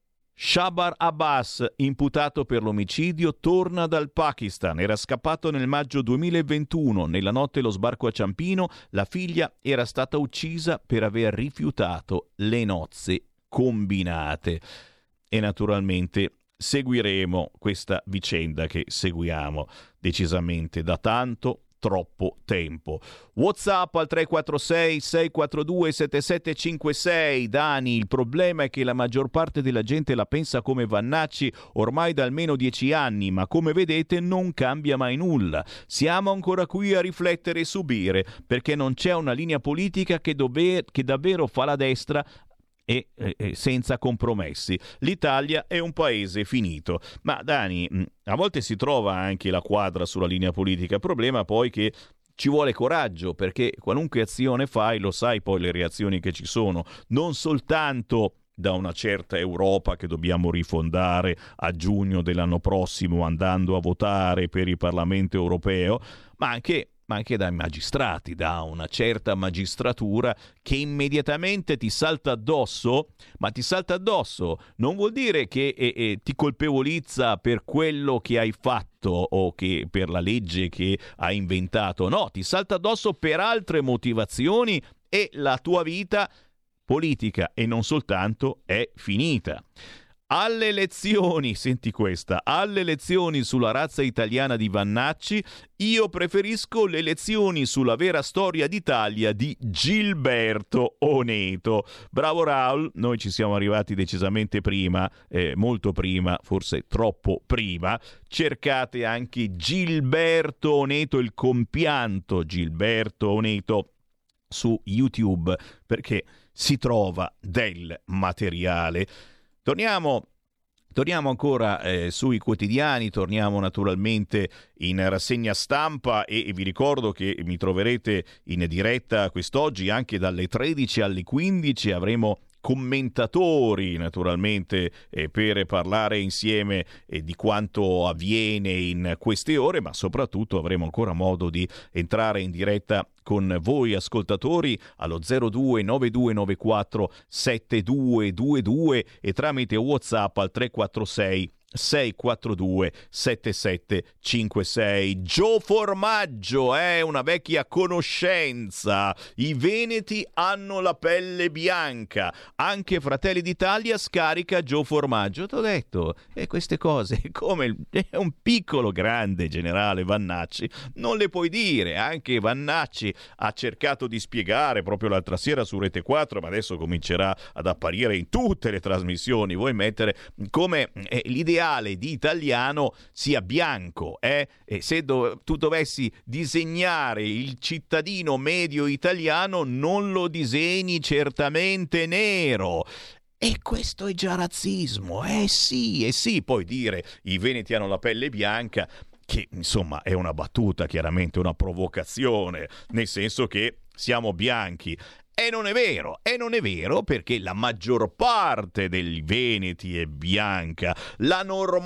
Shabar Abbas, imputato per l'omicidio, torna dal Pakistan. Era scappato nel maggio duemilaventuno. Nella notte lo sbarco a Ciampino, la figlia era stata uccisa per aver rifiutato le nozze combinate. E naturalmente seguiremo questa vicenda che seguiamo decisamente da tanto troppo tempo. WhatsApp al tre quattro sei sei quattro due sette sette cinque sei. Dani, il problema è che la maggior parte della gente la pensa come Vannacci ormai da almeno dieci anni, ma come vedete non cambia mai nulla. Siamo ancora qui a riflettere e subire, perché non c'è una linea politica che, dove, che davvero fa la destra e eh, senza compromessi. L'Italia è un paese finito. Ma Dani, a volte si trova anche la quadra sulla linea politica. Il problema poi che ci vuole coraggio, perché qualunque azione fai, lo sai poi le reazioni che ci sono, non soltanto da una certa Europa che dobbiamo rifondare a giugno dell'anno prossimo andando a votare per il Parlamento europeo, ma anche ma anche dai magistrati, da una certa magistratura che immediatamente ti salta addosso, ma ti salta addosso non vuol dire che eh, eh, ti colpevolizza per quello che hai fatto o che per la legge che hai inventato, no, ti salta addosso per altre motivazioni e la tua vita politica e non soltanto è finita. Alle elezioni, senti questa, alle elezioni sulla razza italiana di Vannacci, io preferisco le elezioni sulla vera storia d'Italia di Gilberto Oneto. Bravo Raul, noi ci siamo arrivati decisamente prima, eh, molto prima, forse troppo prima. Cercate anche Gilberto Oneto, il compianto Gilberto Oneto su YouTube, perché si trova del materiale. Torniamo, torniamo ancora eh, sui quotidiani, torniamo naturalmente in rassegna stampa e, e vi ricordo che mi troverete in diretta quest'oggi anche dalle tredici alle quindici, avremo commentatori naturalmente eh, per parlare insieme eh, di quanto avviene in queste ore, ma soprattutto avremo ancora modo di entrare in diretta con voi ascoltatori allo zero due nove due nove quattro sette due due due e tramite WhatsApp al tre quattro sei sei quattro due sette sette cinque sei. Gio Formaggio è una vecchia conoscenza. I veneti hanno la pelle bianca. Anche Fratelli d'Italia scarica Gio Formaggio. T'ho detto, e queste cose, come è un piccolo grande generale Vannacci, non le puoi dire. Anche Vannacci ha cercato di spiegare proprio l'altra sera su Rete quattro, ma adesso comincerà ad apparire in tutte le trasmissioni. Vuoi mettere come eh, l'idea di italiano sia bianco, eh? E se do- tu dovessi disegnare il cittadino medio italiano non lo disegni certamente nero. E questo è già razzismo, eh sì, eh sì, poi dire i veneti hanno la pelle bianca, che insomma è una battuta, chiaramente una provocazione, nel senso che siamo bianchi. E non è vero, e non è vero perché la maggior parte dei veneti è bianca. La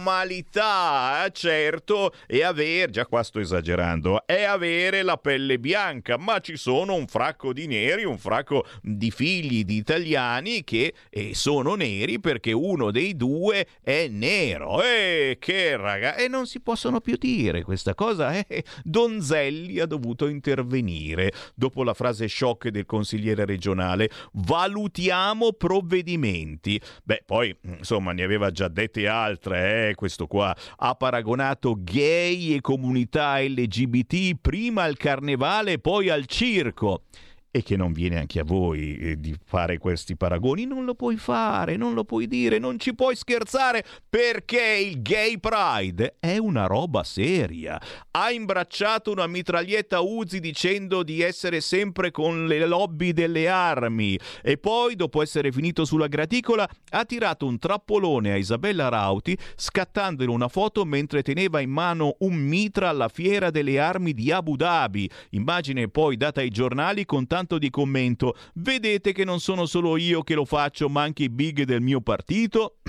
normalità, certo, è avere, già qua sto esagerando, è avere la pelle bianca, ma ci sono un fracco di neri, un fracco di figli di italiani che eh, sono neri perché uno dei due è nero. E che raga, e non si possono più dire questa cosa. Eh, Donzelli ha dovuto intervenire dopo la frase shock del consigliere consigliere regionale. Valutiamo provvedimenti. Beh, poi insomma ne aveva già dette altre, eh, questo qua ha paragonato gay e comunità L G B T prima al carnevale e poi al circo. E che non viene anche a voi eh, di fare questi paragoni, non lo puoi fare, non lo puoi dire, non ci puoi scherzare, perché il Gay Pride è una roba seria. Ha imbracciato una mitraglietta Uzi dicendo di essere sempre con le lobby delle armi e poi, dopo essere finito sulla graticola, ha tirato un trappolone a Isabella Rauti scattandole una foto mentre teneva in mano un mitra alla fiera delle armi di Abu Dhabi. Immagine poi data ai giornali con tanto di commento: vedete che non sono solo io che lo faccio, ma anche i big del mio partito.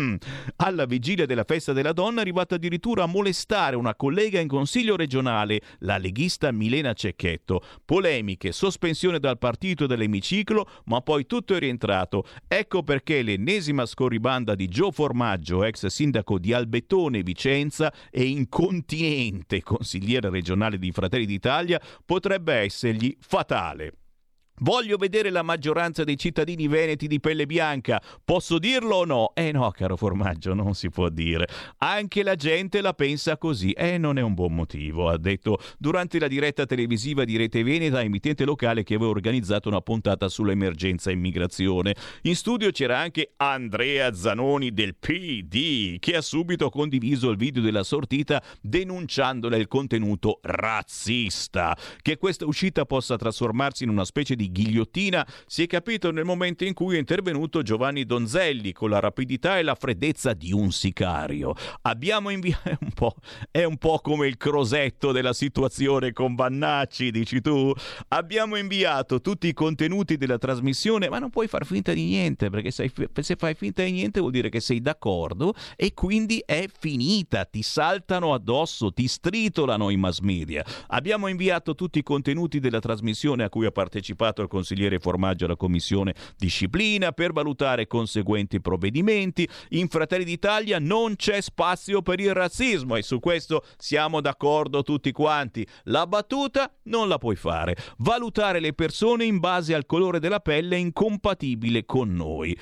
Alla vigilia della festa della donna è arrivata addirittura a molestare una collega in consiglio regionale, la leghista Milena Cecchetto. Polemiche, sospensione dal partito e dall'emiciclo, ma poi tutto è rientrato. Ecco perché l'ennesima scorribanda di Gio Formaggio, ex sindaco di Albettone Vicenza e incontinente consigliere regionale di Fratelli d'Italia, potrebbe essergli fatale. Voglio vedere la maggioranza dei cittadini veneti di pelle bianca. Posso dirlo o no? Eh no, caro Formaggio, non si può dire. Anche la gente la pensa così e eh, non è un buon motivo, ha detto durante la diretta televisiva di Rete Veneta, emittente locale che aveva organizzato una puntata sull'emergenza immigrazione. In studio c'era anche Andrea Zanoni del P D, che ha subito condiviso il video della sortita denunciandole il contenuto razzista. Che questa uscita possa trasformarsi in una specie di ghigliottina si è capito nel momento in cui è intervenuto Giovanni Donzelli con la rapidità e la freddezza di un sicario. Abbiamo inviato è un po', è un po' come il Crosetto della situazione con Vannacci, dici tu. Abbiamo inviato tutti i contenuti della trasmissione, ma non puoi far finta di niente, perché sei, se fai finta di niente vuol dire che sei d'accordo e quindi è finita, ti saltano addosso, ti stritolano i mass media. Abbiamo inviato tutti i contenuti della trasmissione a cui ha partecipato il consigliere Formaggio alla commissione disciplina per valutare conseguenti provvedimenti. In Fratelli d'Italia non c'è spazio per il razzismo e su questo siamo d'accordo tutti quanti. La battuta non la puoi fare. Valutare le persone in base al colore della pelle è incompatibile con noi.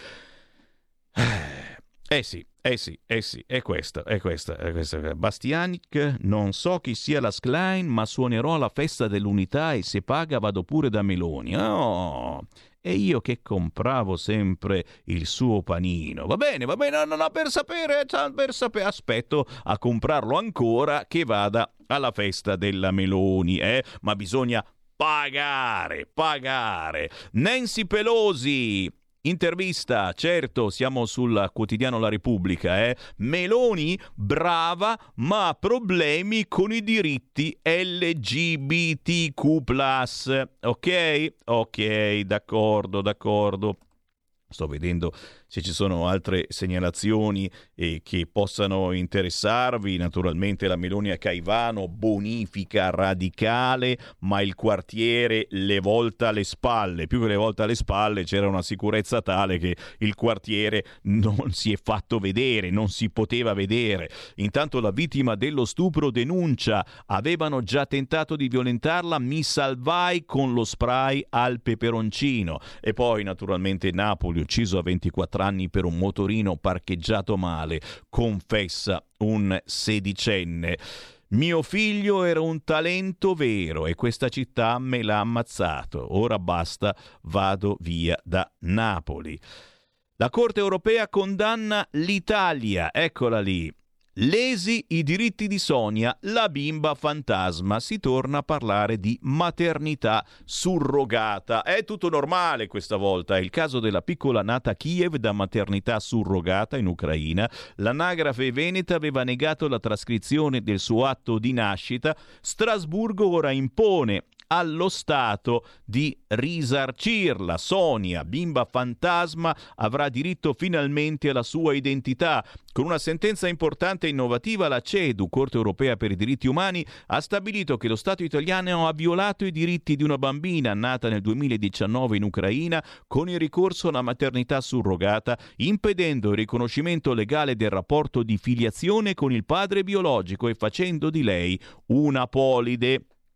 Eh sì, eh sì, eh sì, è questa, è questa, è questa. Bastianic, non so chi sia la Schlein, ma suonerò alla festa dell'unità e se paga vado pure da Meloni. Oh, e io che compravo sempre il suo panino. Va bene, va bene, no, no, per sapere, per sapere, aspetto a comprarlo ancora che vada alla festa della Meloni, eh? Ma bisogna pagare, pagare. Nancy Pelosi. Intervista, certo, siamo sul quotidiano La Repubblica, eh? Meloni brava ma ha problemi con i diritti L G B T Q plus, ok? Ok, d'accordo, d'accordo. Sto vedendo se ci sono altre segnalazioni eh, che possano interessarvi. Naturalmente la Meloni a Caivano, bonifica radicale, ma il quartiere le volta alle spalle. Più che le volta alle spalle c'era una sicurezza tale che il quartiere non si è fatto vedere, non si poteva vedere. Intanto la vittima dello stupro denuncia: avevano già tentato di violentarla, mi salvai con lo spray al peperoncino. E poi naturalmente Napoli, ucciso a ventiquattro anni per un motorino parcheggiato male, confessa un sedicenne. Mio figlio era un talento vero e questa città me l'ha ammazzato. Ora basta, vado via da Napoli. La Corte europea condanna l'Italia, eccola lì. Lesi i diritti di Sonia, la bimba fantasma. Si torna a parlare di maternità surrogata. È tutto normale questa volta. È il caso della piccola nata a Kiev da maternità surrogata in Ucraina. L'anagrafe veneta aveva negato la trascrizione del suo atto di nascita. Strasburgo ora impone allo Stato di risarcirla. Sonia, bimba fantasma, avrà diritto finalmente alla sua identità. Con una sentenza importante e innovativa, la CEDU, Corte Europea per i Diritti Umani, ha stabilito che lo Stato italiano ha violato i diritti di una bambina nata nel duemiladiciannove in Ucraina con il ricorso alla maternità surrogata, impedendo il riconoscimento legale del rapporto di filiazione con il padre biologico e facendo di lei una polide.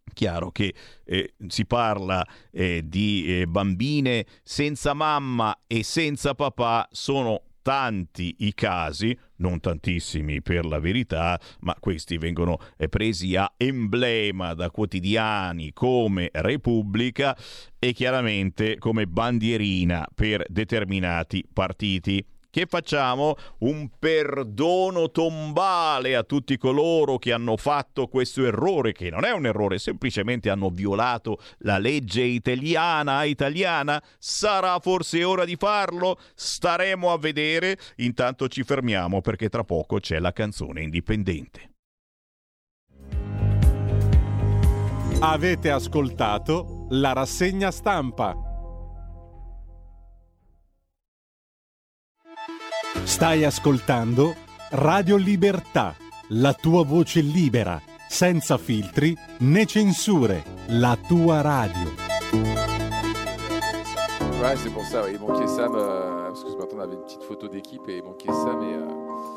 Chiaro che eh, si parla eh, di eh, bambine senza mamma e senza papà, sono tanti i casi, non tantissimi per la verità, ma questi vengono eh, presi a emblema da quotidiani come Repubblica e chiaramente come bandierina per determinati partiti. Che facciamo? Un perdono tombale a tutti coloro che hanno fatto questo errore, che non è un errore, semplicemente hanno violato la legge italiana italiana. Sarà forse ora di farlo? Staremo a vedere. Intanto ci fermiamo perché tra poco c'è la canzone indipendente. Avete ascoltato la rassegna stampa. Stai ascoltando Radio Libertà, la tua voce libera, senza filtri né censure, la tua radio. Ouais, c'est pour ça, ouais. Il manquait Sam, euh, parce que ce matin on avait une petite photo d'équipe et il manquait Sam et... Euh...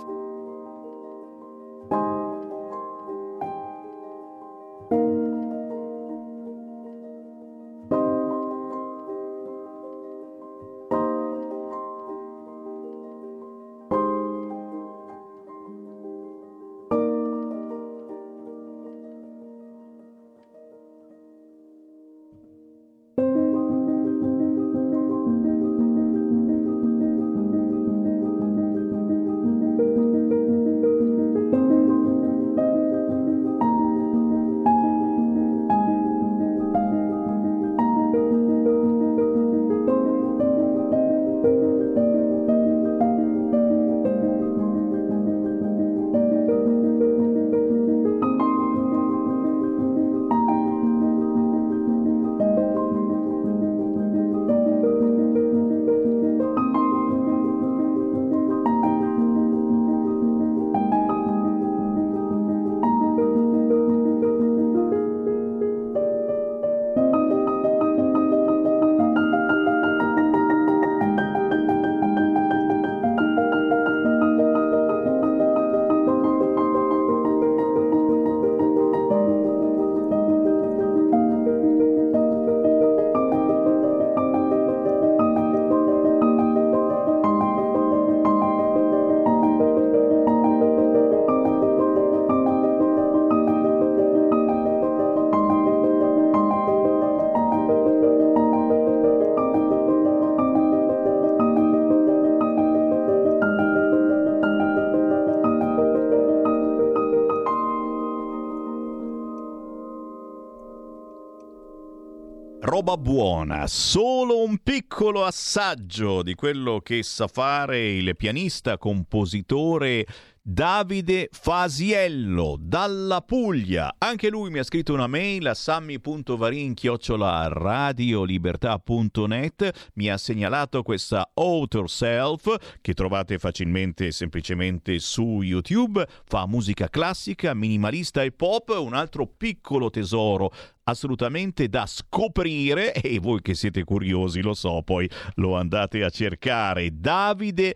Roba buona, solo un piccolo assaggio di quello che sa fare il pianista, compositore Davide Fasiello dalla Puglia. Anche lui mi ha scritto una mail a sammy punto varin chiocciola radiolibertà punto net, mi ha segnalato questa Outer Self che trovate facilmente e semplicemente su YouTube. Fa musica classica, minimalista e pop, un altro piccolo tesoro assolutamente da scoprire, e voi che siete curiosi lo so, poi lo andate a cercare. Davide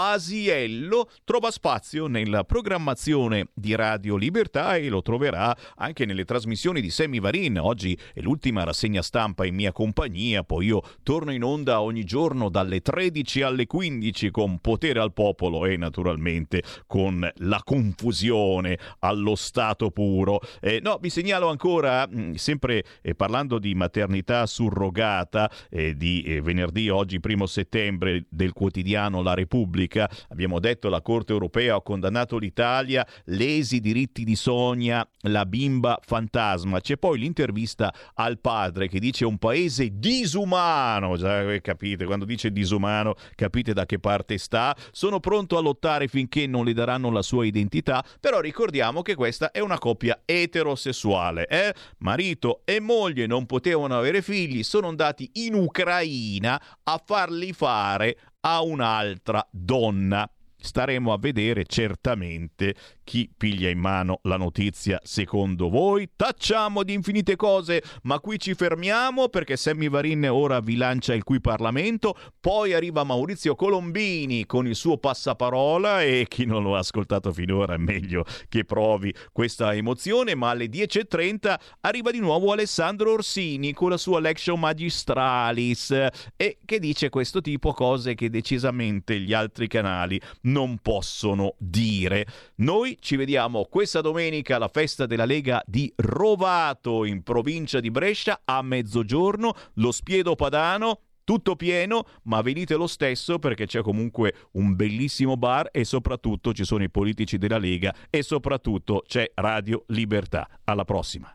Fasiello trova spazio nella programmazione di Radio Libertà e lo troverà anche nelle trasmissioni di Sammy Varin. Oggi è l'ultima rassegna stampa in mia compagnia, poi io torno in onda ogni giorno dalle tredici alle quindici con Potere al Popolo e naturalmente con la confusione allo stato puro. Eh, no, vi segnalo ancora, mh, sempre eh, parlando di maternità surrogata, eh, di eh, venerdì, oggi primo settembre, del quotidiano La Repubblica. Abbiamo detto la Corte Europea ha condannato l'Italia, lesi i diritti di Sonia, la bimba fantasma. C'è poi l'intervista al padre che dice un paese disumano. Già capite, quando dice disumano capite da che parte sta. Sono pronto a lottare finché non le daranno la sua identità, però ricordiamo che questa è una coppia eterosessuale, eh? Marito e moglie non potevano avere figli, sono andati in Ucraina a farli fare a un'altra donna. staremo a vedere certamente chi piglia in mano la notizia secondo voi. Tacciamo di infinite cose, ma qui ci fermiamo perché Sammy Varin ora vi lancia il Qui Parlamento, poi arriva Maurizio Colombini con il suo passaparola e chi non lo ha ascoltato finora è meglio che provi questa emozione, ma alle dieci e trenta arriva di nuovo Alessandro Orsini con la sua Lectio Magistralis e che dice questo tipo cose che decisamente gli altri canali non possono dire. Noi ci vediamo questa domenica alla festa della Lega di Rovato in provincia di Brescia a mezzogiorno, lo Spiedo Padano tutto pieno, ma venite lo stesso perché c'è comunque un bellissimo bar e soprattutto ci sono i politici della Lega e soprattutto c'è Radio Libertà. Alla prossima.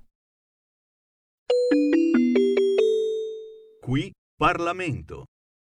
Qui Parlamento.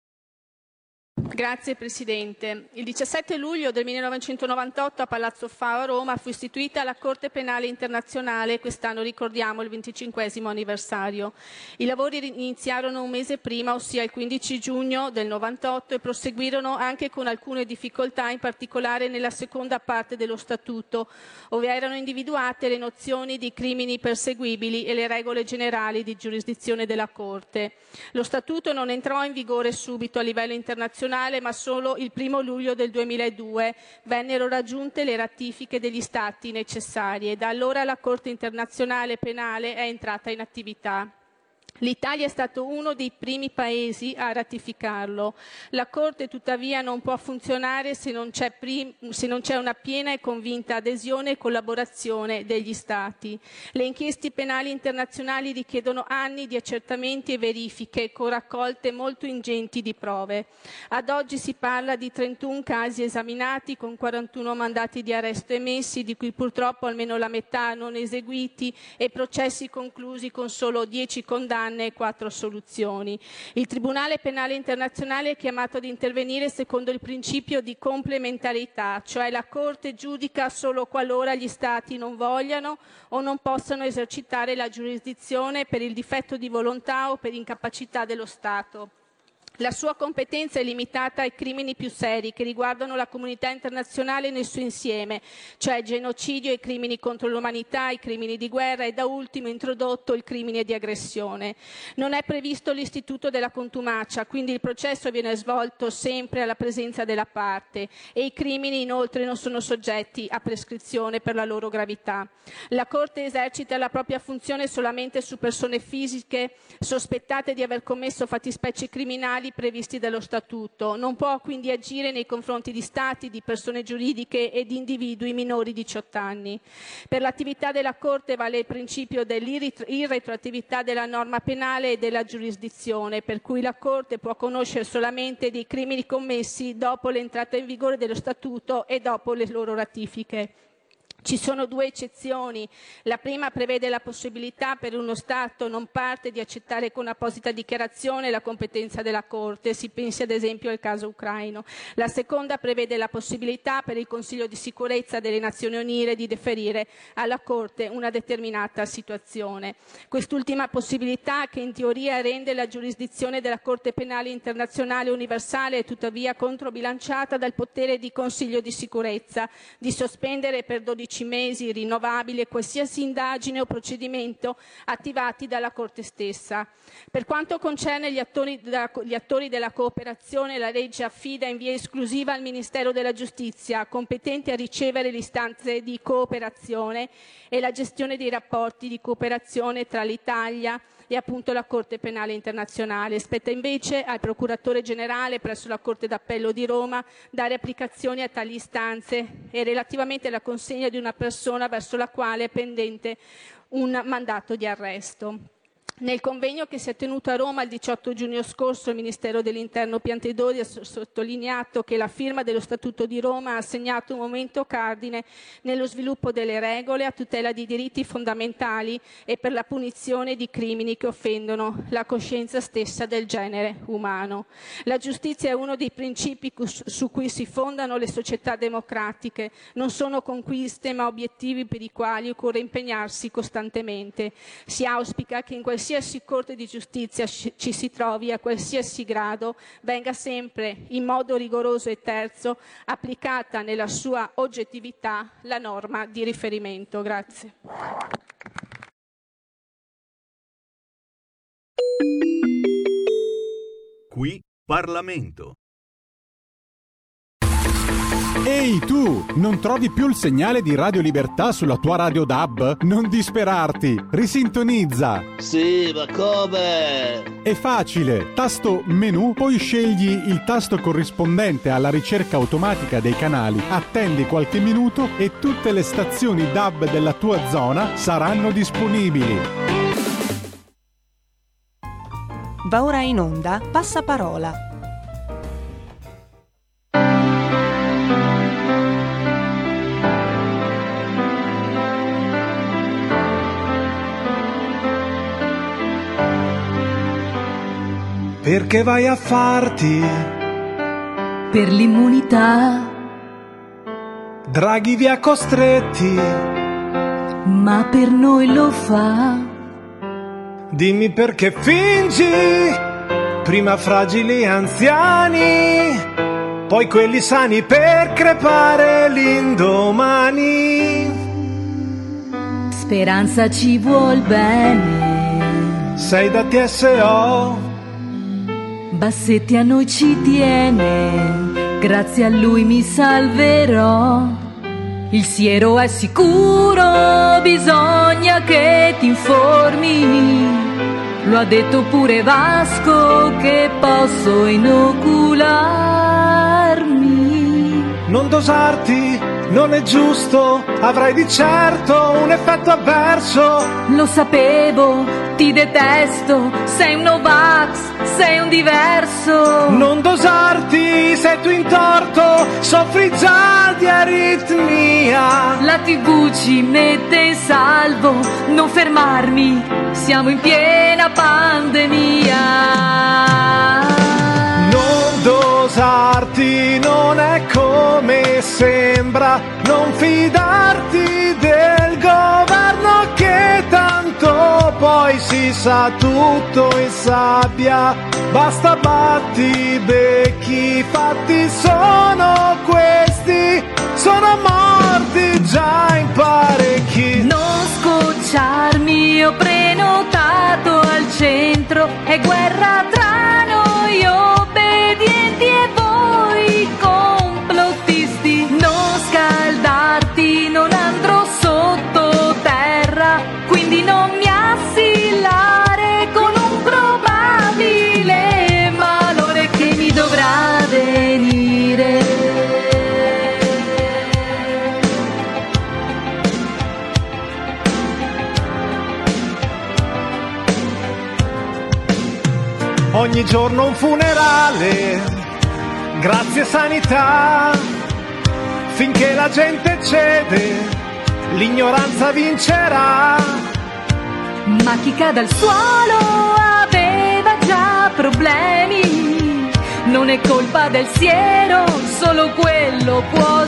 Grazie Presidente. Il diciassette luglio del millenovecentonovantotto a Palazzo Fao a Roma fu istituita la Corte Penale Internazionale, quest'anno ricordiamo il venticinquesimo anniversario. I lavori iniziarono un mese prima, ossia il quindici giugno del novantotto, e proseguirono anche con alcune difficoltà, in particolare nella seconda parte dello Statuto, dove erano individuate le nozioni di crimini perseguibili e le regole generali di giurisdizione della Corte. Lo Statuto non entrò in vigore subito a livello internazionale, ma solo il primo luglio del duemiladue vennero raggiunte le ratifiche degli Stati necessarie e da allora la Corte internazionale penale è entrata in attività. L'Italia è stato uno dei primi paesi a ratificarlo. La Corte tuttavia non può funzionare se non c'è, prim- se non c'è una piena e convinta adesione e collaborazione degli Stati. Le inchieste penali internazionali richiedono anni di accertamenti e verifiche con raccolte molto ingenti di prove. Ad oggi si parla di trentuno casi esaminati con quarantuno mandati di arresto emessi, di cui purtroppo almeno la metà non eseguiti e processi conclusi con solo dieci condanne e quattro soluzioni. Il Tribunale Penale Internazionale è chiamato ad intervenire secondo il principio di complementarità, cioè la Corte giudica solo qualora gli Stati non vogliano o non possano esercitare la giurisdizione per il difetto di volontà o per incapacità dello Stato. La sua competenza è limitata ai crimini più seri che riguardano la comunità internazionale nel suo insieme, cioè genocidio e crimini contro l'umanità, i crimini di guerra e da ultimo introdotto il crimine di aggressione. Non è previsto l'istituto della contumacia, quindi il processo viene svolto sempre alla presenza della parte e i crimini inoltre non sono soggetti a prescrizione per la loro gravità. La Corte esercita la propria funzione solamente su persone fisiche sospettate di aver commesso fattispecie criminali previsti dallo Statuto. Non può quindi agire nei confronti di Stati, di persone giuridiche e di individui minori di diciotto anni. Per l'attività della Corte vale il principio dell'irretroattività della norma penale e della giurisdizione, per cui la Corte può conoscere solamente dei crimini commessi dopo l'entrata in vigore dello Statuto e dopo le loro ratifiche. Ci sono due eccezioni. La prima prevede la possibilità per uno Stato non parte di accettare con apposita dichiarazione la competenza della Corte, si pensi ad esempio al caso ucraino. La seconda prevede la possibilità per il Consiglio di sicurezza delle Nazioni Unite di deferire alla Corte una determinata situazione. Quest'ultima possibilità, che in teoria rende la giurisdizione della Corte Penale Internazionale universale, è tuttavia controbilanciata dal potere di Consiglio di sicurezza di sospendere per dodici mesi rinnovabile qualsiasi indagine o procedimento attivati dalla Corte stessa. Per quanto concerne gli attori, della, gli attori della cooperazione, la legge affida in via esclusiva al Ministero della Giustizia, competente a ricevere le istanze di cooperazione e la gestione dei rapporti di cooperazione tra l'Italia e appunto la Corte Penale Internazionale. Spetta invece al Procuratore Generale presso la Corte d'Appello di Roma dare applicazione a tali istanze e relativamente alla consegna di una persona verso la quale è pendente un mandato di arresto. Nel convegno che si è tenuto a Roma il diciotto giugno scorso, il Ministero dell'Interno Piantedosi ha sottolineato che la firma dello Statuto di Roma ha segnato un momento cardine nello sviluppo delle regole a tutela di diritti fondamentali e per la punizione di crimini che offendono la coscienza stessa del genere umano. La giustizia è uno dei principi su cui si fondano le società democratiche. Non sono conquiste ma obiettivi per i quali occorre impegnarsi costantemente. Si auspica che in qualsiasi qualsiasi corte di giustizia ci si trovi, a qualsiasi grado, venga sempre in modo rigoroso e terzo applicata nella sua oggettività la norma di riferimento. Grazie. Qui Parlamento. Ehi tu, non trovi più il segnale di Radio Libertà sulla tua radio D A B? Non disperarti, risintonizza! Sì, ma come? È facile, tasto menu, poi scegli il tasto corrispondente alla ricerca automatica dei canali, attendi qualche minuto e tutte le stazioni D A B della tua zona saranno disponibili. Va ora in onda Passaparola. Perché vai a farti? Per l'immunità. Draghi vi ha costretti. Ma per noi lo fa. Dimmi perché fingi. Prima fragili e anziani, poi quelli sani per crepare l'indomani. Speranza ci vuol bene. Sei da T S O. Bassetti a noi ci tiene, grazie a lui mi salverò. Il siero è sicuro, bisogna che ti informi. Lo ha detto pure Vasco che posso inocularmi. Non dosarti, non è giusto, avrai di certo un effetto avverso. Lo sapevo, ti detesto, sei un Novax, sei un diverso. Non dosarti, sei tu in torto, soffri già di aritmia. La tivù ci mette in salvo, non fermarmi, siamo in piena pandemia. Non dosarti, non è come sembra, non fidarti del governo che tanto poi si sa tutto in sabbia. Basta batti becchi, i fatti sono questi, sono morti già in parecchi. Non scocciarmi, ho prenotato al centro, è guerra tra noi obbedienti e voi complottisti. Non scaldarti, non andrò sottoterra, quindi non mi assillare con un probabile malore che mi dovrà venire. Ogni giorno un funerale, grazie sanità, finché la gente cede, l'ignoranza vincerà. Ma chi cade al suolo aveva già problemi, non è colpa del siero, solo quello può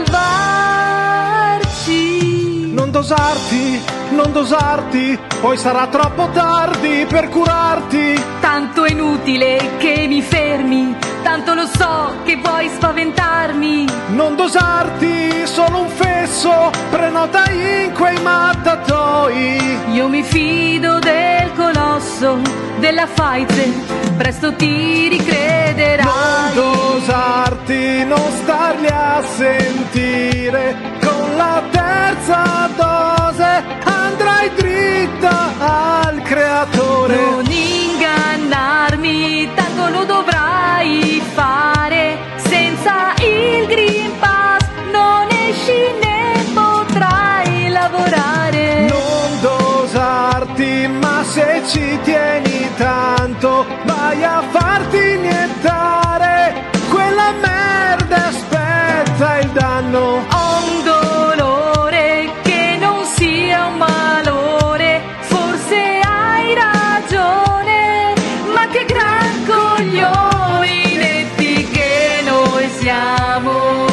salvarci. Non dosarti, non dosarti, poi sarà troppo tardi per curarti. Tanto è inutile che mi fermi, tanto lo so che vuoi spaventarmi. Non dosarti, solo un fesso, prenota in quei mattatoi. Io mi fido del colosso, della Pfizer, presto ti ricrederai. Non dosarti, non starli a sentire, con la terza dose andrai dritta al creatore. Non ingannarmi, tanto lo dovrai fare, senza il Green Pass non esci né potrai lavorare. Non dosarti, ma se ci tieni tanto, vai a farti iniettare quella merda, aspetta il danno. Ho un dolore che non sia un malore, forse hai ragione, ma che gran coglioni netti che noi siamo.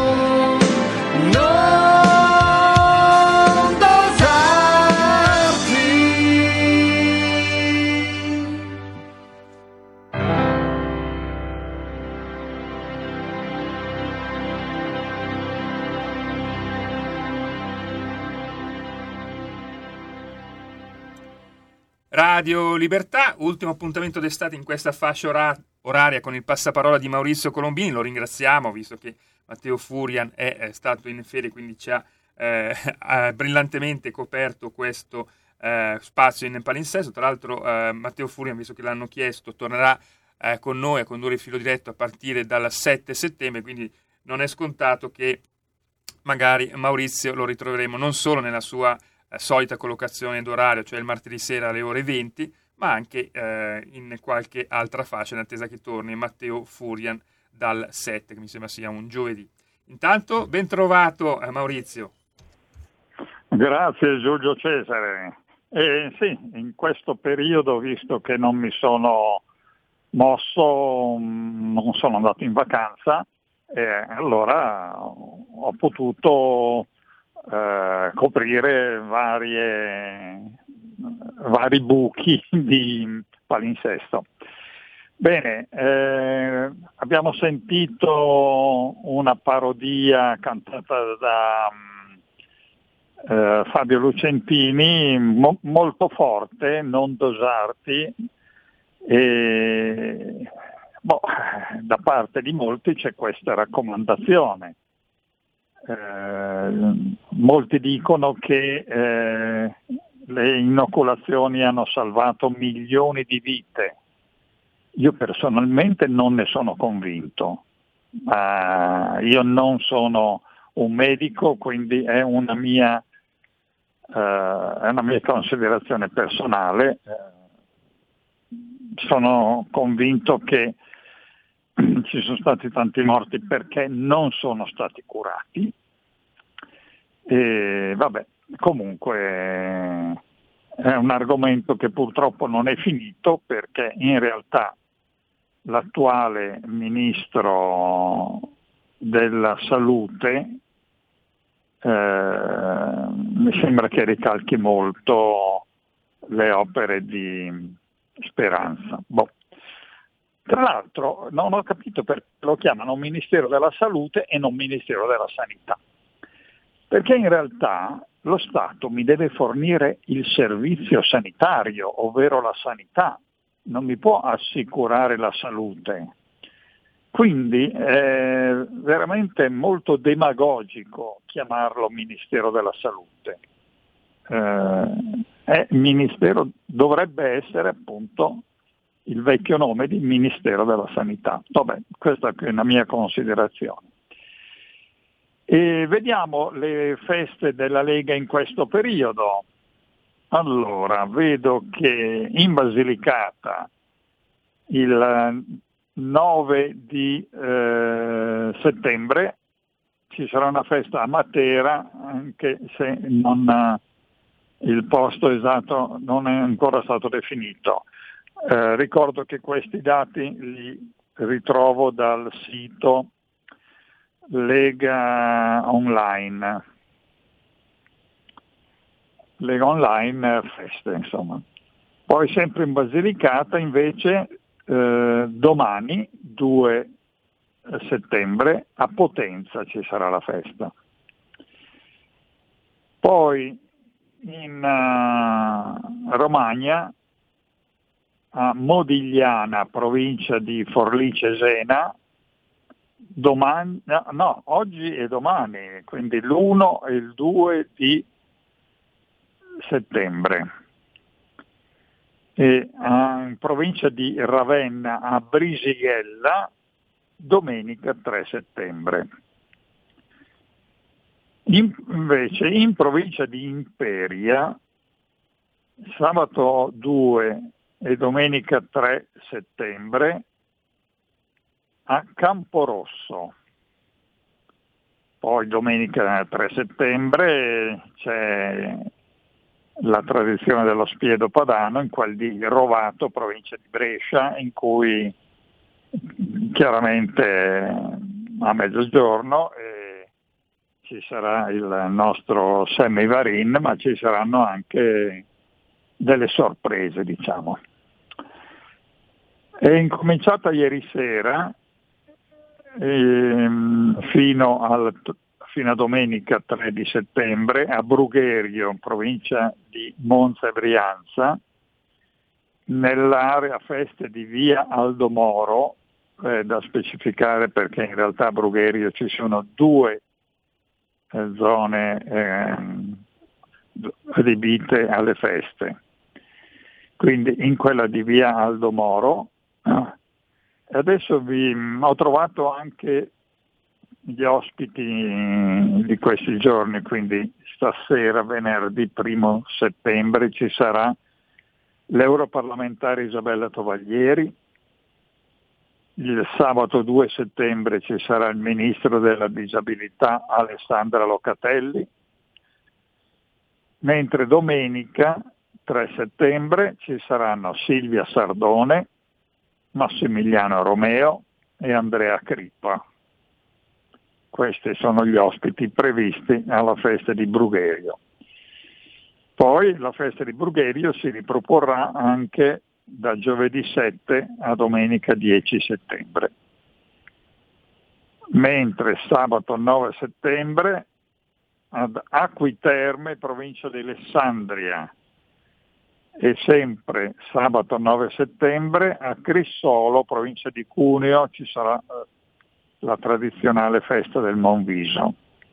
Non dosarti, Radio Libertà, ultimo appuntamento d'estate in questa fascia ora- oraria con il passaparola di Maurizio Colombini. Lo ringraziamo visto che Matteo Furian è, è stato in ferie, quindi ci ha eh, brillantemente coperto questo eh, spazio in palinsesto. Tra l'altro eh, Matteo Furian, visto che l'hanno chiesto, tornerà eh, con noi a condurre il filo diretto a partire dal sette settembre, quindi non è scontato che magari Maurizio lo ritroveremo non solo nella sua eh, solita collocazione d'orario, cioè il martedì sera alle ore venti, ma anche eh, in qualche altra fascia, in attesa che torni Matteo Furian dal sette, che mi sembra sia un giovedì. Intanto, ben trovato eh, Maurizio. Grazie Giulio Cesare. Eh, sì, in questo periodo, visto che non mi sono mosso, non sono andato in vacanza, eh, allora ho potuto eh, coprire varie, vari buchi di palinsesto. Bene, eh, abbiamo sentito una parodia cantata da eh, Fabio Lucentini, mo- molto forte, non dosarti, e boh, da parte di molti c'è questa raccomandazione. Eh, molti dicono che eh, le inoculazioni hanno salvato milioni di vite. Io personalmente non ne sono convinto. Uh, io non sono un medico, quindi è una mia, uh, è una mia considerazione personale. Uh, sono convinto che ci sono stati tanti morti perché non sono stati curati. E vabbè, comunque è un argomento che purtroppo non è finito, perché in realtà l'attuale ministro della salute eh, mi sembra che ricalchi molto le opere di Speranza. Boh. Tra l'altro non ho capito perché lo chiamano Ministero della Salute e non Ministero della Sanità, perché in realtà lo Stato mi deve fornire il servizio sanitario, ovvero la sanità, non mi può assicurare la salute. Quindi è veramente molto demagogico chiamarlo Ministero della Salute. Eh, è ministero, dovrebbe essere appunto il vecchio nome di Ministero della Sanità. Vabbè, questa è una mia considerazione. E vediamo le feste della Lega in questo periodo. Allora, vedo che in Basilicata il nove di eh, settembre ci sarà una festa a Matera, anche se non, il posto esatto non è ancora stato definito. Eh, ricordo che questi dati li ritrovo dal sito Lega Online. Lega Online feste, insomma. Poi sempre in Basilicata invece eh, domani due settembre a Potenza ci sarà la festa. Poi in uh, Romagna, a Modigliana, provincia di Forlì Cesena, domani, no, no, oggi e domani, quindi l'uno e il due di settembre. E uh, in provincia di Ravenna, a Brisighella, domenica tre settembre. In, invece in provincia di Imperia, sabato due e domenica tre settembre, a Camporosso. Poi domenica tre settembre c'è la tradizione dello spiedo padano in quel di Rovato, provincia di Brescia, in cui chiaramente a mezzogiorno eh, ci sarà il nostro Semivarin, ma ci saranno anche delle sorprese, diciamo. È incominciata ieri sera ehm, fino, al, fino a domenica tre di settembre a Brugherio, in provincia di Monza e Brianza, nell'area feste di via Aldo Moro, eh, da specificare perché in realtà a Brugherio ci sono due eh, zone eh, adibite alle feste. Quindi in quella di via Aldo Moro. Eh, adesso vi ho trovato anche gli ospiti di questi giorni, quindi stasera, venerdì primo settembre, ci sarà l'europarlamentare Isabella Tovaglieri, il sabato due settembre ci sarà il ministro della disabilità Alessandra Locatelli, mentre domenica tre settembre ci saranno Silvia Sardone, Massimiliano Romeo e Andrea Crippa. Questi sono gli ospiti previsti alla festa di Brugherio. Poi la festa di Brugherio si riproporrà anche da giovedì sette a domenica dieci settembre. Mentre sabato nove settembre ad Acquiterme, provincia di Alessandria, e sempre sabato nove settembre a Crissolo, provincia di Cuneo, ci sarà la tradizionale festa del Monviso.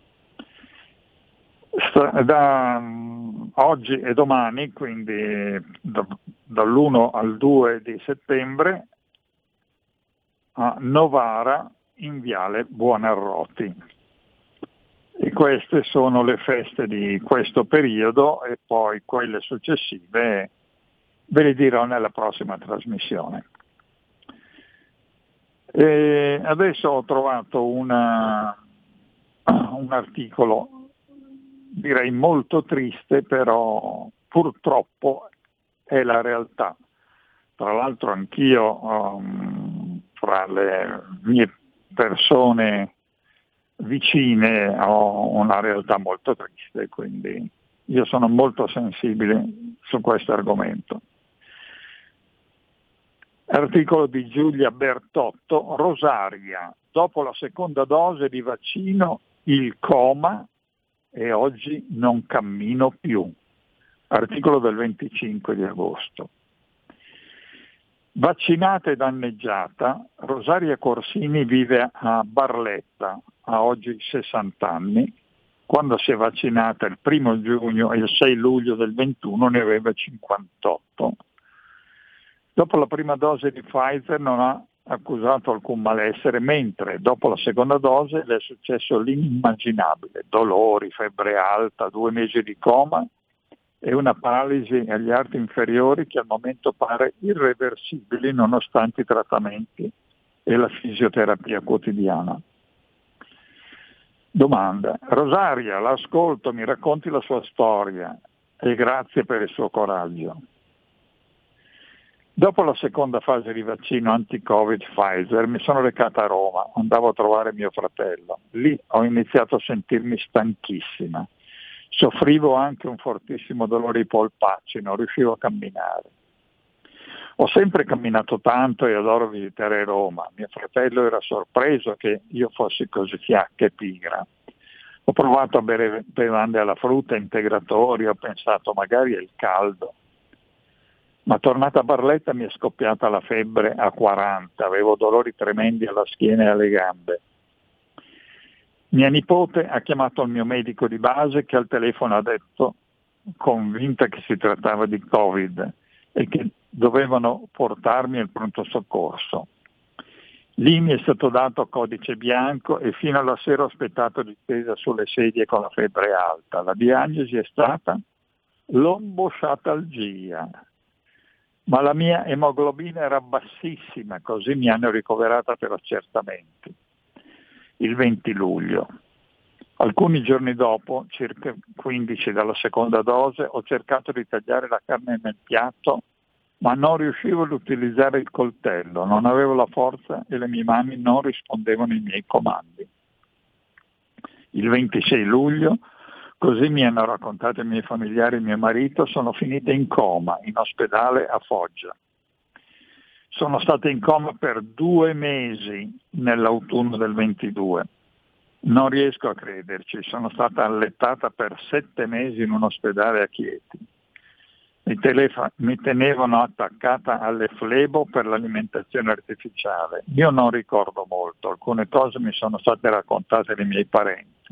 Da um, oggi e domani, quindi da, dall'uno al due di settembre, a Novara in Viale Buonarroti. E queste sono le feste di questo periodo, e poi quelle successive ve le dirò nella prossima trasmissione. E adesso ho trovato una, un articolo, direi molto triste, però purtroppo è la realtà. Tra l'altro anch'io, um, fra le mie persone vicine, ho una realtà molto triste, quindi io sono molto sensibile su questo argomento. Articolo di Giulia Bertotto, Rosaria, dopo la seconda dose di vaccino il coma e oggi non cammino più. Articolo del venticinque di agosto. Vaccinata e danneggiata, Rosaria Corsini vive a Barletta, ha oggi sessanta anni, quando si è vaccinata il primo giugno e il sei luglio del ventuno ne aveva cinquantotto. Dopo la prima dose di Pfizer non ha accusato alcun malessere, mentre dopo la seconda dose le è successo l'inimmaginabile: dolori, febbre alta, due mesi di coma e una paralisi agli arti inferiori che al momento pare irreversibili nonostante i trattamenti e la fisioterapia quotidiana. Domanda: Rosaria, l'ascolto, mi racconti la sua storia e grazie per il suo coraggio. Dopo la seconda fase di vaccino anti-Covid Pfizer mi sono recata a Roma, andavo a trovare mio fratello. Lì ho iniziato a sentirmi stanchissima. Soffrivo anche un fortissimo dolore ai polpacci, non riuscivo a camminare. Ho sempre camminato tanto e adoro visitare Roma. Mio fratello era sorpreso che io fossi così fiacca e pigra. Ho provato a bere bevande alla frutta, integratori, ho pensato magari è il caldo. Ma tornata a Barletta mi è scoppiata la febbre a quaranta, avevo dolori tremendi alla schiena e alle gambe. Mia nipote ha chiamato il mio medico di base che al telefono ha detto, convinta che si trattava di Covid e che dovevano portarmi al pronto soccorso. Lì mi è stato dato codice bianco e fino alla sera ho aspettato distesa sulle sedie con la febbre alta. La diagnosi è stata lombosciatalgia. Ma la mia emoglobina era bassissima, così mi hanno ricoverata per accertamenti. Il venti luglio. Alcuni giorni dopo, circa quindici dalla seconda dose, ho cercato di tagliare la carne nel piatto, ma non riuscivo ad utilizzare il coltello, non avevo la forza e le mie mani non rispondevano ai miei comandi. Il ventisei luglio, così mi hanno raccontato i miei familiari e mio marito, sono finita in coma in ospedale a Foggia. Sono stata in coma per due mesi nell'autunno del ventidue. Non riesco a crederci, sono stata allettata per sette mesi in un ospedale a Chieti. mi, telefa- mi tenevano attaccata alle flebo per l'alimentazione artificiale. Io non ricordo molto, alcune cose mi sono state raccontate dai miei parenti.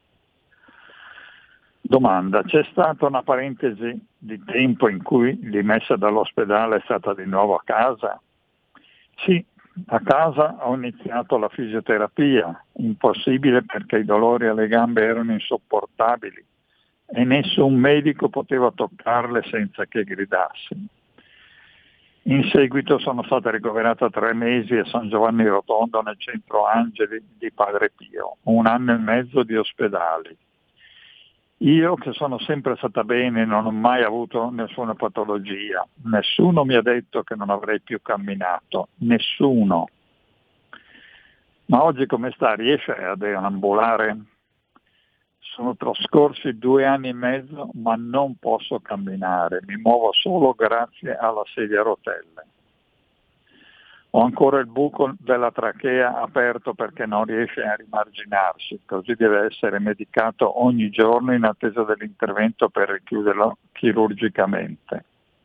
Domanda, c'è stata una parentesi di tempo in cui dimessa dall'ospedale è stata di nuovo a casa? Sì, a casa ho iniziato la fisioterapia, impossibile perché i dolori alle gambe erano insopportabili e nessun medico poteva toccarle senza che gridassi. In seguito sono stata ricoverata tre mesi a San Giovanni Rotondo nel centro Angeli di Padre Pio, un anno e mezzo di ospedali. Io che sono sempre stata bene, non ho mai avuto nessuna patologia, nessuno mi ha detto che non avrei più camminato, nessuno. Ma oggi come sta? Riesce a deambulare? Sono trascorsi due anni e mezzo, ma non posso camminare, mi muovo solo grazie alla sedia a rotelle. Ho ancora il buco della trachea aperto perché non riesce a rimarginarsi, così deve essere medicato ogni giorno in attesa dell'intervento per richiuderlo chirurgicamente.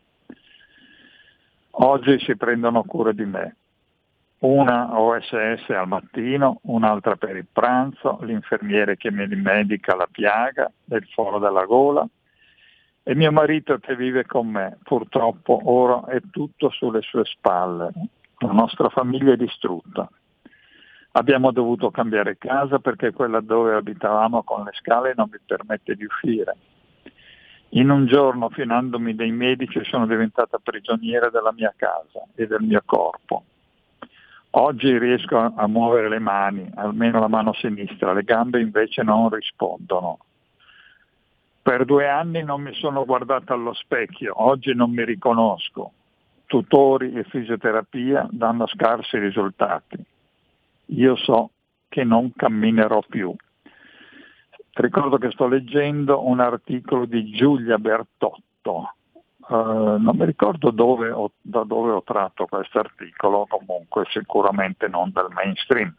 Oggi si prendono cura di me. Una O S S al mattino, un'altra per il pranzo, l'infermiere che mi medica la piaga del foro della gola e mio marito che vive con me. Purtroppo ora è tutto sulle sue spalle. La nostra famiglia è distrutta. Abbiamo dovuto cambiare casa perché quella dove abitavamo con le scale non mi permette di uscire. In un giorno, finandomi dei medici, sono diventata prigioniera della mia casa e del mio corpo. Oggi riesco a muovere le mani, almeno la mano sinistra, le gambe invece non rispondono. Per due anni non mi sono guardata allo specchio, oggi non mi riconosco. Tutori e fisioterapia danno scarsi risultati. Io so che non camminerò più. Ricordo che sto leggendo un articolo di Giulia Bertotto. Uh, non mi ricordo dove ho, da dove ho tratto questo articolo, comunque sicuramente non dal mainstream.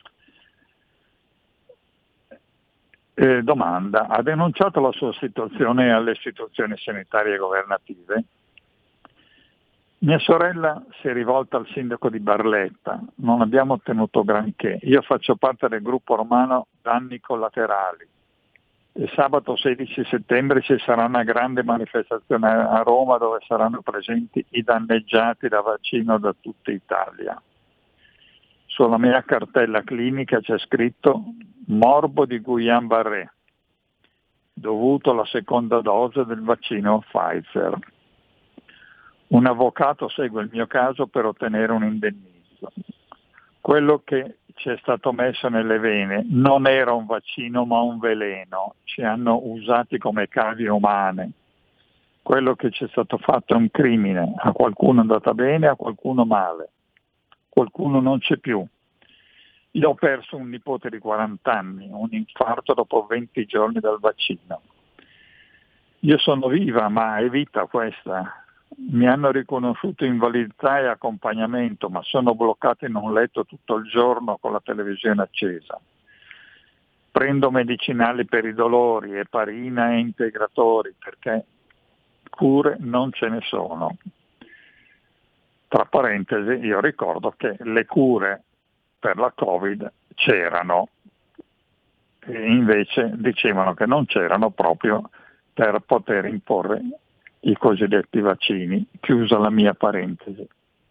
Eh, domanda, ha denunciato la sua situazione alle istituzioni sanitarie governative? Mia sorella si è rivolta al sindaco di Barletta, non abbiamo ottenuto granché. Io faccio parte del gruppo romano Danni Collaterali. Il sabato sedici settembre ci sarà una grande manifestazione a Roma dove saranno presenti i danneggiati da vaccino da tutta Italia. Sulla mia cartella clinica c'è scritto morbo di Guillain-Barré, dovuto alla seconda dose del vaccino Pfizer. Un avvocato segue il mio caso per ottenere un indennizzo. Quello che ci è stato messo nelle vene non era un vaccino ma un veleno, ci hanno usati come cavie umane. Quello che ci è stato fatto è un crimine, a qualcuno è andata bene, a qualcuno male, qualcuno non c'è più. Io ho perso un nipote di quaranta anni, un infarto dopo venti giorni dal vaccino. Io sono viva, ma è vita questa. Mi hanno riconosciuto invalidità e accompagnamento, ma sono bloccato in un letto tutto il giorno con la televisione accesa. Prendo medicinali per i dolori, eparina e integratori, perché cure non ce ne sono. Tra parentesi, io ricordo che le cure per la Covid c'erano, e invece dicevano che non c'erano proprio per poter imporre i cosiddetti vaccini, chiusa la mia parentesi.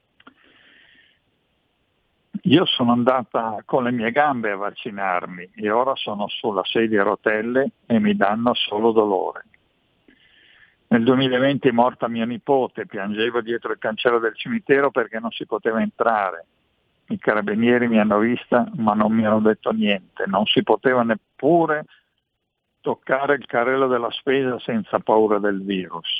Io sono andata con le mie gambe a vaccinarmi e ora sono sulla sedia a rotelle e mi danno solo dolore. Nel duemilaventi è morta mia nipote, piangevo dietro il cancello del cimitero perché non si poteva entrare. I carabinieri mi hanno vista ma non mi hanno detto niente, non si poteva neppure toccare il carrello della spesa senza paura del virus.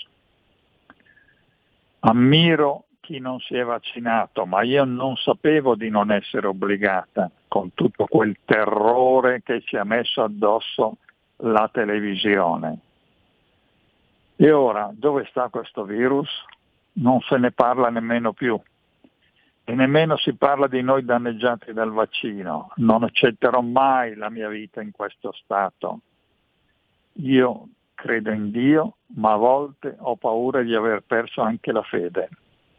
Ammiro chi non si è vaccinato, ma io non sapevo di non essere obbligata con tutto quel terrore che ci ha messo addosso la televisione. E ora, dove sta questo virus? Non se ne parla nemmeno più. E nemmeno si parla di noi danneggiati dal vaccino. Non accetterò mai la mia vita in questo stato. Io credo in Dio, ma a volte ho paura di aver perso anche la fede.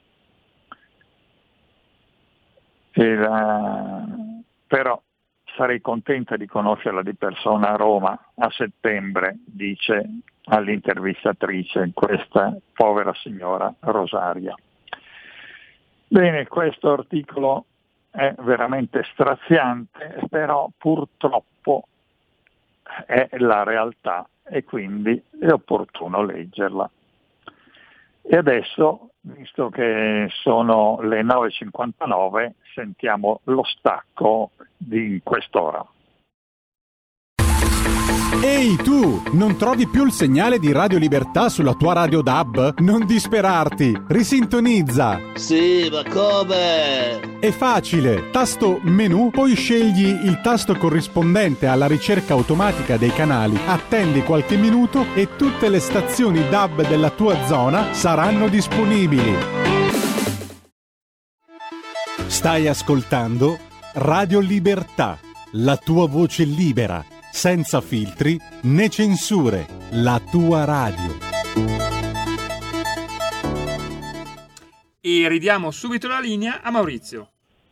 E la... Però sarei contenta di conoscerla di persona a Roma a settembre, dice all'intervistatrice questa povera signora Rosaria. Bene, questo articolo è veramente straziante, però purtroppo è la realtà e quindi è opportuno leggerla. E adesso, visto che sono le nove e cinquantanove, sentiamo lo stacco di quest'ora. Ehi tu, non trovi più il segnale di Radio Libertà sulla tua radio D A B? Non disperarti, risintonizza! Sì, ma come? È facile, tasto menu, poi scegli il tasto corrispondente alla ricerca automatica dei canali, attendi qualche minuto e tutte le stazioni D A B della tua zona saranno disponibili. Stai ascoltando Radio Libertà, la tua voce libera, senza filtri né censure, la tua radio. E ridiamo subito la linea a Maurizio.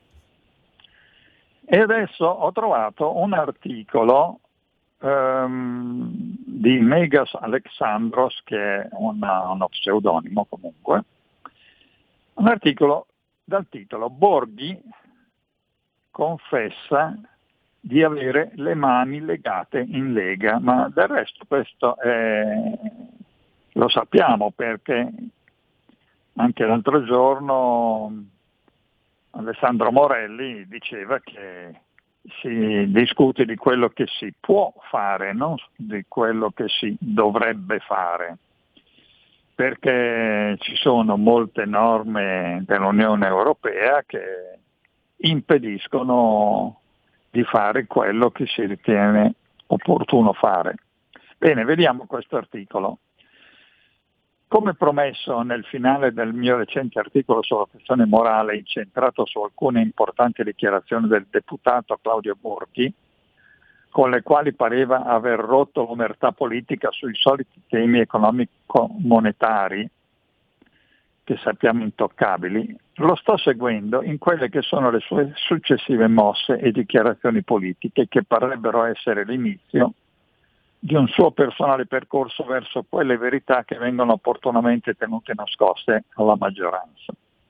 E adesso ho trovato un articolo um, di Megas Alexandros, che è una, uno pseudonimo comunque, un articolo dal titolo Borghi confessa di avere le mani legate in Lega, ma del resto questo è, lo sappiamo, perché anche l'altro giorno Alessandro Morelli diceva che si discute di quello che si può fare, non di quello che si dovrebbe fare, perché ci sono molte norme dell'Unione Europea che impediscono di fare quello che si ritiene opportuno fare. Bene, vediamo questo articolo. Come promesso nel finale del mio recente articolo sulla questione morale, incentrato su alcune importanti dichiarazioni del deputato Claudio Borghi, con le quali pareva aver rotto l'omertà politica sui soliti temi economico-monetari, che sappiamo intoccabili, lo sto seguendo in quelle che sono le sue successive mosse e dichiarazioni politiche che parrebbero essere l'inizio di un suo personale percorso verso quelle verità che vengono opportunamente tenute nascoste alla maggioranza.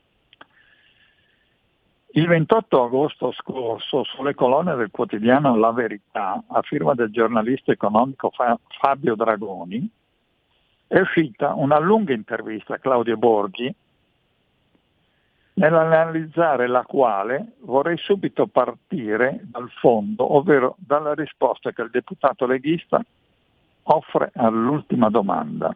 Il ventotto agosto scorso, sulle colonne del quotidiano La Verità, a firma del giornalista economico Fabio Dragoni, è uscita una lunga intervista a Claudio Borghi, nell'analizzare la quale vorrei subito partire dal fondo, ovvero dalla risposta che il deputato leghista offre all'ultima domanda.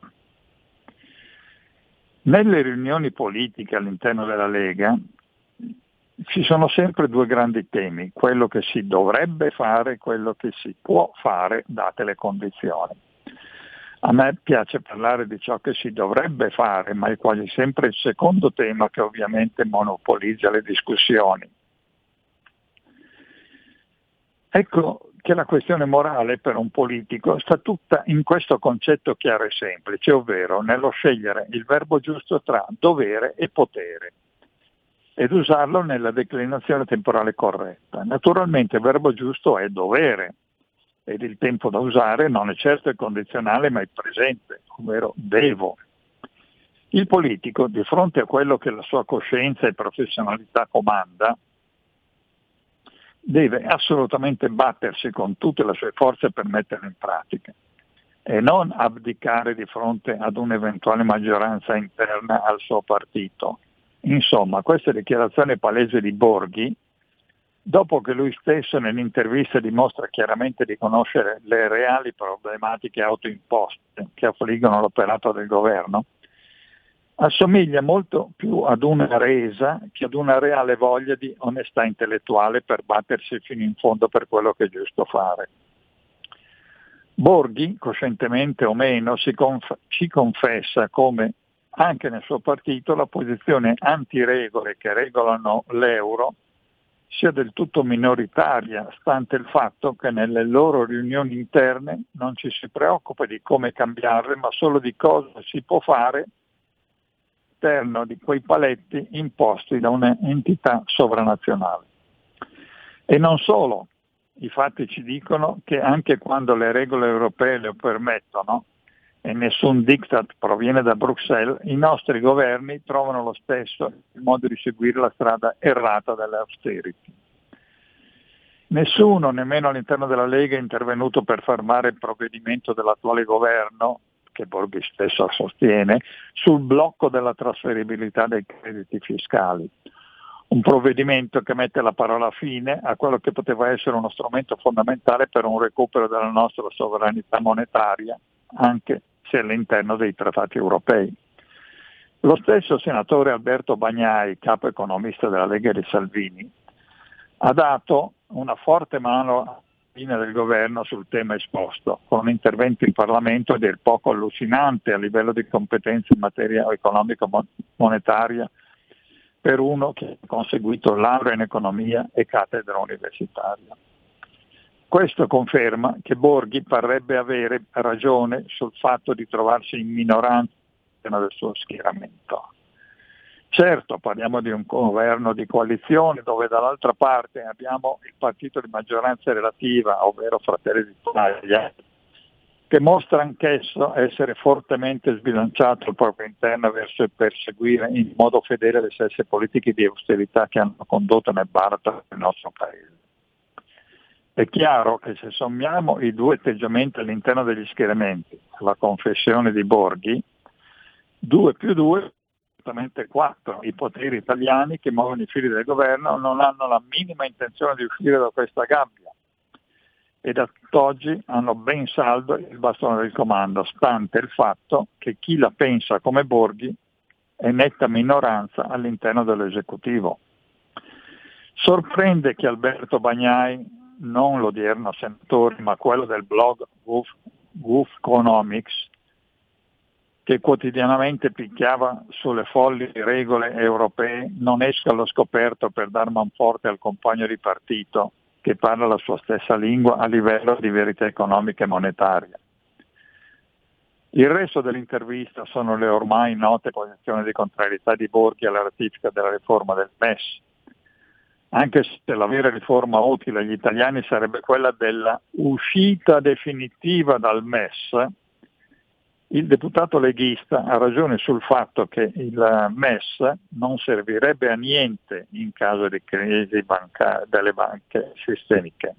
Nelle riunioni politiche all'interno della Lega ci sono sempre due grandi temi, quello che si dovrebbe fare e quello che si può fare date le condizioni. A me piace parlare di ciò che si dovrebbe fare, ma è quasi sempre il secondo tema che ovviamente monopolizza le discussioni. Ecco che la questione morale per un politico sta tutta in questo concetto chiaro e semplice, ovvero nello scegliere il verbo giusto tra dovere e potere ed usarlo nella declinazione temporale corretta. Naturalmente il verbo giusto è dovere, ed il tempo da usare non è certo il condizionale ma il presente, ovvero devo. Il politico, di fronte a quello che la sua coscienza e professionalità comanda, deve assolutamente battersi con tutte le sue forze per metterlo in pratica e non abdicare di fronte ad un'eventuale maggioranza interna al suo partito. Insomma, questa dichiarazione palese di Borghi, dopo che lui stesso nell'intervista dimostra chiaramente di conoscere le reali problematiche autoimposte che affliggono l'operato del governo, assomiglia molto più ad una resa che ad una reale voglia di onestà intellettuale per battersi fino in fondo per quello che è giusto fare. Borghi, coscientemente o meno, si conf- ci confessa come anche nel suo partito la posizione antiregole che regolano l'euro sia del tutto minoritaria, stante il fatto che nelle loro riunioni interne non ci si preoccupa di come cambiarle, ma solo di cosa si può fare all'interno di quei paletti imposti da un'entità sovranazionale. E non solo, i fatti ci dicono che anche quando le regole europee lo permettono e nessun diktat proviene da Bruxelles, i nostri governi trovano lo stesso il modo di seguire la strada errata dell'austerity. Nessuno, nemmeno all'interno della Lega, è intervenuto per fermare il provvedimento dell'attuale governo, che Borghi stesso sostiene, sul blocco della trasferibilità dei crediti fiscali. Un provvedimento che mette la parola fine a quello che poteva essere uno strumento fondamentale per un recupero della nostra sovranità monetaria, anche se all'interno dei trattati europei. Lo stesso senatore Alberto Bagnai, capo economista della Lega di Salvini, ha dato una forte mano alla linea del governo sul tema esposto, con un intervento in Parlamento a dir poco allucinante a livello di competenze in materia economico-monetaria per uno che ha conseguito laurea in economia e cattedra universitaria. Questo conferma che Borghi parrebbe avere ragione sul fatto di trovarsi in minoranza del suo schieramento. Certo, parliamo di un governo di coalizione dove dall'altra parte abbiamo il partito di maggioranza relativa, ovvero Fratelli d'Italia, che mostra anch'esso essere fortemente sbilanciato al proprio interno verso il perseguire in modo fedele le stesse politiche di austerità che hanno condotto nel baratro del nostro Paese. È chiaro che se sommiamo i due atteggiamenti all'interno degli schieramenti, la confessione di Borghi, due più due, esattamente quattro, i poteri italiani che muovono i fili del governo non hanno la minima intenzione di uscire da questa gabbia e da tutt'oggi hanno ben saldo il bastone del comando, stante il fatto che chi la pensa come Borghi è netta minoranza all'interno dell'esecutivo. Sorprende che Alberto Bagnai, non l'odierno senatore, ma quello del blog Wufconomics, che quotidianamente picchiava sulle folli regole europee, non esca allo scoperto per dar manforte al compagno di partito che parla la sua stessa lingua a livello di verità economica e monetaria. Il resto dell'intervista sono le ormai note posizioni di contrarietà di Borghi alla ratifica della riforma del M E S, anche se la vera riforma utile agli italiani sarebbe quella della uscita definitiva dal M E S. Il deputato leghista ha ragione sul fatto che il M E S non servirebbe a niente in caso di crisi banca- delle banche sistemiche.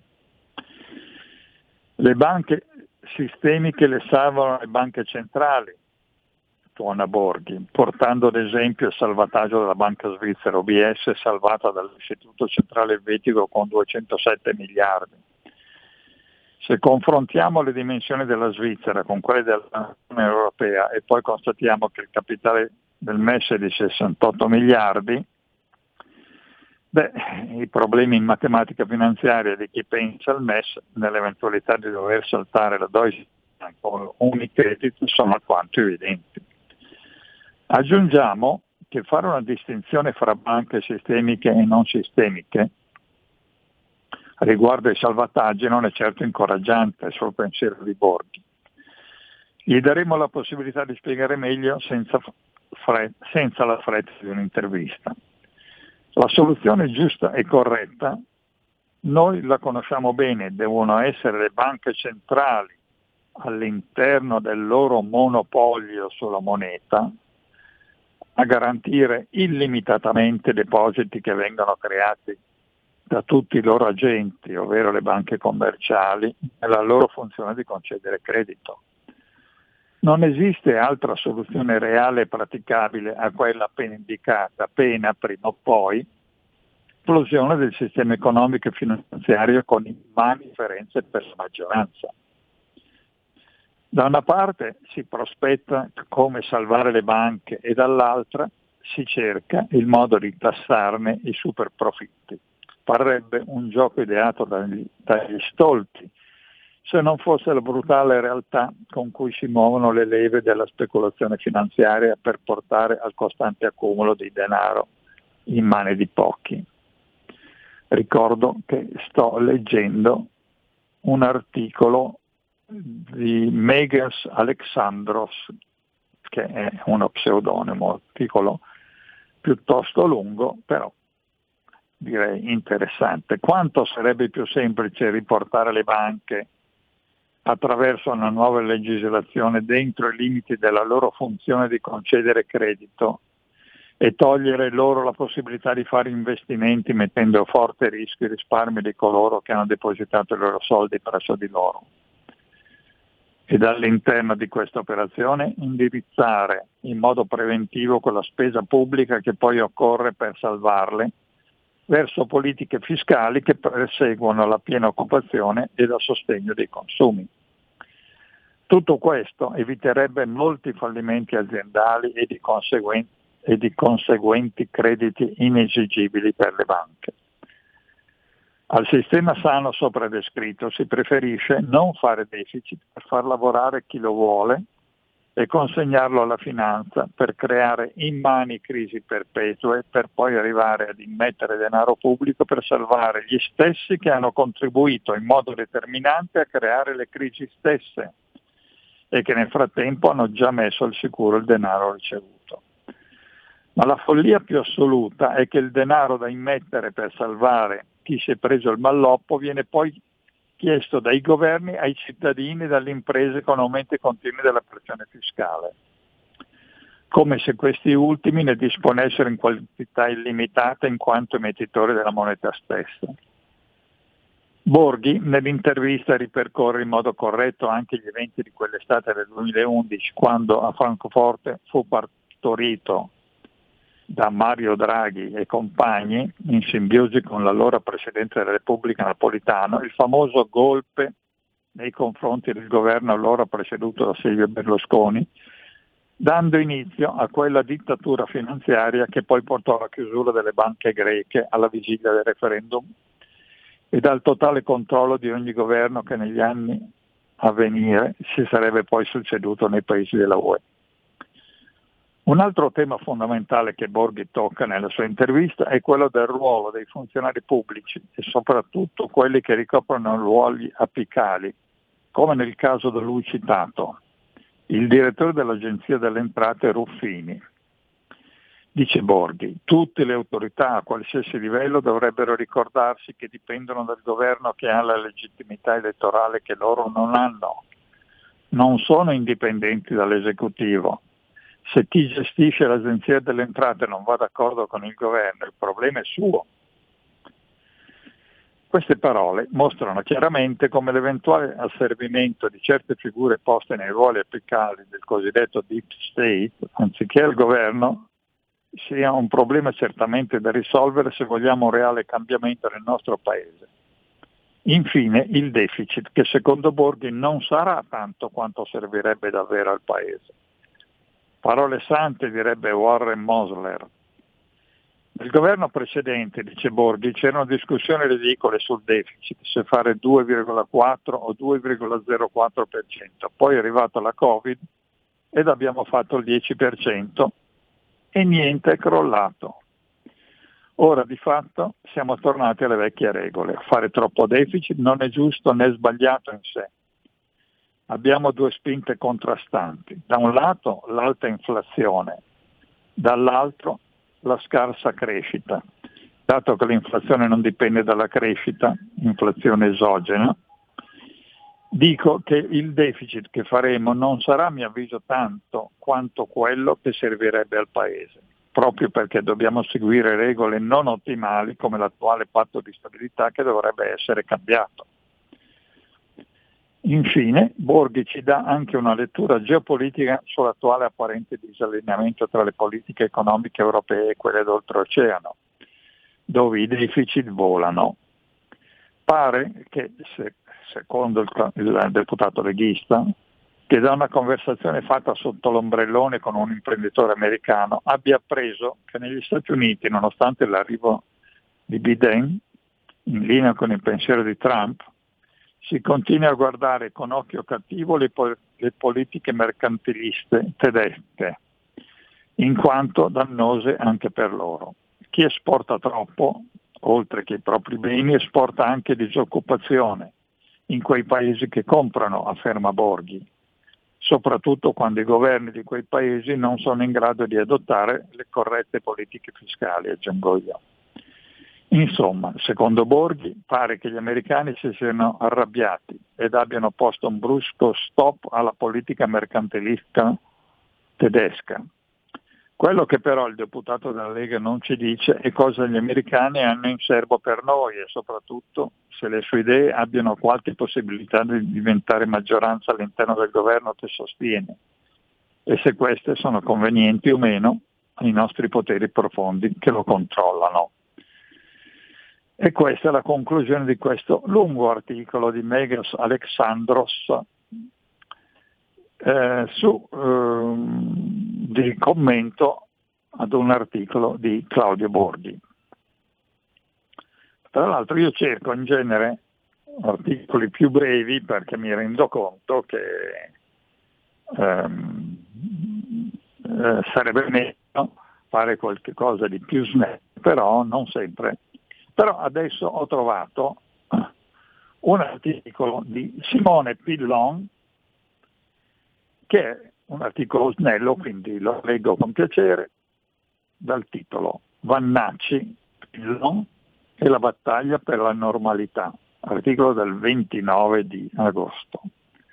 Le banche sistemiche le salvano le banche centrali, tuona Borghi, portando ad esempio il salvataggio della banca svizzera O B S salvata dall'Istituto Centrale Elvetico con duecentosette miliardi. Se confrontiamo le dimensioni della Svizzera con quelle dell'Unione Europea e poi constatiamo che il capitale del M E S è di sessantotto miliardi, beh, i problemi in matematica finanziaria di chi pensa al M E S nell'eventualità di dover saltare la Deutsche Bank con Unicredit sono alquanto evidenti. Aggiungiamo che fare una distinzione fra banche sistemiche e non sistemiche riguardo ai salvataggi non è certo incoraggiante sul pensiero di Borghi. Gli daremo la possibilità di spiegare meglio senza, fre- senza la fretta di un'intervista. La soluzione giusta e corretta noi la conosciamo bene, devono essere le banche centrali all'interno del loro monopolio sulla moneta a garantire illimitatamente depositi che vengono creati da tutti i loro agenti, ovvero le banche commerciali, nella loro funzione di concedere credito. Non esiste altra soluzione reale e praticabile a quella appena indicata, pena prima o poi esplosione del sistema economico e finanziario con immani differenze per la maggioranza. Da una parte si prospetta come salvare le banche e dall'altra si cerca il modo di tassarne i super profitti. Parrebbe un gioco ideato dagli, dagli stolti, se non fosse la brutale realtà con cui si muovono le leve della speculazione finanziaria per portare al costante accumulo di denaro in mani di pochi. Ricordo che sto leggendo un articolo di Megas Alexandros, che è uno pseudonimo, articolo piuttosto lungo, però direi interessante. Quanto sarebbe più semplice riportare le banche attraverso una nuova legislazione dentro i limiti della loro funzione di concedere credito e togliere loro la possibilità di fare investimenti mettendo a forte rischio i risparmi di coloro che hanno depositato i loro soldi presso di loro. E dall'interno di questa operazione indirizzare in modo preventivo quella spesa pubblica che poi occorre per salvarle verso politiche fiscali che perseguono la piena occupazione e il sostegno dei consumi. Tutto questo eviterebbe molti fallimenti aziendali e di, conseguen- e di conseguenti crediti inesigibili per le banche. Al sistema sano sopra descritto si preferisce non fare deficit per far lavorare chi lo vuole e consegnarlo alla finanza per creare immani crisi perpetue per poi arrivare ad immettere denaro pubblico per salvare gli stessi che hanno contribuito in modo determinante a creare le crisi stesse e che nel frattempo hanno già messo al sicuro il denaro ricevuto. Ma la follia più assoluta è che il denaro da immettere per salvare chi si è preso il malloppo viene poi chiesto dai governi ai cittadini e dalle imprese con aumenti continui della pressione fiscale, come se questi ultimi ne disponessero in quantità illimitata in quanto emettitori della moneta stessa. Borghi nell'intervista ripercorre in modo corretto anche gli eventi di quell'estate del duemilaundici, quando a Francoforte fu partorito da Mario Draghi e compagni, in simbiosi con l'allora Presidente della Repubblica Napolitano, il famoso golpe nei confronti del governo allora presieduto da Silvio Berlusconi, dando inizio a quella dittatura finanziaria che poi portò alla chiusura delle banche greche alla vigilia del referendum e dal totale controllo di ogni governo che negli anni a venire si sarebbe poi succeduto nei paesi della U E. Un altro tema fondamentale che Borghi tocca nella sua intervista è quello del ruolo dei funzionari pubblici e soprattutto quelli che ricoprono ruoli apicali, come nel caso da lui citato, il direttore dell'Agenzia delle Entrate Ruffini. Dice Borghi, tutte le autorità a qualsiasi livello dovrebbero ricordarsi che dipendono dal governo che ha la legittimità elettorale che loro non hanno. Non sono indipendenti dall'esecutivo. Se chi gestisce l'Agenzia delle Entrate non va d'accordo con il governo, il problema è suo. Queste parole mostrano chiaramente come l'eventuale asservimento di certe figure poste nei ruoli apicali del cosiddetto Deep State, anziché al governo, sia un problema certamente da risolvere se vogliamo un reale cambiamento nel nostro Paese. Infine, il deficit, che secondo Borghi non sarà tanto quanto servirebbe davvero al Paese. Parole sante, direbbe Warren Mosler. Nel governo precedente, dice Borghi, c'erano discussioni ridicole sul deficit, se fare due virgola quattro o due virgola zero quattro per cento. Poi è arrivata la Covid ed abbiamo fatto il dieci per cento e niente è crollato. Ora di fatto siamo tornati alle vecchie regole. Fare troppo deficit non è giusto né sbagliato in sé. Abbiamo due spinte contrastanti. Da un lato l'alta inflazione, dall'altro la scarsa crescita. Dato che l'inflazione non dipende dalla crescita, inflazione esogena, dico che il deficit che faremo non sarà, a mio avviso, tanto quanto quello che servirebbe al Paese, proprio perché dobbiamo seguire regole non ottimali come l'attuale patto di stabilità che dovrebbe essere cambiato. Infine, Borghi ci dà anche una lettura geopolitica sull'attuale apparente disallineamento tra le politiche economiche europee e quelle d'oltreoceano, dove i deficit volano. Pare che, se, secondo il, il deputato leghista, che da una conversazione fatta sotto l'ombrellone con un imprenditore americano abbia appreso che negli Stati Uniti, nonostante l'arrivo di Biden, in linea con il pensiero di Trump, si continua a guardare con occhio cattivo le, po- le politiche mercantiliste tedesche, in quanto dannose anche per loro. Chi esporta troppo oltre che i propri beni, esporta anche disoccupazione in quei paesi che comprano a fermaborghi, soprattutto quando i governi di quei paesi non sono in grado di adottare le corrette politiche fiscali, aggiungo io. Insomma, secondo Borghi, pare che gli americani si siano arrabbiati ed abbiano posto un brusco stop alla politica mercantilista tedesca. Quello che però il deputato della Lega non ci dice è cosa gli americani hanno in serbo per noi e soprattutto se le sue idee abbiano qualche possibilità di diventare maggioranza all'interno del governo che sostiene e se queste sono convenienti o meno ai nostri poteri profondi che lo controllano. E questa è la conclusione di questo lungo articolo di Megas Alexandros eh, su, eh, di commento ad un articolo di Claudio Borghi. Tra l'altro io cerco in genere articoli più brevi perché mi rendo conto che ehm, eh, sarebbe meglio fare qualche cosa di più snello, però non sempre. Però adesso ho trovato un articolo di Simone Pillon, che è un articolo snello, quindi lo leggo con piacere, dal titolo Vannacci, Pillon e la battaglia per la normalità, articolo del ventinove di agosto.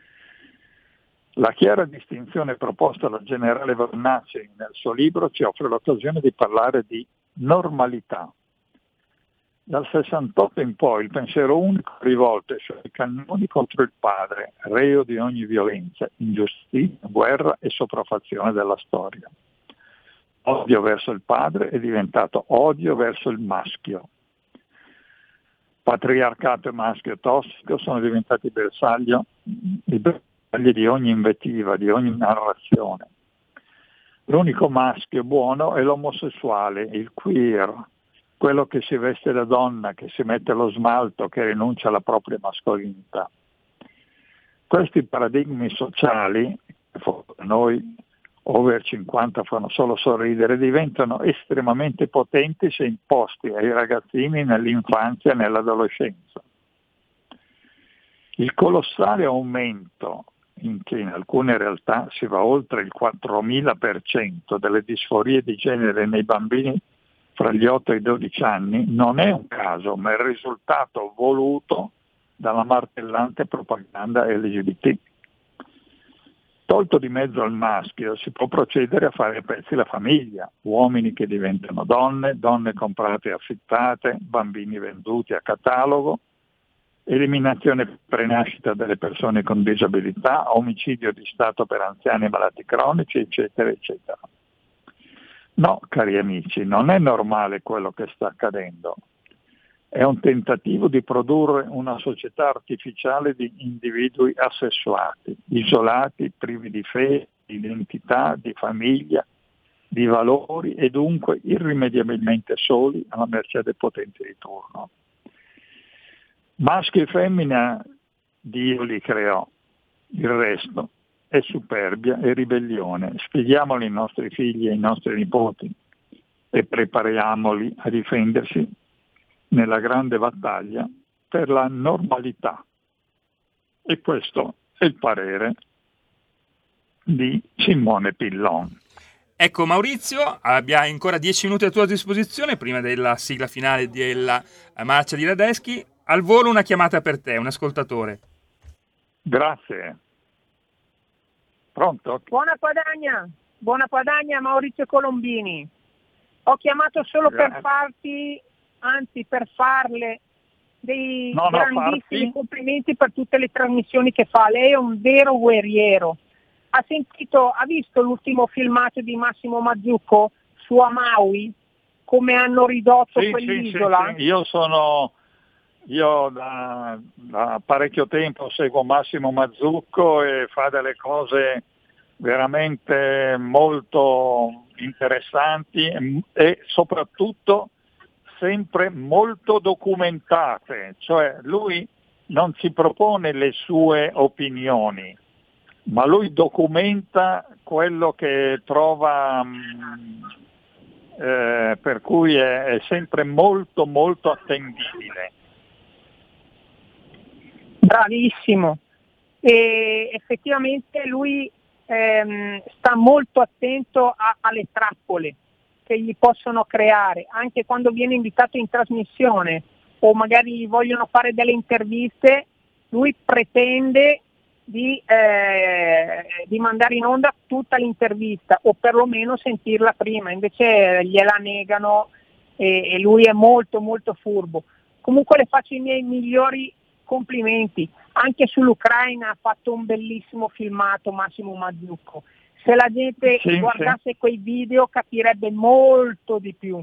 La chiara distinzione proposta dal generale Vannacci nel suo libro ci offre l'occasione di parlare di normalità. Dal sessantotto in poi il pensiero unico rivolto ai suoi cannoni contro il padre, reo di ogni violenza, ingiustizia, guerra e sopraffazione della storia. Odio verso il padre è diventato odio verso il maschio. Patriarcato e maschio tossico sono diventati bersaglio, i bersagli di ogni invettiva, di ogni narrazione. L'unico maschio buono è l'omosessuale, il queer, quello che si veste da donna, che si mette lo smalto, che rinuncia alla propria mascolinità. Questi paradigmi sociali, che noi over cinquanta fanno solo sorridere, diventano estremamente potenti se imposti ai ragazzini nell'infanzia e nell'adolescenza. Il colossale aumento, in che in alcune realtà si va oltre il quattromila per cento delle disforie di genere nei bambini fra gli otto e i dodici anni, non è un caso, ma è il risultato voluto dalla martellante propaganda L G B T. Tolto di mezzo al maschio, si può procedere a fare a pezzi la famiglia, uomini che diventano donne, donne comprate e affittate, bambini venduti a catalogo, eliminazione prenascita delle persone con disabilità, omicidio di Stato per anziani e malati cronici, eccetera, eccetera. No, cari amici, non è normale quello che sta accadendo. È un tentativo di produrre una società artificiale di individui assessuati, isolati, privi di fede, di identità, di famiglia, di valori e dunque irrimediabilmente soli alla mercé dei potenti di turno. Maschio e femmina Dio li creò, il resto è superbia e ribellione. Spieghiamoli ai nostri figli e ai nostri nipoti e prepariamoli a difendersi nella grande battaglia per la normalità. E questo è il parere di Simone Pillon. Ecco Maurizio, abbiamo ancora dieci minuti a tua disposizione prima della sigla finale della marcia di Radeschi. Al volo una chiamata per te, un ascoltatore. Grazie. Pronto? Buona Padagna, buona Padagna Maurizio Colombini. Ho chiamato solo Grazie. per farti, anzi per farle dei No, no, grandissimi farti. complimenti per tutte le trasmissioni che fa. Lei è un vero guerriero. Ha sentito, ha visto l'ultimo filmato di Massimo Mazzucco su Amaui? Come hanno ridotto Sì, quell'isola? sì, sì, sì. Io sono io da, da parecchio tempo seguo Massimo Mazzucco e fa delle cose veramente molto interessanti e soprattutto sempre molto documentate, cioè lui non ci propone le sue opinioni, ma lui documenta quello che trova mh, eh, per cui è, è sempre molto molto attendibile. Bravissimo, e effettivamente lui ehm, sta molto attento a, alle trappole che gli possono creare, anche quando viene invitato in trasmissione o magari gli vogliono fare delle interviste, lui pretende di, eh, di mandare in onda tutta l'intervista o perlomeno sentirla prima, invece gliela negano e, e lui è molto molto furbo. Comunque le faccio i miei migliori complimenti, anche sull'Ucraina ha fatto un bellissimo filmato Massimo Mazzucco, se la gente sì, guardasse sì. quei video capirebbe molto di più.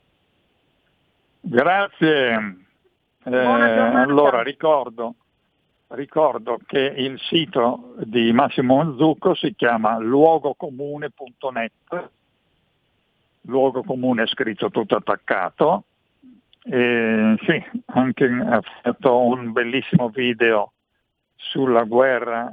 Grazie. Eh, allora ricordo, ricordo che il sito di Massimo Mazzucco si chiama luogocomune punto net, luogo comune scritto tutto attaccato. E sì, anche ha fatto un bellissimo video sulla guerra,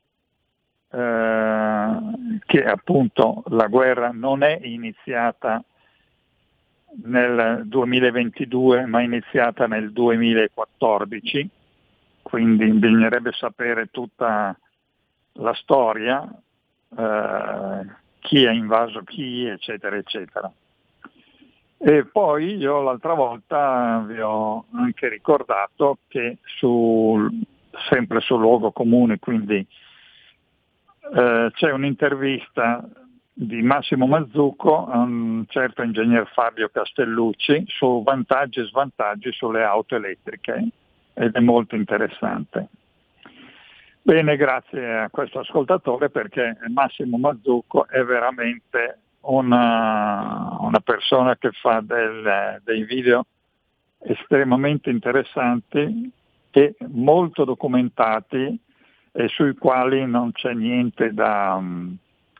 eh, che appunto la guerra non è iniziata nel duemilaventidue ma è iniziata nel duemilaquattordici, quindi bisognerebbe sapere tutta la storia, eh, chi ha invaso chi, eccetera eccetera. E poi io l'altra volta vi ho anche ricordato che sul, sempre sul luogo comune, quindi eh, c'è un'intervista di Massimo Mazzucco a un certo ingegner Fabio Castellucci su vantaggi e svantaggi sulle auto elettriche, ed è molto interessante. Bene, grazie a questo ascoltatore, perché Massimo Mazzucco è veramente una, una persona che fa del, dei video estremamente interessanti e molto documentati e sui quali non c'è niente da um,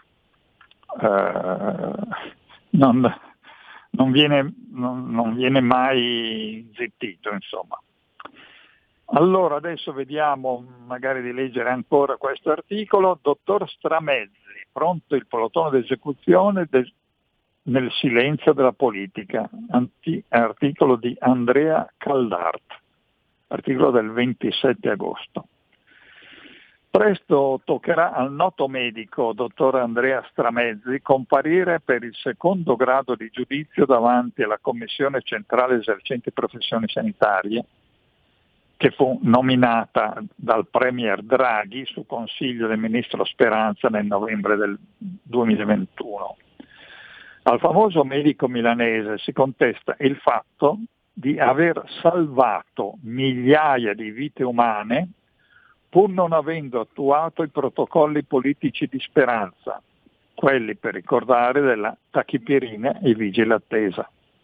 uh, non, non, viene, non, non viene mai zittito, insomma. Allora adesso vediamo magari di leggere ancora questo articolo. Dottor Stramezzi, pronto il plotone d'esecuzione del, nel silenzio della politica, Anti, articolo di Andrea Caldart, articolo del ventisette agosto. Presto toccherà al noto medico, dottor Andrea Stramezzi, comparire per il secondo grado di giudizio davanti alla Commissione Centrale Esercenti Professioni Sanitarie, che fu nominata dal Premier Draghi su consiglio del ministro Speranza nel novembre del duemilaventuno. Al famoso medico milanese si contesta il fatto di aver salvato migliaia di vite umane pur non avendo attuato i protocolli politici di Speranza, quelli, per ricordare, della tachipirina e vigile attesa.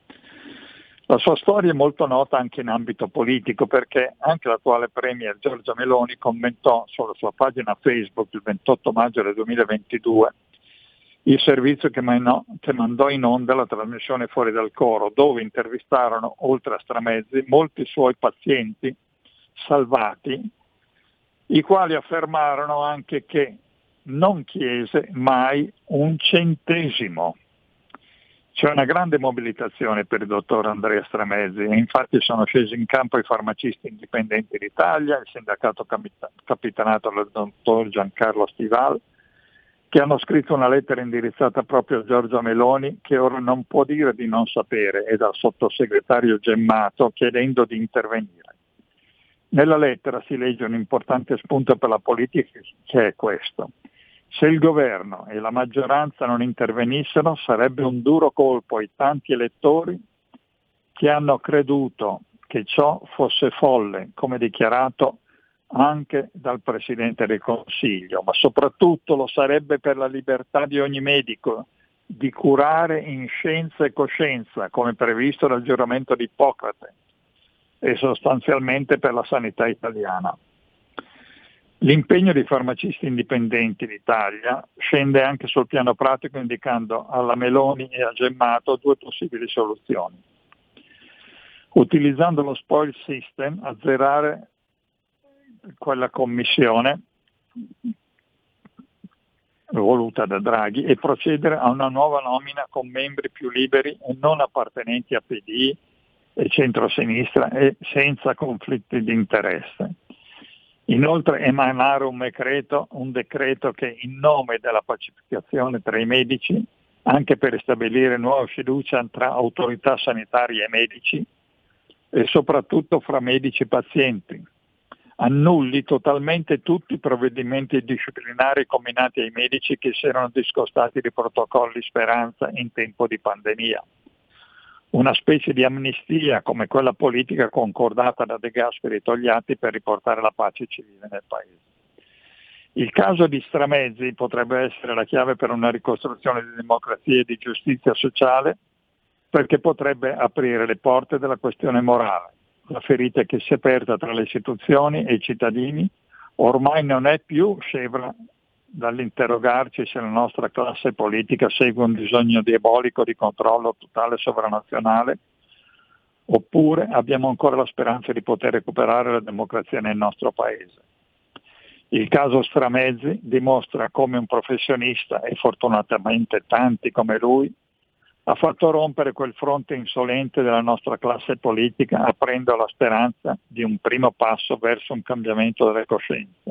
La sua storia è molto nota anche in ambito politico, perché anche l'attuale premier Giorgia Meloni commentò sulla sua pagina Facebook il ventotto maggio del duemilaventidue il servizio che, manò, che mandò in onda la trasmissione Fuori dal Coro, dove intervistarono, oltre a Stramezzi, molti suoi pazienti salvati, i quali affermarono anche che non chiese mai un centesimo. C'è una grande mobilitazione per il dottor Andrea Stramezzi e infatti sono scesi in campo i farmacisti indipendenti d'Italia, il sindacato capita- capitanato dal dottor Giancarlo Stival, che hanno scritto una lettera indirizzata proprio a Giorgia Meloni, che ora non può dire di non sapere, e dal sottosegretario Gemmato chiedendo di intervenire. Nella lettera si legge un importante spunto per la politica, che è questo. Se il governo e la maggioranza non intervenissero, sarebbe un duro colpo ai tanti elettori che hanno creduto che ciò fosse folle, come dichiarato anche dal Presidente del Consiglio, ma soprattutto lo sarebbe per la libertà di ogni medico di curare in scienza e coscienza, come previsto dal giuramento di Ippocrate, e sostanzialmente per la sanità italiana. L'impegno dei farmacisti indipendenti d'Italia scende anche sul piano pratico, indicando alla Meloni e a Gemmato due possibili soluzioni. Utilizzando lo spoil system, azzerare quella commissione voluta da Draghi, e procedere a una nuova nomina con membri più liberi e non appartenenti a P D e centrosinistra e senza conflitti di interesse. Inoltre emanare un decreto, un decreto che in nome della pacificazione tra i medici, anche per stabilire nuova fiducia tra autorità sanitarie e medici e soprattutto fra medici e pazienti, annulli totalmente tutti i provvedimenti disciplinari combinati ai medici che si erano discostati dai protocolli Speranza in tempo di pandemia. Una specie di amnistia come quella politica concordata da De Gasperi e Togliatti per riportare la pace civile nel Paese. Il caso di Stramezzi potrebbe essere la chiave per una ricostruzione di democrazia e di giustizia sociale, perché potrebbe aprire le porte della questione morale. La ferita che si è aperta tra le istituzioni e i cittadini ormai non è più scevra dall'interrogarci se la nostra classe politica segue un disegno diabolico di controllo totale sovranazionale, oppure abbiamo ancora la speranza di poter recuperare la democrazia nel nostro Paese. Il caso Stramezzi dimostra come un professionista, e fortunatamente tanti come lui, ha fatto rompere quel fronte insolente della nostra classe politica, aprendo la speranza di un primo passo verso un cambiamento delle coscienze.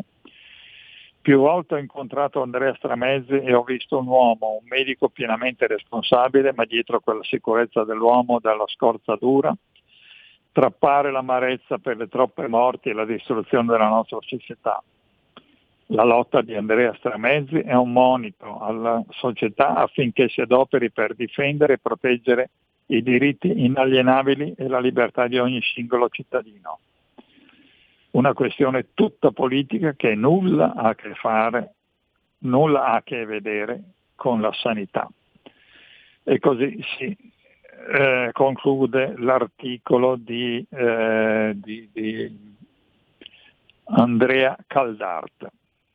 Più volte ho incontrato Andrea Stramezzi e ho visto un uomo, un medico pienamente responsabile, ma dietro quella sicurezza dell'uomo, dalla scorza dura, trappare l'amarezza per le troppe morti e la distruzione della nostra società. La lotta di Andrea Stramezzi è un monito alla società affinché si adoperi per difendere e proteggere i diritti inalienabili e la libertà di ogni singolo cittadino. Una questione tutta politica che nulla ha a che fare, nulla ha a che vedere con la sanità. E così si eh, conclude l'articolo di, eh, di, di Andrea Caldart.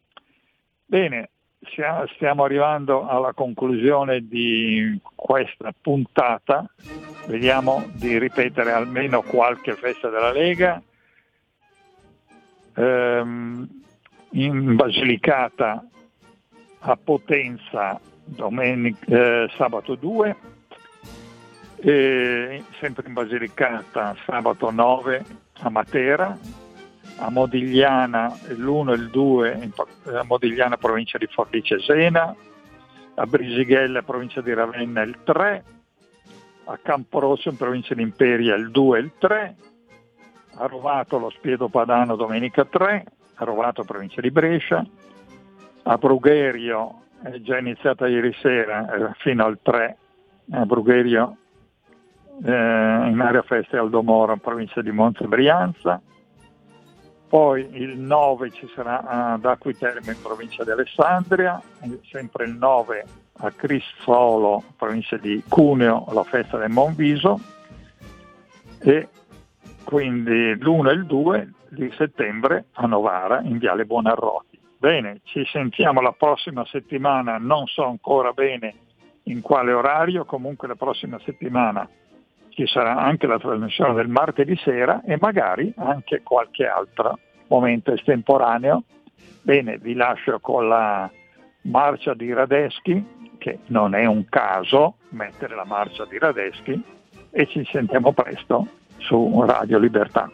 Bene, stiamo arrivando alla conclusione di questa puntata. Vediamo di ripetere almeno qualche festa della Lega. Ehm, in Basilicata a Potenza domenica, eh, sabato due, e sempre in Basilicata sabato nove a Matera, a Modigliana l'uno e il due, in, a Modigliana provincia di Forlì Cesena, a Brisighella provincia di Ravenna il tre, a Camporosso in provincia di Imperia il due e il tre, a Rovato lo Spiedo Padano domenica tre, a Rovato provincia di Brescia, a Brugherio è già iniziata ieri sera eh, fino al tre, a Brugherio eh, in area Feste Aldomoro in provincia di Monza e Brianza. Poi il nove ci sarà ad Acquiterme in provincia di Alessandria, sempre il nove a Cristolo, provincia di Cuneo, la festa del Monviso, e quindi l'uno e il due di settembre a Novara in Viale Buonarroti. Bene, ci sentiamo la prossima settimana, non so ancora bene in quale orario, comunque la prossima settimana ci sarà anche la trasmissione del martedì sera e magari anche qualche altro momento estemporaneo. Bene, vi lascio con la marcia di Radeschi, che non è un caso mettere la marcia di Radeschi, e ci sentiamo presto su Radio Libertà.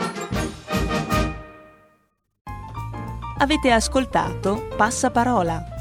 Avete ascoltato Passaparola,